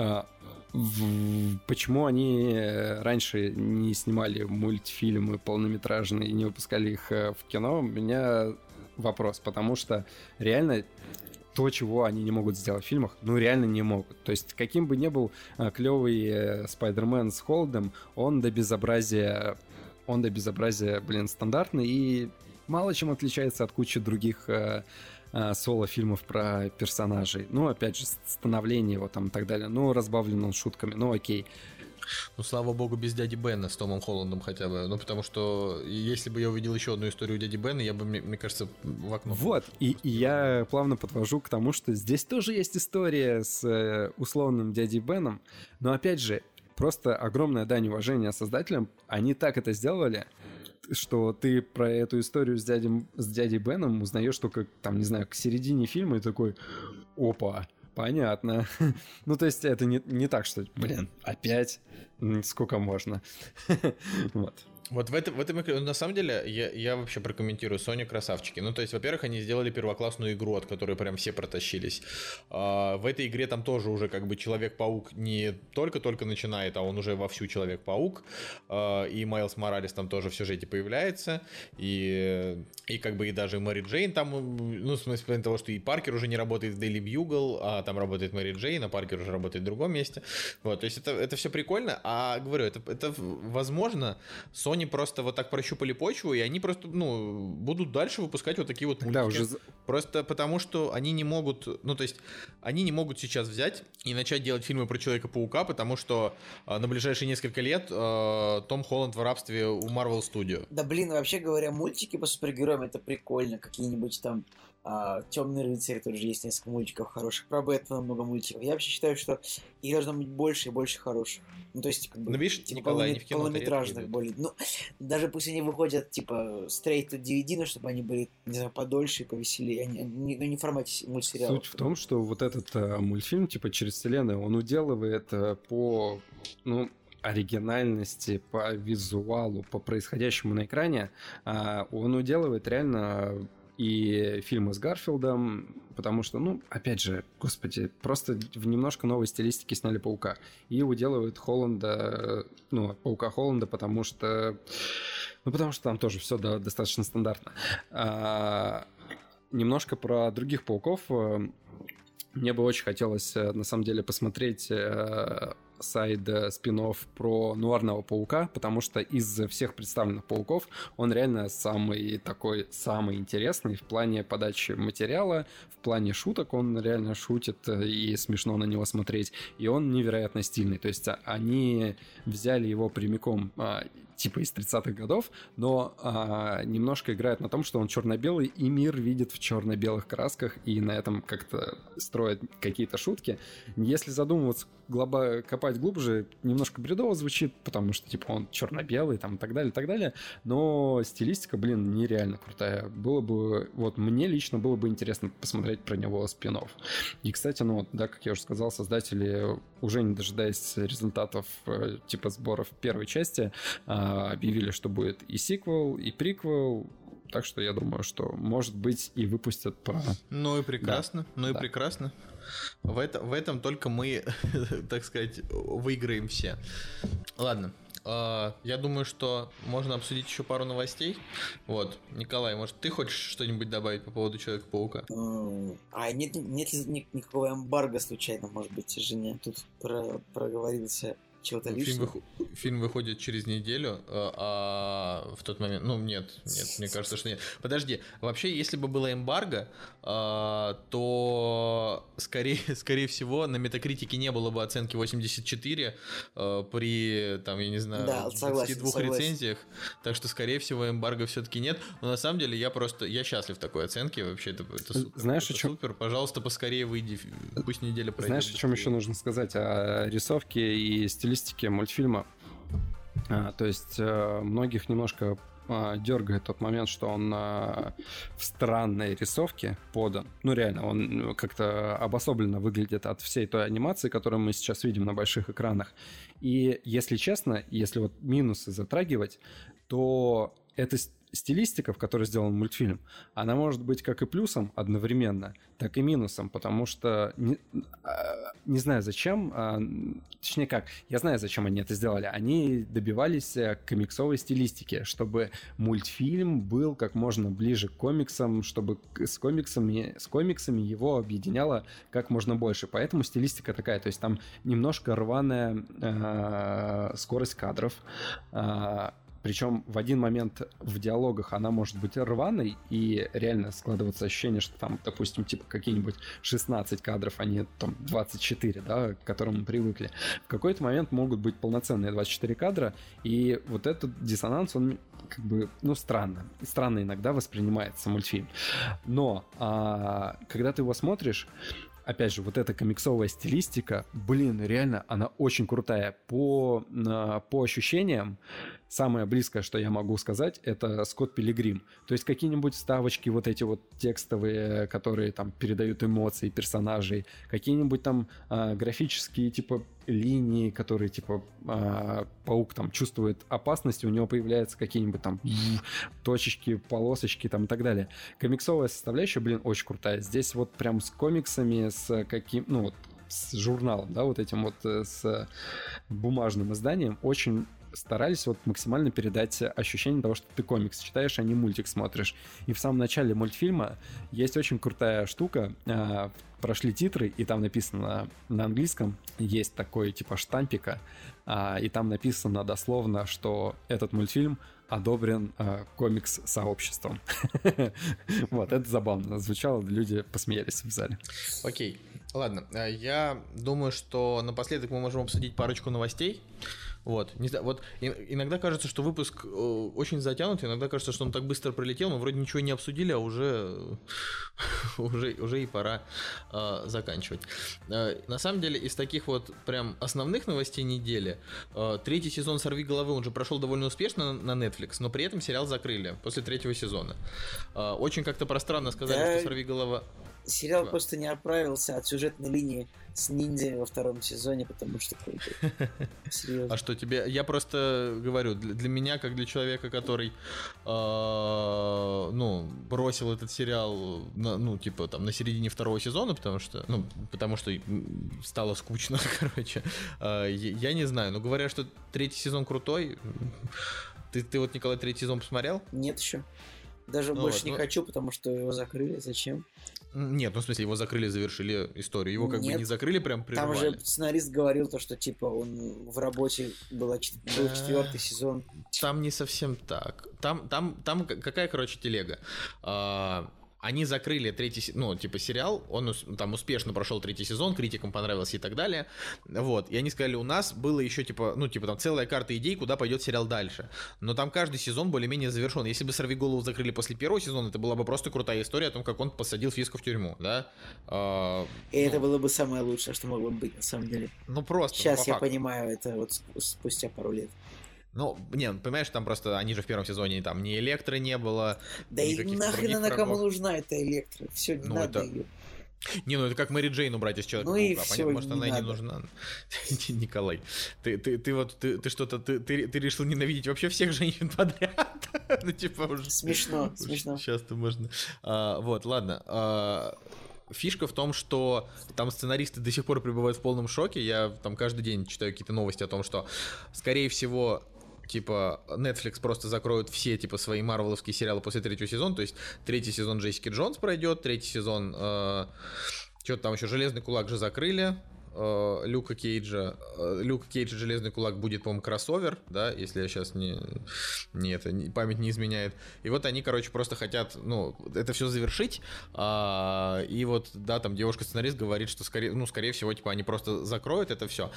почему они раньше не снимали мультфильмы полнометражные и не выпускали их в кино, у меня вопрос, потому что реально то, чего они не могут сделать в фильмах, ну реально не могут. То есть каким бы ни был клевый Спайдермен с Холдом, он до безобразия, он до безобразия, блин, стандартный и мало чем отличается от кучи других соло-фильмов про персонажей. Ну, опять же, становление его там и так далее. Ну, разбавлено шутками, ну окей. Ну, слава богу, без дяди Бена с Томом Холландом хотя бы. Ну, потому что если бы я увидел еще одну историю дяди Бена, я бы, мне, мне кажется, в окно... Вот, и, и я плавно подвожу к тому, что здесь тоже есть история с условным дядей Беном, но, опять же, просто огромная дань уважения создателям. Они так это сделали, что ты про эту историю с дядей, с дядей Беном узнаешь только, там, не знаю, к середине фильма и такой, опа, понятно. Ну, то есть это не, не так, что, блин, опять, сколько можно. Вот. Вот в этом, в этом на самом деле, я, я вообще прокомментирую. Sony красавчики. Ну, то есть, во-первых, они сделали первоклассную игру, от которой прям все протащились. А, в этой игре там тоже уже как бы Человек-паук не только-только начинает, а он уже вовсю Человек-паук. А, и Майлз Моралес там тоже в сюжете появляется. И, и как бы и даже Мэри Джейн там, ну, в смысле того, что и Паркер уже не работает в Daily Bugle, а там работает Мэри Джейн, а Паркер уже работает в другом месте. Вот, то есть, это, это все прикольно. А, говорю, это, это возможно, Sony Sony просто вот так прощупали почву, и они просто, ну, будут дальше выпускать вот такие вот мультики. Да, уже... Просто потому, что они не могут, ну, то есть, они не могут сейчас взять и начать делать фильмы про Человека-паука, потому что э, на ближайшие несколько лет э, Том Холланд в рабстве у Marvel Studio. Да, блин, вообще говоря, мультики по супергероям это прикольно, какие-нибудь там а, Темный рыцарь, тут же есть несколько мультиков хороших, про Бэтмена много мультиков. Я вообще считаю, что их должно быть больше и больше хороших. Ну, то есть, как бы, ну, видишь, типа, Николай, полнометр... полнометражных более. Ну, даже пусть они выходят, типа, straight to ди ви ди, но чтобы они были, не знаю, подольше и повеселее, они, не, ну, не в формате мультсериала. Суть в том, что вот этот а, мультфильм, типа, через вселенную, он уделывает а, по, ну, оригинальности, по визуалу, по происходящему на экране, а, он уделывает реально и фильмы с Гарфилдом, потому что, ну, опять же, господи, просто в немножко новой стилистике сняли Паука. И уделывают Холланда, ну, Паука Холланда, потому что, ну, потому что там тоже все да, достаточно стандартно. А, немножко про других Пауков. Мне бы очень хотелось, на самом деле, посмотреть сайд спин-офф про Нуарного Паука, потому что из всех представленных Пауков он реально самый такой, самый интересный в плане подачи материала, в плане шуток он реально шутит, и смешно на него смотреть, и он невероятно стильный, то есть они взяли его прямиком типа из тридцатых годов, но а, немножко играет на том, что он черно-белый, и мир видит в черно-белых красках, и на этом как-то строят какие-то шутки. Если задумываться, глоба, копать глубже, немножко бредово звучит, потому что типа он черно-белый, там, и так далее, и так далее, но стилистика, блин, нереально крутая. Было бы, вот мне лично было бы интересно посмотреть про него спин-офф. И, кстати, ну, да, как я уже сказал, создатели, уже не дожидаясь результатов типа сборов первой части, объявили, что будет и сиквел, и приквел, так что я думаю, что, может быть, и выпустят про... Ну и прекрасно, да. ну и да. прекрасно. В, это, в этом только мы, так сказать, выиграем все. Ладно. Я думаю, что можно обсудить еще пару новостей. Вот, Николай, может, ты хочешь что-нибудь добавить по поводу Человека-паука? А нет, нет ли никакого эмбарго случайно, может быть, жене тут про, проговорился чего-то лишнего? Фильм, выход... Фильм выходит через неделю, а в тот момент... Ну, нет, нет, мне кажется, что нет. Подожди, вообще, если бы было эмбарго, то, скорее, скорее всего, на Метакритике не было бы оценки восемьдесят четыре при, там, я не знаю, да, двадцати двух рецензиях. Так что, скорее всего, эмбарго все-таки нет. Но на самом деле я просто... Я счастлив такой оценке. Вообще, это, это супер. Знаешь, это о чем... супер. Пожалуйста, поскорее выйди. Пусть неделя пройдет. Знаешь, о чем еще нужно сказать? О рисовке и стилистике мультфильма. А, то есть многих немножко а, дергает тот момент, что он а, в странной рисовке подан. Ну, реально, он как-то обособленно выглядит от всей той анимации, которую мы сейчас видим на больших экранах. И, если честно, если вот минусы затрагивать, то это стилистика, в которой сделан мультфильм, она может быть как и плюсом одновременно, так и минусом, потому что не, не знаю зачем, а, точнее как, я знаю, зачем они это сделали. Они добивались комиксовой стилистики, чтобы мультфильм был как можно ближе к комиксам, чтобы с комиксами, с комиксами его объединяло как можно больше. Поэтому стилистика такая, то есть там немножко рваная э, скорость кадров, э, причем в один момент в диалогах она может быть рваной, и реально складывается ощущение, что там, допустим, типа какие-нибудь шестнадцать кадров, а не там двадцать четыре, да, к которым мы привыкли. В какой-то момент могут быть полноценные двадцать четыре кадра, и вот этот диссонанс, он как бы, ну, странно. Странно иногда воспринимается мультфильм. Но а, когда ты его смотришь, опять же, вот эта комиксовая стилистика, блин, реально, она очень крутая. По, по ощущениям, самое близкое, что я могу сказать, это Скотт Пилигрим. То есть какие-нибудь вставочки вот эти вот текстовые, которые там передают эмоции персонажей, какие-нибудь там а, графические типа линии, которые типа а, паук там чувствует опасность, у него появляются какие-нибудь там точечки, полосочки там и так далее. Комиксовая составляющая, блин, очень крутая. Здесь вот прям с комиксами, с каким, ну вот с журналом, да, вот этим вот с бумажным изданием очень старались вот максимально передать ощущение того, что ты комикс читаешь, а не мультик смотришь. И в самом начале мультфильма есть очень крутая штука. А, прошли титры, и там написано на английском, есть такой типа штампика, а, и там написано дословно, что этот мультфильм одобрен а, комикс-сообществом. Вот, это забавно звучало, люди посмеялись в зале. Окей, ладно. Я думаю, что напоследок мы можем обсудить парочку новостей. Вот, не знаю, вот иногда кажется, что выпуск очень затянут, иногда кажется, что он так быстро пролетел, мы вроде ничего не обсудили, а уже, уже, уже и пора э, заканчивать. Э, на самом деле, из таких вот прям основных новостей недели, э, третий сезон «Сорвиголовы», он же прошел довольно успешно на Netflix, но при этом сериал закрыли после третьего сезона. Э, очень как-то пространно сказали, да, что «Сорвиголова». Сериал да. просто не оправился от сюжетной линии с ниндзями во втором сезоне, потому что... А что тебе... Я просто говорю, для, для меня, как для человека, который, э, ну, бросил этот сериал, на, ну, типа, там, на середине второго сезона, потому что, ну, потому что стало скучно, короче. Э, я не знаю, но говорят, что третий сезон крутой. Ты, ты вот, Николай, третий сезон посмотрел? Нет еще. Даже ну больше вот, не ну... хочу, потому что его закрыли. Зачем? Нет, ну в смысле, его закрыли, завершили историю. Его как Нет, бы не закрыли, прям прервали. Там же сценарист говорил то, что типа он в работе был, был четвертый сезон. Там не совсем так. Там, там, там какая, короче, телега. А, они закрыли третий, ну, типа, сериал, он там успешно прошел третий сезон, критикам понравился и так далее. Вот, и они сказали, у нас было еще, типа, ну, типа, там целая карта идей, куда пойдет сериал дальше. Но там каждый сезон более-менее завершен. Если бы «Сорвиголову» закрыли после первого сезона, это была бы просто крутая история о том, как он посадил Фиску в тюрьму, да? А, и ну, это было бы самое лучшее, что могло быть, на самом деле. Ну, просто. Сейчас ну, я факту. понимаю это вот спустя пару лет. Ну, не, понимаешь, там просто, они же в первом сезоне, там, ни Электры не было. Да и нахрен она кому нужна, эта Электра? Все, не ну, надо это... ее. Не, ну это как Мэри Джейн убрать из Человека-паука. Ну и все, понятно, может, не она надо. и не нужна. Николай, ты, ты, ты вот, ты, ты что-то, ты, ты, ты решил ненавидеть вообще всех женщин подряд? Ну, типа, уже... Смешно, смешно. Сейчас-то можно. А, вот, ладно. А... Фишка в том, что там сценаристы до сих пор пребывают в полном шоке. Я там каждый день читаю какие-то новости о том, что, скорее всего, типа, Netflix просто закроют все, типа, свои марвеловские сериалы после третьего сезона. То есть третий сезон Джессики Джонс пройдет, третий сезон э, что-то там еще «Железный кулак» же закрыли. Люка Кейджа. Люка Кейдж и Железный кулак будет, по-моему, кроссовер, да, если я сейчас не, не это, не, память не изменяет. И вот они, короче, просто хотят, ну, это все завершить. А, и вот, да, там девушка-сценарист говорит, что, скорее, ну, скорее всего, типа, они просто закроют это все.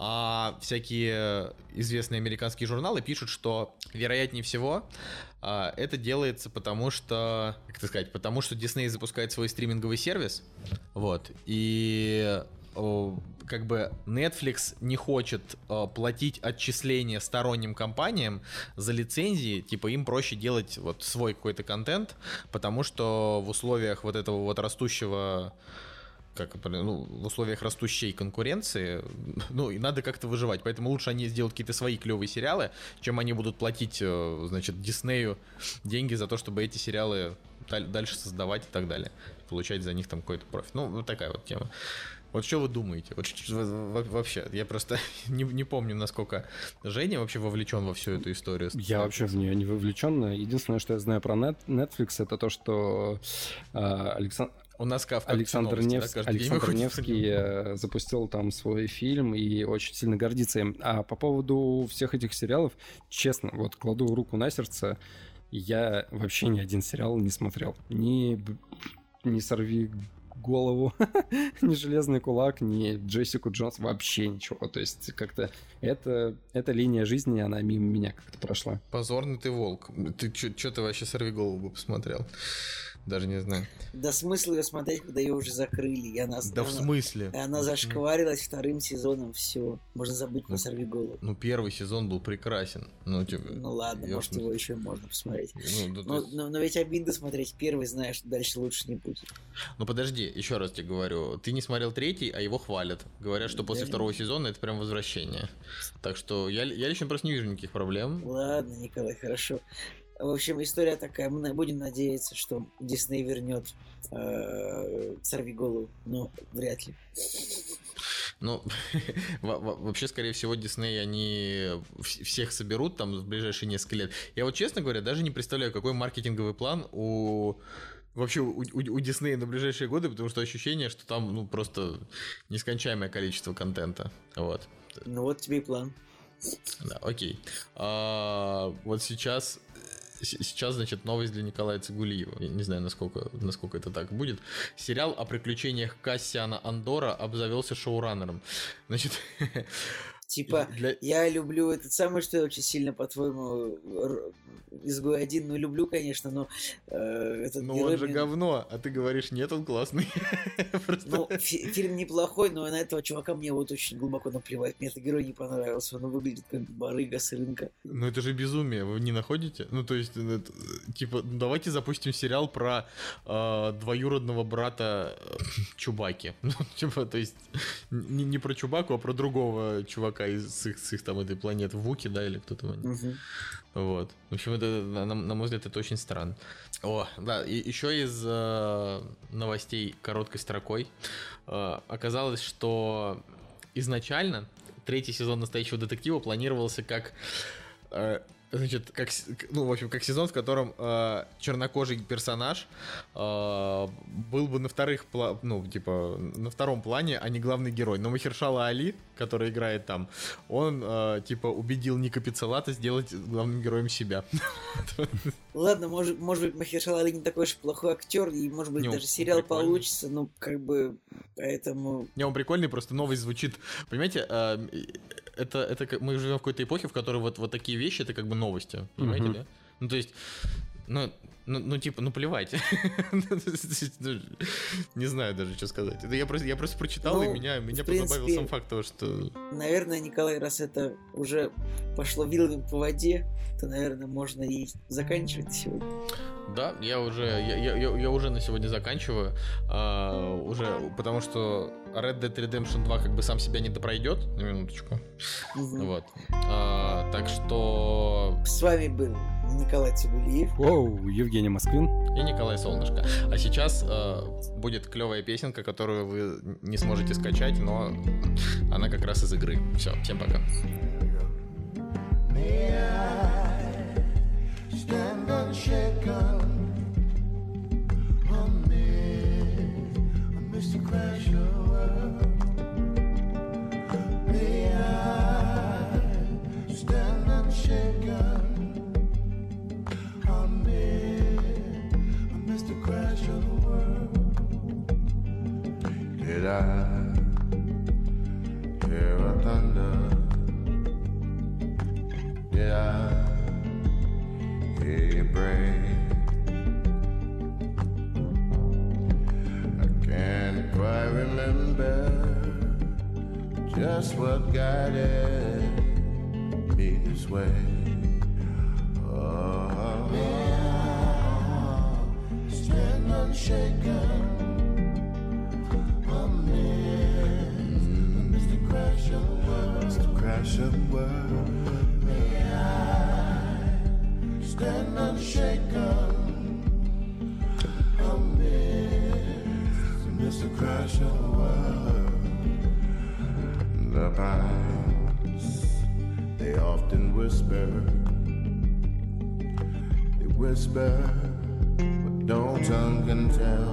А всякие известные американские журналы пишут, что, вероятнее всего, а, это делается потому, что, как это сказать, потому что Disney запускает свой стриминговый сервис, вот, и... как бы Netflix не хочет платить отчисления сторонним компаниям за лицензии, типа им проще делать вот свой какой-то контент, потому что в условиях вот этого вот растущего... Как, ну, в условиях растущей конкуренции, ну, и надо как-то выживать. Поэтому лучше они сделают какие-то свои клевые сериалы, чем они будут платить, значит, Диснею деньги за то, чтобы эти сериалы дальше создавать и так далее. Получать за них там какой-то профит. Ну, вот такая вот тема. Вот что вы думаете? Вот вообще, я просто не, не помню, насколько Женя вообще вовлечен во всю эту историю. Я вообще в нее не вовлечен. Единственное, что я знаю про Netflix, это то, что э, Александр... У нас в Александр, новости, Невск... да, Александр Невский запустил там свой фильм и очень сильно гордится им. А по поводу всех этих сериалов, честно, вот кладу руку на сердце, я вообще ни один сериал не смотрел. Ни, ни «Сорви голову», ни «Железный кулак», ни «Джессику Джонс», вообще ничего. То есть как-то это, эта линия жизни, она мимо меня как-то прошла. Позорный ты волк. Ты что ты вообще «Сорви голову» бы посмотрел? Даже не знаю. Да смысл ее смотреть, когда ее уже закрыли. И она, да она, в смысле? Она зашкварилась вторым сезоном, все. Можно забыть про «Сорви голову». Ну, первый сезон был прекрасен. Ну, типа, ну ладно, может, его еще можно посмотреть. Ну, да, но, есть... но, но ведь обидно смотреть первый, знаешь, что дальше лучше не будет. Ну подожди, еще раз тебе говорю. Ты не смотрел третий, а его хвалят. Говорят, что после да, второго сезона это прям возвращение. Так что я, я лично просто не вижу никаких проблем. Ладно, Николай, хорошо. В общем, история такая. Мы будем надеяться, что Дисней вернет э, «Сорви голову», но вряд ли. Ну, вообще, скорее всего, Дисней, они всех соберут там в ближайшие несколько лет. Я вот, честно говоря, даже не представляю, какой маркетинговый план у... Вообще у, у, у Диснея на ближайшие годы, потому что ощущение, что там, ну, просто нескончаемое количество контента. Вот. Ну, вот тебе и план. Да, окей. А, вот сейчас... Сейчас, значит, новость для Николая Цигулиева. Я не знаю, насколько, насколько это так будет. Сериал о приключениях Кассиана Андора обзавелся шоураннером. Значит... Типа, для... я люблю этот самый, что я очень сильно, по-твоему, «Изгой один», ну, люблю, конечно, но... Э, этот ну, он же мне... говно, а ты говоришь, нет, он классный. Просто... Ну, фи- фильм неплохой, но на этого чувака мне вот очень глубоко наплевать. Мне этот герой не понравился, он выглядит как барыга с рынка. Ну, это же безумие, вы не находите? Ну, то есть, это, типа, давайте запустим сериал про э, двоюродного брата Чубаки. Ну, типа, то есть, не, не про Чубаку, а про другого чувака из их, с их там этой планеты, Вуки, да, или кто там они. Угу. Вот. В общем, это, на, на мой взгляд, это очень странно. О, да, и еще из э, новостей короткой строкой э, оказалось, что изначально третий сезон «Настоящего детектива» планировался как... Э, Значит, как, ну, в общем, как сезон, в котором э, чернокожий персонаж э, был бы на вторых, пла- ну, типа, на втором плане, а не главный герой. Но Махершала Али, который играет там, он, э, типа, убедил Ника Пиццелата сделать главным героем себя. Ладно, может, может быть, Махершала Али не такой уж плохой актер, и, может быть, не, даже сериал прикольный. Получится, ну, как бы, поэтому... Не, он прикольный, просто новость звучит, понимаете, э, это, это мы живем в какой-то эпохе, в которой вот, вот такие вещи, это как бы новости, понимаете, mm-hmm. да? Ну, то есть, ну, ну, ну типа, ну, плевать. Не знаю даже, что сказать. Это я просто, я просто прочитал, ну, и меня, меня позабавил сам факт того, что... Наверное, Николай, раз это уже пошло вилами по воде, то, наверное, можно и заканчивать сегодня. Да, я уже, я, я, я уже на сегодня заканчиваю, а, уже, потому что Red Dead Redemption два как бы сам себя не допройдет, на минуточку. Угу. Вот. А, так что... С вами был Николай Цигулиев. Оу, Евгений Москвин. И Николай Солнышко. А сейчас э, будет клевая песенка, которую вы не сможете скачать, но она как раз из игры. Все, всем пока. Did I hear a thunder? Did that's what guided me this way. Oh, stand unshaken. I'm Mister Crash of the World. Mister Crash of the World. May I stand unshaken. I'm Mister Crash of the World. The pines, they often whisper. They whisper what no tongue can tell.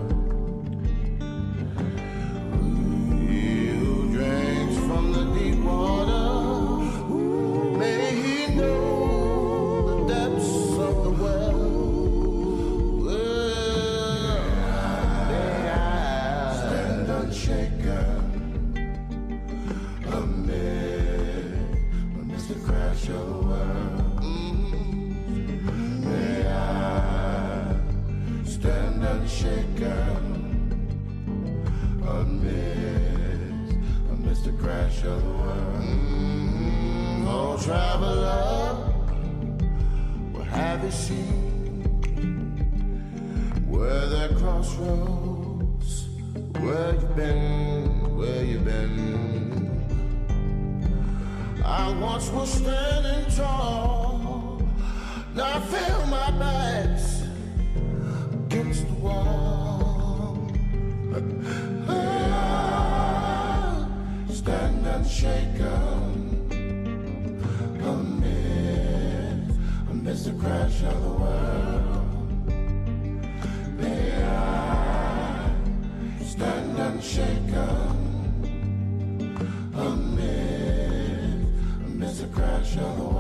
He who drinks from the deep water, may he know the depths of the well. Well, may I stand unshaken. Mister Crash of the World. Mm-hmm. May I stand unshaken amidst Mister Crash of the World. Mm-hmm. Oh, traveler, what have you seen? Where there crossroads? Where you been? Where you been? I once was standing tall, now I feel my back's against the wall. I stand unshaken amidst, amidst the crash of the world. May I stand unshaken amidst, amidst the crash of the world.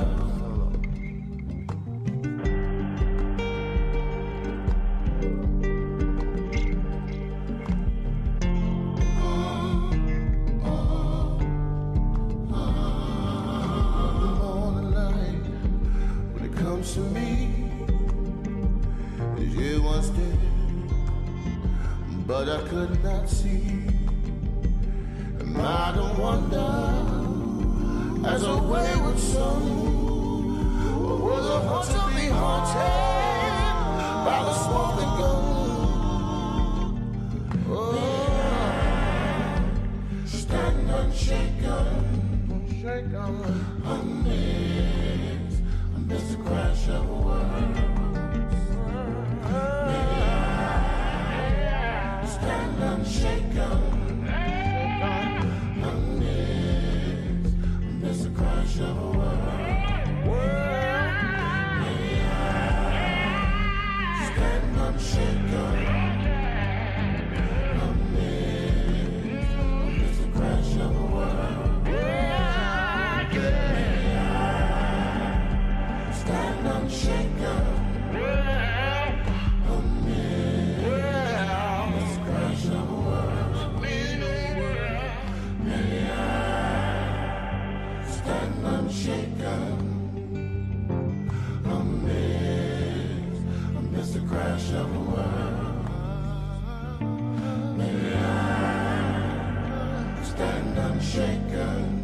To me, as you once did, but I could not see. And I don't wonder, as a wayward soul, or was a heart to be haunted by the smoking gun. Oh, stand unshaken, unshaken, amidst, amidst the crash of the world. May I stand unshaken, amidst, amidst the crash of the world. May I stand unshaken, amidst, amidst the crash of the world. Stand unshaken amid this crash of the world. May I stand unshaken amid, amidst the crash of the world. May I stand unshaken.